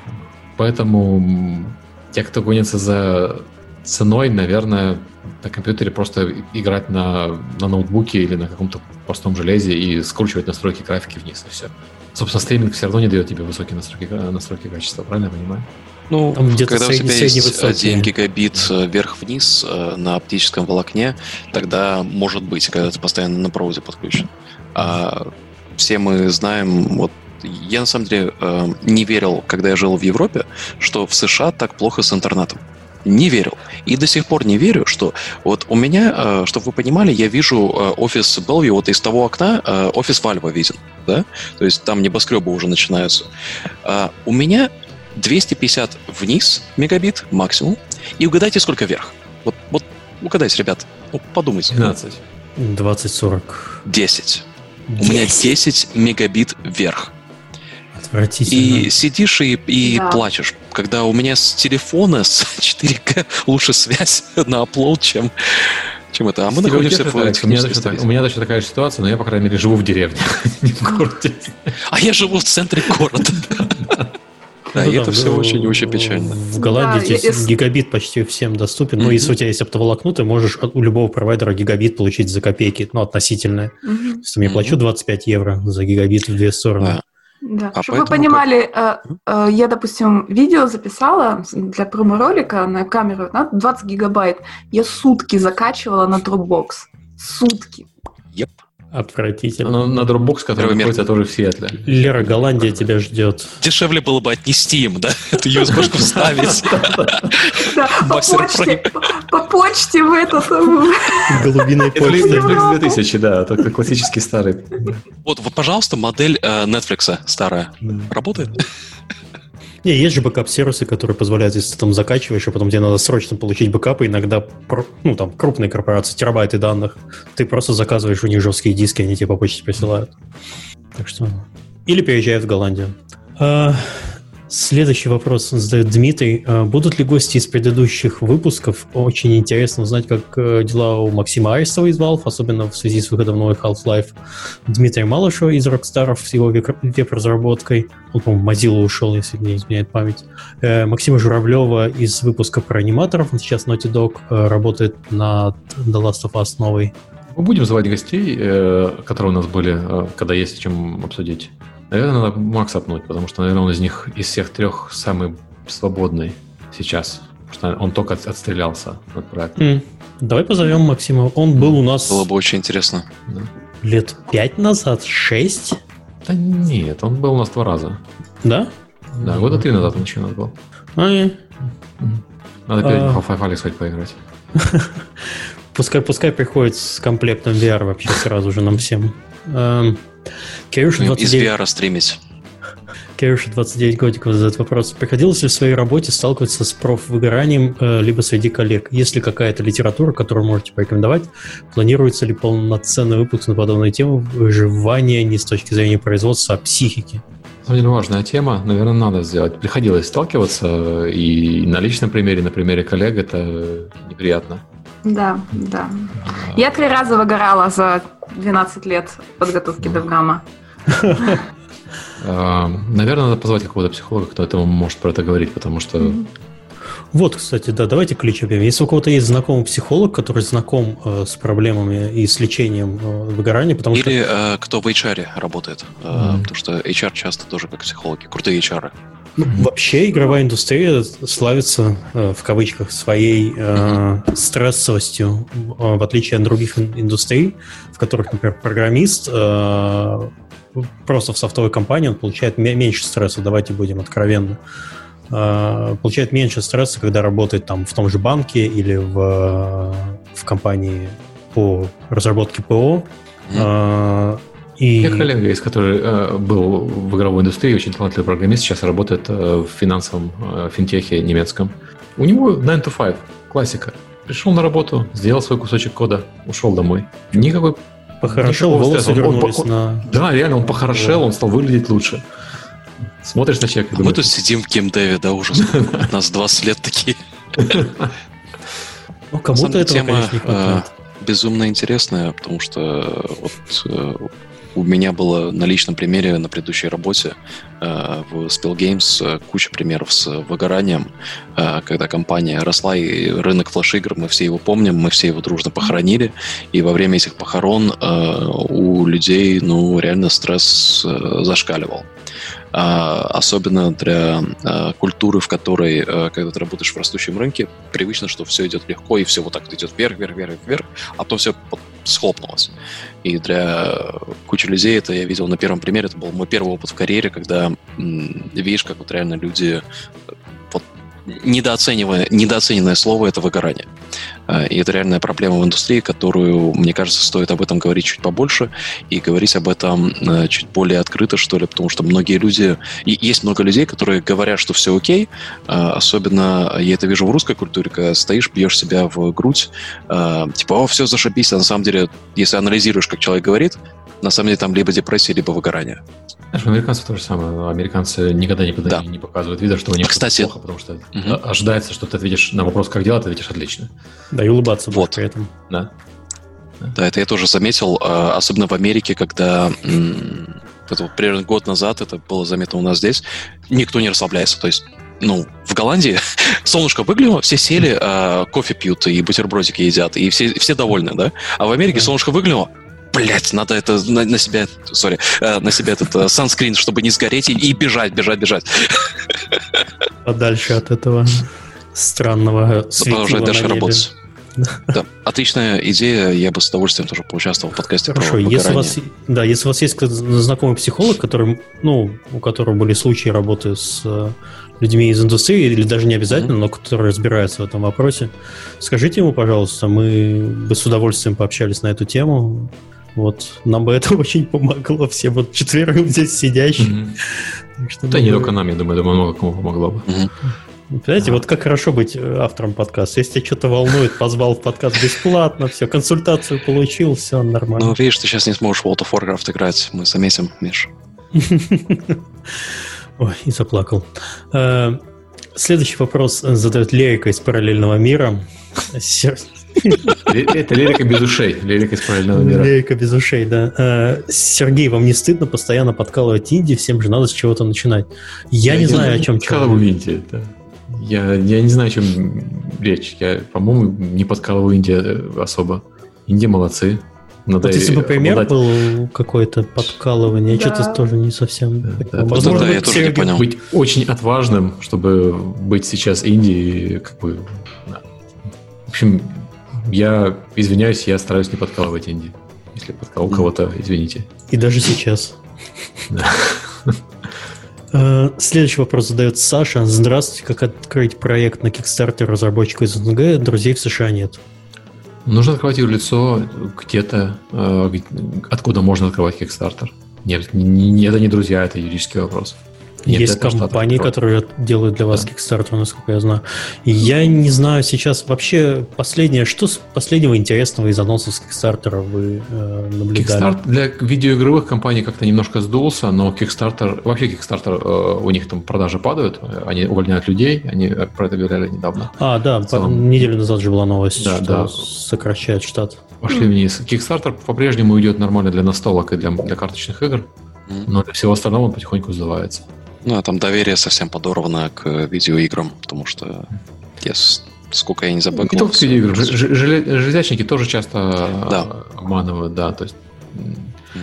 Поэтому те, кто гонится за ценой, наверное, на компьютере просто играть на, на ноутбуке или на каком-то простом железе и скручивать настройки графики вниз, и все. Собственно, стриминг все равно не дает тебе высокие настройки, настройки качества, правильно я понимаю? Ну, там когда у тебя есть один гигабит вверх-вниз на оптическом волокне, тогда может быть, когда ты постоянно на проводе подключен. А все мы знаем, вот я на самом деле не верил, когда я жил в Европе, что в США так плохо с интернетом. Не верил. И до сих пор не верю, что вот у меня, чтобы вы понимали, я вижу офис Bellevue, вот из того окна офис Valve виден, да? То есть там небоскребы уже начинаются. У меня двести пятьдесят вниз мегабит максимум. И угадайте, сколько вверх. Вот, вот угадайте, ребят. Ну, подумайте. двенадцать. двадцать сорок. десять. У меня десять мегабит вверх. И сидишь и, и да. плачешь. Когда у меня с телефона с четыре ка лучше связь на апплоуд, чем, чем это. А мы находимся в технической столице. У меня точно такая же ситуация, но я, по крайней мере, живу в деревне, не в городе. А я живу в центре города. Да, и это все очень-очень печально. В Голландии гигабит почти всем доступен. Но если у тебя есть оптоволокно, ты можешь у любого провайдера гигабит получить за копейки, ну, относительно. То есть я плачу двадцать пять евро за гигабит в две стороны. Да. А чтобы вы понимали, как... я, допустим, видео записала для промо-ролика на камеру на двадцать гигабайт. Я сутки закачивала на Dropbox. Сутки. Yep. Отвратительно. Но на Dropbox, который находится тоже в Сиэтле. Лера, Голландия тебя ждет. Дешевле было бы отнести им, да? Эту ю эс би-шку вставить. Да, по почте. По почте в этот... Голубиной почте. Netflix две тысячи, да. Это классический старый. Вот, пожалуйста, модель Netflix старая. Работает? Не, есть же бэкап-сервисы, которые позволяют, если ты там закачиваешь, а потом тебе надо срочно получить бэкапы, иногда, ну, там, крупные корпорации, терабайты данных, ты просто заказываешь у них жесткие диски, они тебе по почте присылают. Так что... Или переезжают в Голландию. А, следующий вопрос задает Дмитрий. А, будут ли гости из предыдущих выпусков? Очень интересно узнать, как дела у Максима Арестова из Valve, особенно в связи с выходом новой Half-Life. Дмитрия Малышева из Rockstar с его веб-разработкой. Он, по-моему, Mozilla ушел, если не изменяет память. Э, Максима Журавлева из выпуска про аниматоров. Он сейчас Naughty Dog э, работает над The Last of Us новой. Мы будем звать гостей, э, которые у нас были, э, когда есть о чем обсудить. Наверное, надо Макса пнуть, потому что, наверное, он из них, из всех трех, самый свободный сейчас. Потому что он только отстрелялся от проекта. Mm. Давай позовем Максима. Он был у нас... Было бы очень интересно. Да. Лет пять назад? Шесть? Да нет, он был у нас два раза. Да? Да, года три назад он еще у нас был. А, не. Надо перед ним Half-Life Алекс хоть поиграть. Пускай, пускай приходит с комплектом ви ар вообще сразу же нам всем. Кирюша двадцать девять... Из ви ар стримить. Кирюша, двадцать девять годиков, задает вопрос. Приходилось ли в своей работе сталкиваться с профвыгоранием э, либо среди коллег? Есть ли какая-то литература, которую можете порекомендовать? Планируется ли полноценный выпуск на подобную тему выживания не с точки зрения производства, а психики? На самом деле важная тема, наверное, надо сделать. Приходилось сталкиваться, и на личном примере, на примере коллег это неприятно. Да, да. Я три раза выгорала за двенадцать лет подготовки DevGamma. Наверное, надо позвать какого-то психолога, кто этому может про это говорить, потому что... Mm-hmm. Вот, кстати, да, давайте ключ объявим. Если у кого-то есть знакомый психолог, который знаком э, с проблемами и с лечением э, выгорания, потому Или что... Или э, кто в эйч ар работает, э, mm-hmm. потому что эйч ар часто тоже как психологи, крутые эйч ар. Ну, mm-hmm. Вообще игровая индустрия славится, э, в кавычках, своей э, mm-hmm. стрессовостью, э, в отличие от других индустрий, в которых, например, программист... Э, просто в софтовой компании он получает меньше стресса, давайте будем откровенны. Получает меньше стресса, когда работает там в том же банке или в, в компании по разработке ПО. Mm. И... У меня коллега есть, который э, был в игровой индустрии, очень талантливый программист, сейчас работает э, в финансовом э, финтехе немецком. У него nine to five, классика. Пришел на работу, сделал свой кусочек кода, ушел домой. Никакой Похорошел, волосы он, вернулись он, на... Да, реально, он похорошел, да. Он стал выглядеть лучше. Смотришь на человека... А думаешь, мы тут сидим в геймдеве, да, ужас. У нас двадцать лет такие. Ну, кому-то этого, тема, конечно, не хватает. Безумно интересная, потому что вот у меня было на личном примере на предыдущей работе в Spill Games куча примеров с выгоранием, когда компания росла, и рынок флеш-игр, мы все его помним, мы все его дружно похоронили, и во время этих похорон у людей, ну, реально стресс зашкаливал. Особенно для культуры, в которой, когда ты работаешь в растущем рынке, привычно, что все идет легко, и все вот так идет вверх, вверх, вверх, вверх, а то все схлопнулось. И для кучи людей, это я видел на первом примере, это был мой первый опыт в карьере, когда м, видишь, как вот реально люди... Вот, недооценивая, недооцененное слово — это выгорание. И это реальная проблема в индустрии, которую, мне кажется, стоит об этом говорить чуть побольше и говорить об этом чуть более открыто, что ли, потому что многие люди... И есть много людей, которые говорят, что все окей, особенно я это вижу в русской культуре, когда стоишь, бьешь себя в грудь, типа, о, все, зашибись, а на самом деле, если анализируешь, как человек говорит, На самом деле там либо депрессия, либо выгорание. Знаешь, у американцев то же самое. Американцы никогда никогда да. не, не показывают вида, что у них Кстати, плохо, потому что угу. ожидается, что ты ответишь на вопрос, как дела, ты ответишь отлично. Да, и улыбаться вот. при этом. Да. Да, это я тоже заметил, особенно в Америке, когда это вот примерно год назад, это было заметно у нас здесь, никто не расслабляется. То есть, ну, в Голландии солнышко выглянуло, все сели, кофе пьют и бутербродики едят, и все, все довольны, да? А в Америке да. солнышко выглянуло, блять, надо это на, на себя, сори, на себя этот санскрин, чтобы не сгореть, и, и бежать, бежать, бежать. Подальше от этого странного светила продолжать дальше на небе. Работать. Да, отличная идея, я бы с удовольствием тоже поучаствовал в подкасте. Хорошо, про если у вас, да, если у вас есть знакомый психолог, который, ну, у которого были случаи работы с людьми из индустрии, или даже не обязательно, mm-hmm. но который разбирается в этом вопросе, скажите ему, пожалуйста, мы бы с удовольствием пообщались на эту тему. Вот, нам бы это очень помогло, все вот четверым здесь сидящие. Mm-hmm. Что да не бы... только нам, я думаю, думаю, много кому помогло бы. Mm-hmm. Понимаете, вот как хорошо быть автором подкаста. Если тебя что-то волнует, позвал в подкаст бесплатно, все, консультацию получил, все нормально. Ну, видишь, ты сейчас не сможешь в World of Warcraft играть, мы заметим, Миш. Ой, и заплакал. Следующий вопрос задает Лерика из параллельного мира. Это Лерика без ушей. Лерика из параллельного мира. Лерика без ушей, да. Сергей, вам не стыдно постоянно подкалывать инди? Всем же надо с чего-то начинать. Я, я не знаю, о чем подкалываю инди, да. Я, я не знаю, о чем речь. Я, по-моему, не подкалываю инди особо. Инди молодцы. Надо вот если бы пример обладать... был какое-то подкалывание, да. Что-то тоже не совсем... Да, да, возможно, да, я тоже не понял. Быть очень отважным, чтобы быть сейчас инди, как бы... Да. В общем, я извиняюсь, я стараюсь не подкалывать инди. Если подкалывал mm. кого-то, извините. И даже сейчас. Да. Следующий вопрос задает Саша. Здравствуйте, как открыть проект на Kickstarter разработчику из СНГ? Друзей в США нет. Нужно открывать юрлицо где-то, откуда можно открывать Kickstarter. Нет, не, это не друзья, это юридический вопрос. Нет, есть компании, которые делают для вас да. Kickstarter, насколько я знаю. И я не знаю сейчас вообще последнее, что с последнего интересного из анонсов с Kickstarter вы э, наблюдали? Kickstarter для видеоигровых компаний как-то немножко сдулся, но Kickstarter, вообще Kickstarter, э, у них там продажи падают, они увольняют людей, они про это говорили недавно. А, да, по, неделю назад же была новость, да, что да. сокращают штат. Пошли вниз. Kickstarter по-прежнему идет нормально для настолок и для, для карточных игр, но для всего остального он потихоньку сдувается. Ну, а там доверие совсем подорвано к видеоиграм, потому что я, сколько я не забыл. Не только к видеоиграм. Железячники тоже часто да. обманывают, да. То есть, mm.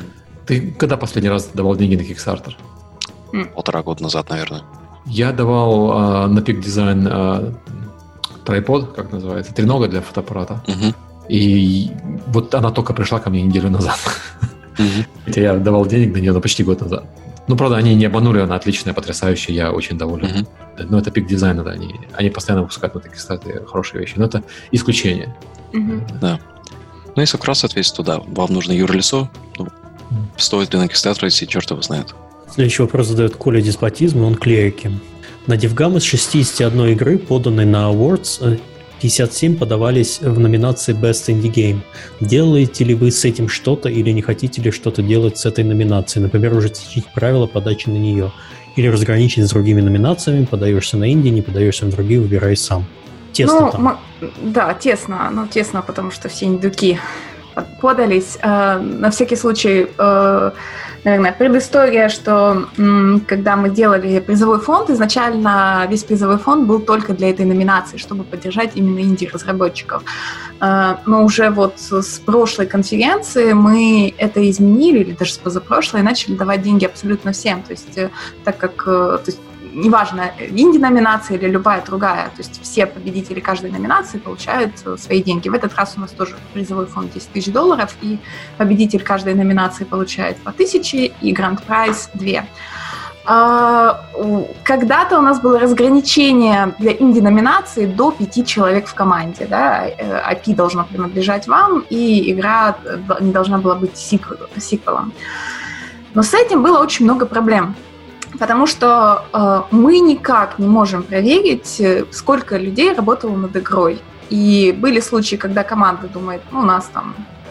Ты когда последний раз давал деньги на Kickstarter? Mm. Полтора года назад, наверное. Я давал а, на Peak Design а, трайпод, как называется, тренога для фотоаппарата. Mm-hmm. И вот она только пришла ко мне неделю назад. Mm-hmm. Хотя я давал денег на нее, но почти год назад. Ну, правда, они не обманули, она отличная, потрясающая, я очень доволен. Mm-hmm. Но это пик дизайна, да, они, они постоянно выпускают на такие статы хорошие вещи, но это исключение. Mm-hmm. Да. Ну, если вкратце ответить, то да, вам нужно юрлицо, ну, mm-hmm. стоит ли на Kickstarter идти, черт его знает. Следующий вопрос задает Коля Деспотизм, он клерики. На DevGam из шестьдесят одной игры, поданной на Awards, пятьдесят семь подавались в номинации Best Indie Game. Делаете ли вы с этим что-то или не хотите ли что-то делать с этой номинацией? Например, ужесточить правила подачи на нее. Или разграничить с другими номинациями, подаешься на инди, не подаешься на другие, выбирай сам. Тесно ну, там. М- да, тесно. Ну, тесно, потому что все индюки подались. Э, на всякий случай... Э, Наверное, предыстория, что м, когда мы делали призовой фонд, изначально весь призовой фонд был только для этой номинации, чтобы поддержать именно инди-разработчиков. Э, но уже вот с прошлой конференции мы это изменили, или даже с позапрошлой, и начали давать деньги абсолютно всем. То есть, э, так как... Э, то есть, неважно, инди-номинация или любая другая, то есть все победители каждой номинации получают свои деньги. В этот раз у нас тоже призовой фонд десять тысяч долларов, и победитель каждой номинации получает по тысяче, и гранд-прайз две. Когда-то у нас было разграничение для инди-номинации до пяти человек в команде. Да? эй пи должно принадлежать вам, и игра не должна была быть сиквелом. Но с этим было очень много проблем. Потому что э, мы никак не можем проверить, сколько людей работало над игрой. И были случаи, когда команда думает, ну, у нас там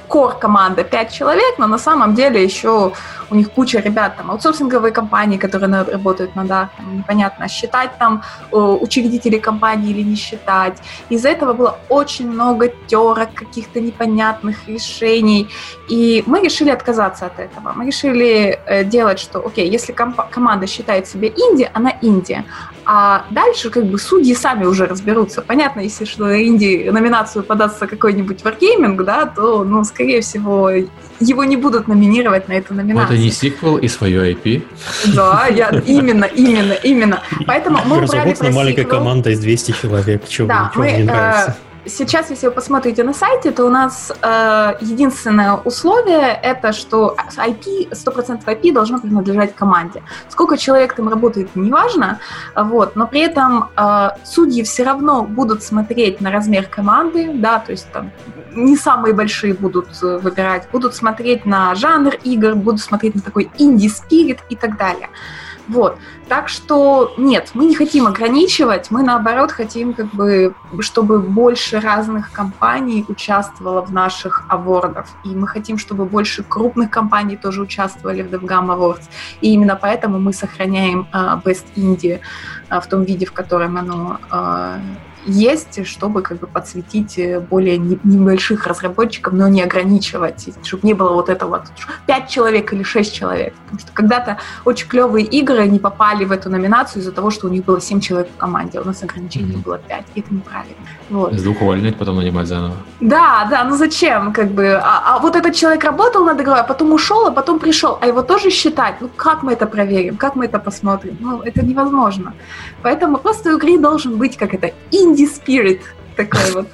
кор-команда пять человек, но на самом деле еще у них куча ребят, там, аутсорсинговые компании, которые работают над Арком, непонятно, считать там учредителей компании или не считать. Из-за этого было очень много терок, каких-то непонятных решений, и мы решили отказаться от этого. Мы решили э, делать, что, окей, если комп- команда считает себя инди, она инди, а дальше как бы судьи сами уже разберутся. Понятно, если что инди номинацию подастся какой-нибудь Wargaming, да, то, ну, скорее всего, его не будут номинировать на эту номинацию. Это не сиквел и свое ай пи. Да, я, именно, именно, именно. Поэтому мы убрали про маленькая сиквел. Команда из двухсот человек. Чего, да, чего мы, мне нравится? Сейчас, если вы посмотрите на сайте, то у нас э, единственное условие – это что ай пи, сто процентов ай пи должно принадлежать команде. Сколько человек там работает, неважно, вот, но при этом э, судьи все равно будут смотреть на размер команды, да, то есть там не самые большие будут выбирать, будут смотреть на жанр игр, будут смотреть на такой инди-спирит и так далее. Вот. Так что нет, мы не хотим ограничивать, мы наоборот хотим, как бы, чтобы больше разных компаний участвовало в наших авордах. И мы хотим, чтобы больше крупных компаний тоже участвовали в DevGam Awards. И именно поэтому мы сохраняем uh, Best Indie uh, в том виде, в котором оно uh, есть, чтобы как бы подсветить более небольших разработчиков, но не ограничивать, чтобы не было вот этого вот пять человек или шесть человек. Потому что когда-то очень клевые игры не попали в эту номинацию из-за того, что у них было семь человек в команде, у нас ограничение mm-hmm. было пять, и это неправильно. Вот. С двух увольнять, потом нанимать заново. Да, да, ну зачем? Как бы, а, а вот этот человек работал над игрой, а потом ушел, а потом пришел, а его тоже считать? Ну как мы это проверим? Как мы это посмотрим? Ну это невозможно. Поэтому просто у игры должен быть как это инди-спирит такой вот.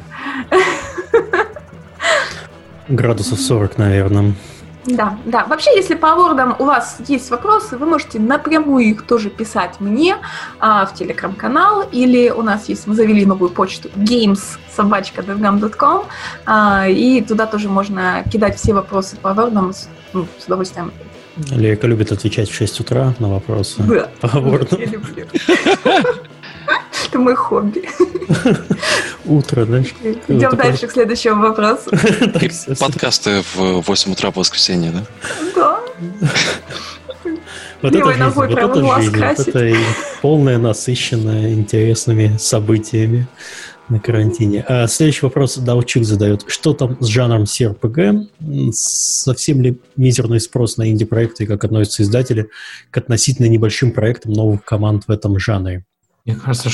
Градусов сорок, наверное. Да, да. Вообще, если по авордам у вас есть вопросы, вы можете напрямую их тоже писать мне а, в телеграм-канал, или у нас есть, мы завели новую почту games собака devgam точка com, а, и туда тоже можно кидать все вопросы по авордам, с, ну, с удовольствием. Лейка любит отвечать в шесть утра на вопросы да. по авордам. Я люблю. Это мой хобби. Утро, да? Идем это дальше про... к следующему вопросу. Подкасты в восемь утра по воскресенье, да? Да. Вот это жизнь, вот это жизнь, вот это полная, насыщенная интересными событиями на карантине. А следующий вопрос Даучик задает. Что там с жанром си ар пи джи? Совсем ли мизерный спрос на инди-проекты и как относятся издатели к относительно небольшим проектам новых команд в этом жанре? Мне кажется,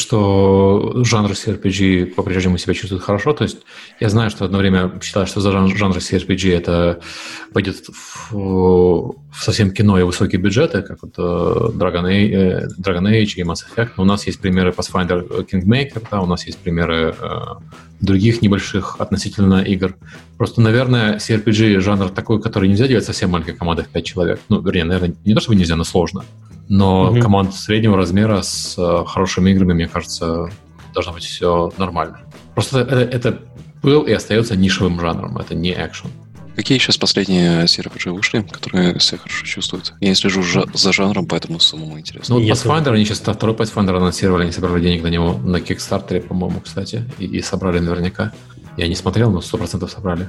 что жанр си ар пи джи по-прежнему себя чувствует хорошо. То есть я знаю, что одно время считалось, что за жанр, жанр си ар пи джи это пойдет в, в совсем кино и высокие бюджеты, как вот Dragon Age, Dragon Age и Mass Effect. Но у нас есть примеры Pathfinder Kingmaker, да, у нас есть примеры э, других небольших относительно игр. Просто, наверное, си ар пи джи жанр такой, который нельзя делать совсем маленькой командой в пять человек. Ну, вернее, наверное, не то чтобы нельзя, но сложно. Но mm-hmm. команд среднего размера с uh, хорошими играми, мне кажется, должно быть все нормально. Просто это, это был и остается нишевым жанром, это не экшен. Какие сейчас последние си ар пи джи вышли, которые себя хорошо чувствуют? Я не слежу жа- за жанром, поэтому самому интересно. Ну, вот Pathfinder, они сейчас второй Pathfinder анонсировали, они собрали денег на него на Kickstarter, по-моему, кстати, и, и собрали наверняка. Я не смотрел, но сто процентов собрали.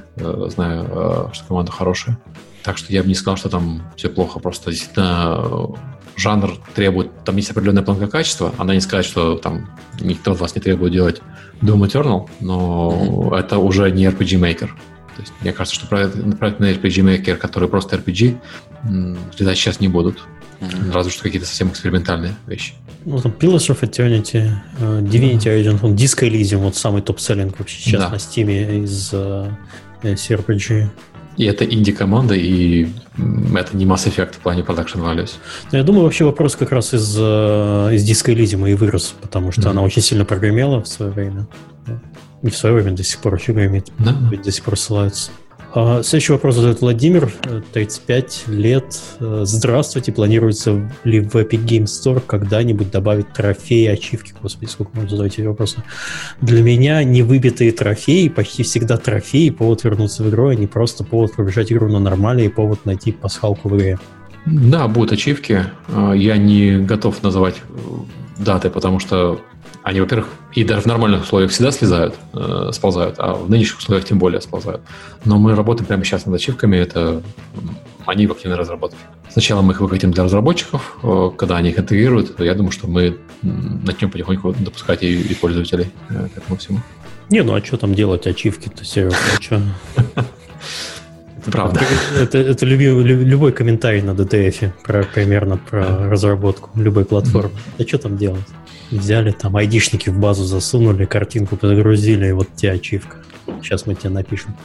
Знаю, что команда хорошая. Так что я бы не сказал, что там все плохо. Просто действительно жанр требует... Там есть определенная планка качества. Она не сказать, что там никто от вас не требует делать Doom Eternal, но mm-hmm. это уже не ар пи джи-мейкер. То есть мне кажется, что проектный ар пи джи-мейкер, который просто ар пи джи, летать сейчас не будут. Mm-hmm. Разве что какие-то совсем экспериментальные вещи. Ну, там Pillars of Eternity, uh, Divinity Original, mm-hmm. Disco Elysium, вот самый топ-селлинг вообще сейчас да. на Steam из uh, си ар пи джи. И это инди-команда, и это не Mass Effect в плане production values. Но я думаю, вообще вопрос как раз из, из Disco Elysium и вырос, потому что mm-hmm. она очень сильно прогремела в свое время. Не в свое время, до сих пор еще гремит. Mm-hmm. Ведь до сих пор ссылаются. Следующий вопрос задает Владимир, тридцать пять лет. Здравствуйте, планируется ли в Epic Games Store когда-нибудь добавить трофеи, ачивки? Господи, сколько можно задавать эти вопросы. Для меня невыбитые трофеи, почти всегда трофеи, повод вернуться в игру, а не просто повод пробежать игру на нормале и повод найти пасхалку в игре. Да, будут ачивки. Я не готов называть даты, потому что они, во-первых, и даже в нормальных условиях всегда слезают, э, сползают, а в нынешних условиях тем более сползают. Но мы работаем прямо сейчас над ачивками, это они в активной разработке. Сначала мы их выкатим для разработчиков, э, когда они их интегрируют, я думаю, что мы начнем потихоньку допускать и, и пользователей э, к этому всему. Не, ну а что там делать, ачивки-то, Серега, а что? Это правда. Это, это люби, любой комментарий на ди ти эф про, примерно про разработку любой платформы. А что там делать? Взяли там айдишники в базу засунули, картинку загрузили, и вот тебе ачивка. Сейчас мы тебе напишем.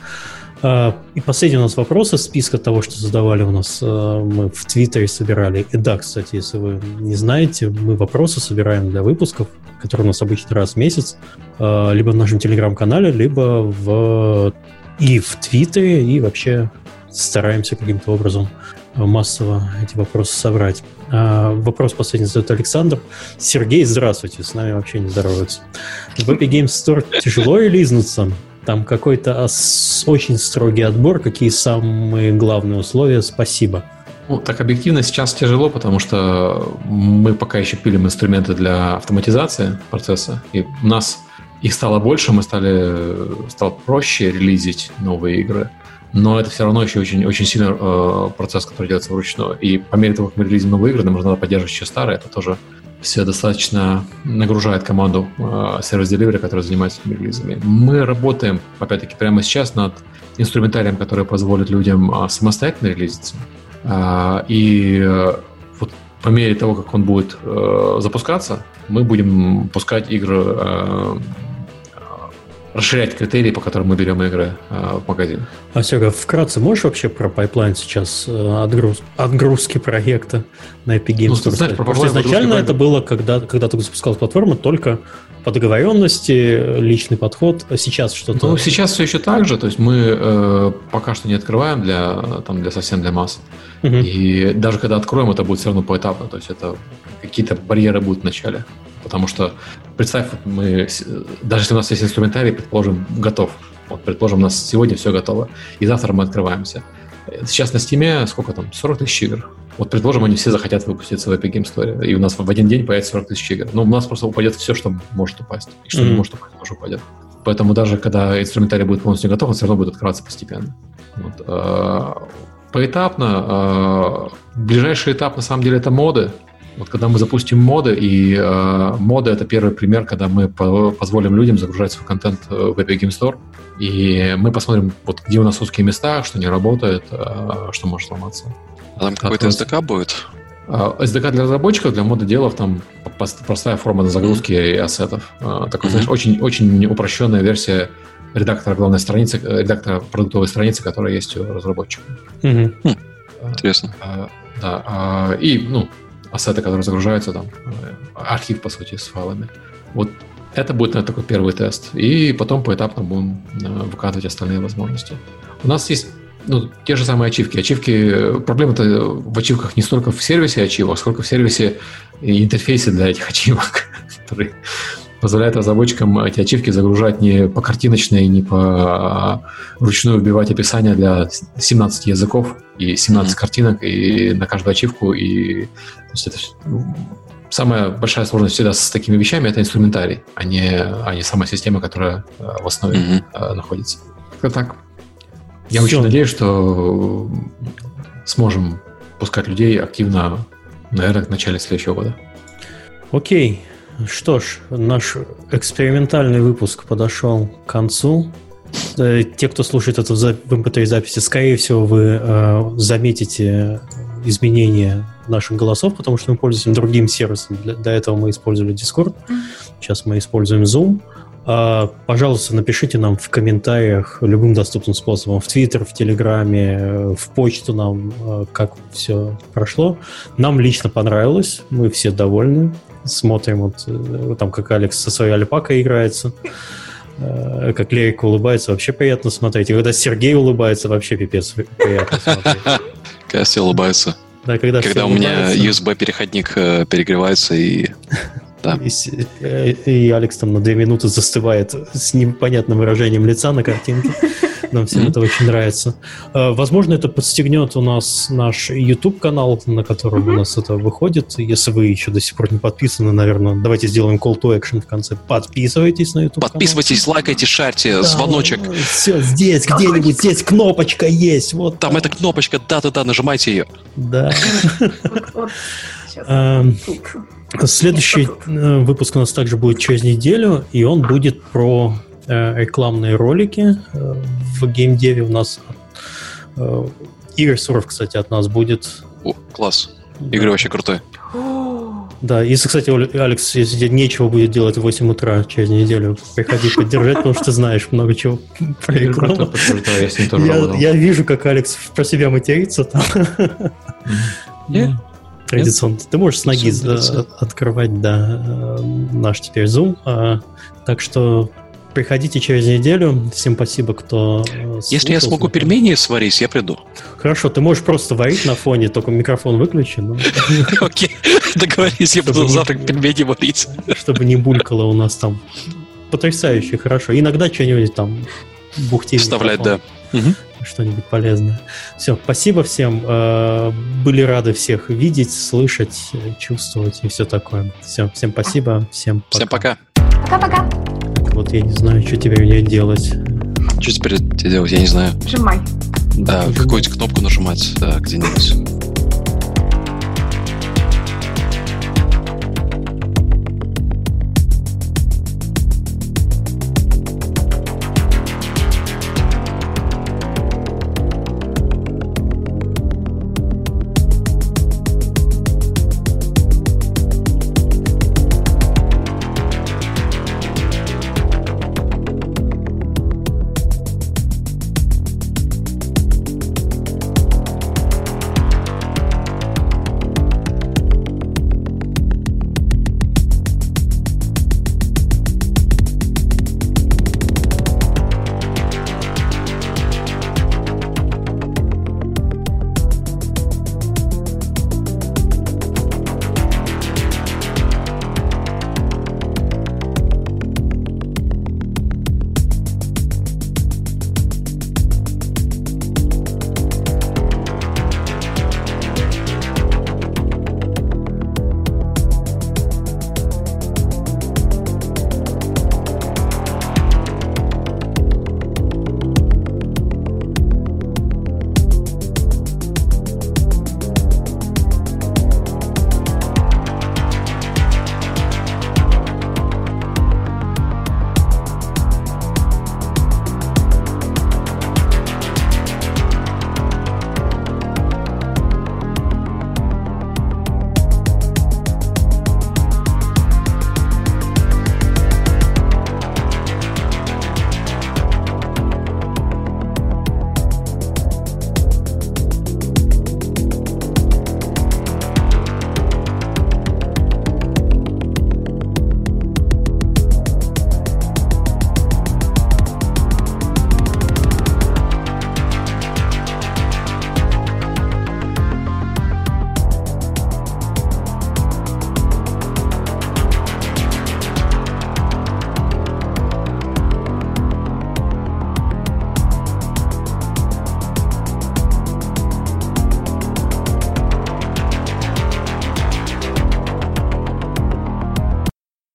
И последний у нас вопрос из списка того, что задавали у нас. Мы в Твиттере собирали. И да, кстати, если вы не знаете, мы вопросы собираем для выпусков, которые у нас обычно раз в месяц, либо в нашем Телеграм-канале, либо в... и в Твиттере, и вообще стараемся каким-то образом массово эти вопросы собрать. А, вопрос последний задает Александр. Сергей, здравствуйте, с нами вообще не здороваются. В Epic Games Store тяжело релизнуться? Там какой-то ос- очень строгий отбор. Какие самые главные условия? Спасибо. Ну, так объективно сейчас тяжело, потому что мы пока еще пилим инструменты для автоматизации процесса, и у нас их стало больше, мы стали, стало проще релизить новые игры, но это все равно еще очень, очень сильный э, процесс, который делается вручную. И по мере того, как мы релизим новые игры, нам нужно поддерживать еще старые, это тоже все достаточно нагружает команду э, сервис-деливери, которая занимается этими релизами. Мы работаем, опять-таки, прямо сейчас над инструментарием, который позволит людям э, самостоятельно релизиться. Э, и э, вот по мере того, как он будет э, запускаться, мы будем пускать игры, э, расширять критерии, по которым мы берем игры э, в магазин. А, Серега, вкратце можешь вообще про пайплайн сейчас э, отгруз, отгрузки проекта на Epic Games Store? Ну, знаешь, Потому что изначально это было, когда, когда только запускалась платформа, только по договоренности, личный подход, а сейчас что-то... Ну, сейчас все еще так же, то есть мы э, пока что не открываем для, там, для совсем для масс. Угу. И даже когда откроем, это будет все равно поэтапно, то есть это какие-то барьеры будут в начале. Потому что, представь, мы, даже если у нас есть инструментарий, предположим, готов. Вот, предположим, у нас сегодня все готово, и завтра мы открываемся. Сейчас на Steam сколько там? сорок тысяч игр. Вот, предположим, они все захотят выпуститься в Epic Games Store, и у нас в один день появится сорок тысяч игр. Ну, у нас просто упадет все, что может упасть. И что mm-hmm. не может упасть, тоже упадет. Поэтому даже когда инструментарий будет полностью готов, он все равно будет открываться постепенно. Вот. Поэтапно. Ближайший этап, на самом деле, это моды. Вот когда мы запустим моды, и э, моды — это первый пример, когда мы по- позволим людям загружать свой контент в Epic Games Store, и мы посмотрим, вот где у нас узкие места, что не работает, э, что может сломаться. А там какой-то эс ди кей будет? Э, эс ди кей для разработчиков, для мододелов, там простая форма загрузки mm-hmm. и ассетов. Э, такой, mm-hmm. знаешь, очень, очень упрощенная версия редактора главной страницы, редактора продуктовой страницы, которая есть у разработчика. Mm-hmm. Mm. Интересно. Э, да, э, и, ну, ассеты, которые загружаются, там, архив, по сути, с файлами. Вот это будет, наверное, такой первый тест. И потом поэтапно будем выкатывать остальные возможности. У нас есть, ну, те же самые ачивки. Ачивки, проблема-то в ачивках не столько в сервисе ачивок, сколько в сервисе и интерфейсе для этих ачивок, который позволяет разработчикам эти ачивки загружать не по картиночной, не по вручную вбивать описание для семнадцати языков и семнадцати mm-hmm. картинок и на каждую ачивку. И, то есть это, самая большая сложность всегда с такими вещами — это инструментарий, а не, а не сама система, которая в основе mm-hmm. находится. Как так. Я Все. очень надеюсь, что сможем пускать людей активно, наверное, к началу следующего года. Окей. Что ж, наш экспериментальный выпуск подошел к концу. Те, кто слушает это в эм пэ три записи, скорее всего, вы э, заметите изменения наших голосов, потому что мы пользуемся другим сервисом. Для, до этого мы использовали Discord, сейчас мы используем Zoom. А, пожалуйста, напишите нам в комментариях любым доступным способом, в Твиттер, в Телеграме, в почту нам, как все прошло. Нам лично понравилось, мы все довольны. Смотрим, вот там, как Алекс со своей альпакой играется, как Лерик улыбается, вообще приятно смотреть. И когда Сергей улыбается, вообще пипец приятно смотреть. Когда все улыбаются. Да, когда когда у меня ю эс би-переходник перегревается и... Да. И, и Алекс там на две минуты застывает с непонятным выражением лица на картинке. Нам всем это очень нравится. Возможно, это подстегнет у нас наш YouTube-канал, на котором у нас это выходит. Если вы еще до сих пор не подписаны, наверное, давайте сделаем call to action в конце. Подписывайтесь на YouTube-канал. Подписывайтесь, лайкайте, шарьте, да, звоночек. Все, здесь, где-нибудь, здесь кнопочка есть. Вот там, там эта кнопочка, да-да-да, нажимайте ее. Да. Следующий выпуск у нас также будет через неделю, и он будет про рекламные ролики в геймдеве. У нас Игорь Суров, кстати, от нас будет. О, класс. Игорь да. вообще крутой. Да, если, кстати, Алекс, если тебе нечего будет делать в восемь утра через неделю, приходи поддержать, потому что ты знаешь много чего про рекламу. Я, я вижу, как Алекс про себя матерится там. Yeah. Традиционно. Ты можешь с ноги открывать, да, наш теперь Zoom. А, так что приходите через неделю. Всем спасибо, кто слушал. Если я смогу пельмени сварить, я приду. Хорошо, ты можешь просто варить на фоне, только микрофон выключи. Окей, договорились, я буду завтра пельмени варить. Чтобы не булькало у нас там. Потрясающе, хорошо. Иногда что-нибудь там бухтит. Вставлять, да. Что-нибудь полезное. Все, спасибо всем. Были рады всех видеть, слышать, чувствовать и все такое. Все, всем спасибо. Всем пока. Всем пока. Пока-пока. Вот я не знаю, что теперь мне делать. Что теперь делать, я не знаю. Нажимай. Да, какую-нибудь кнопку нажимать да, где-нибудь.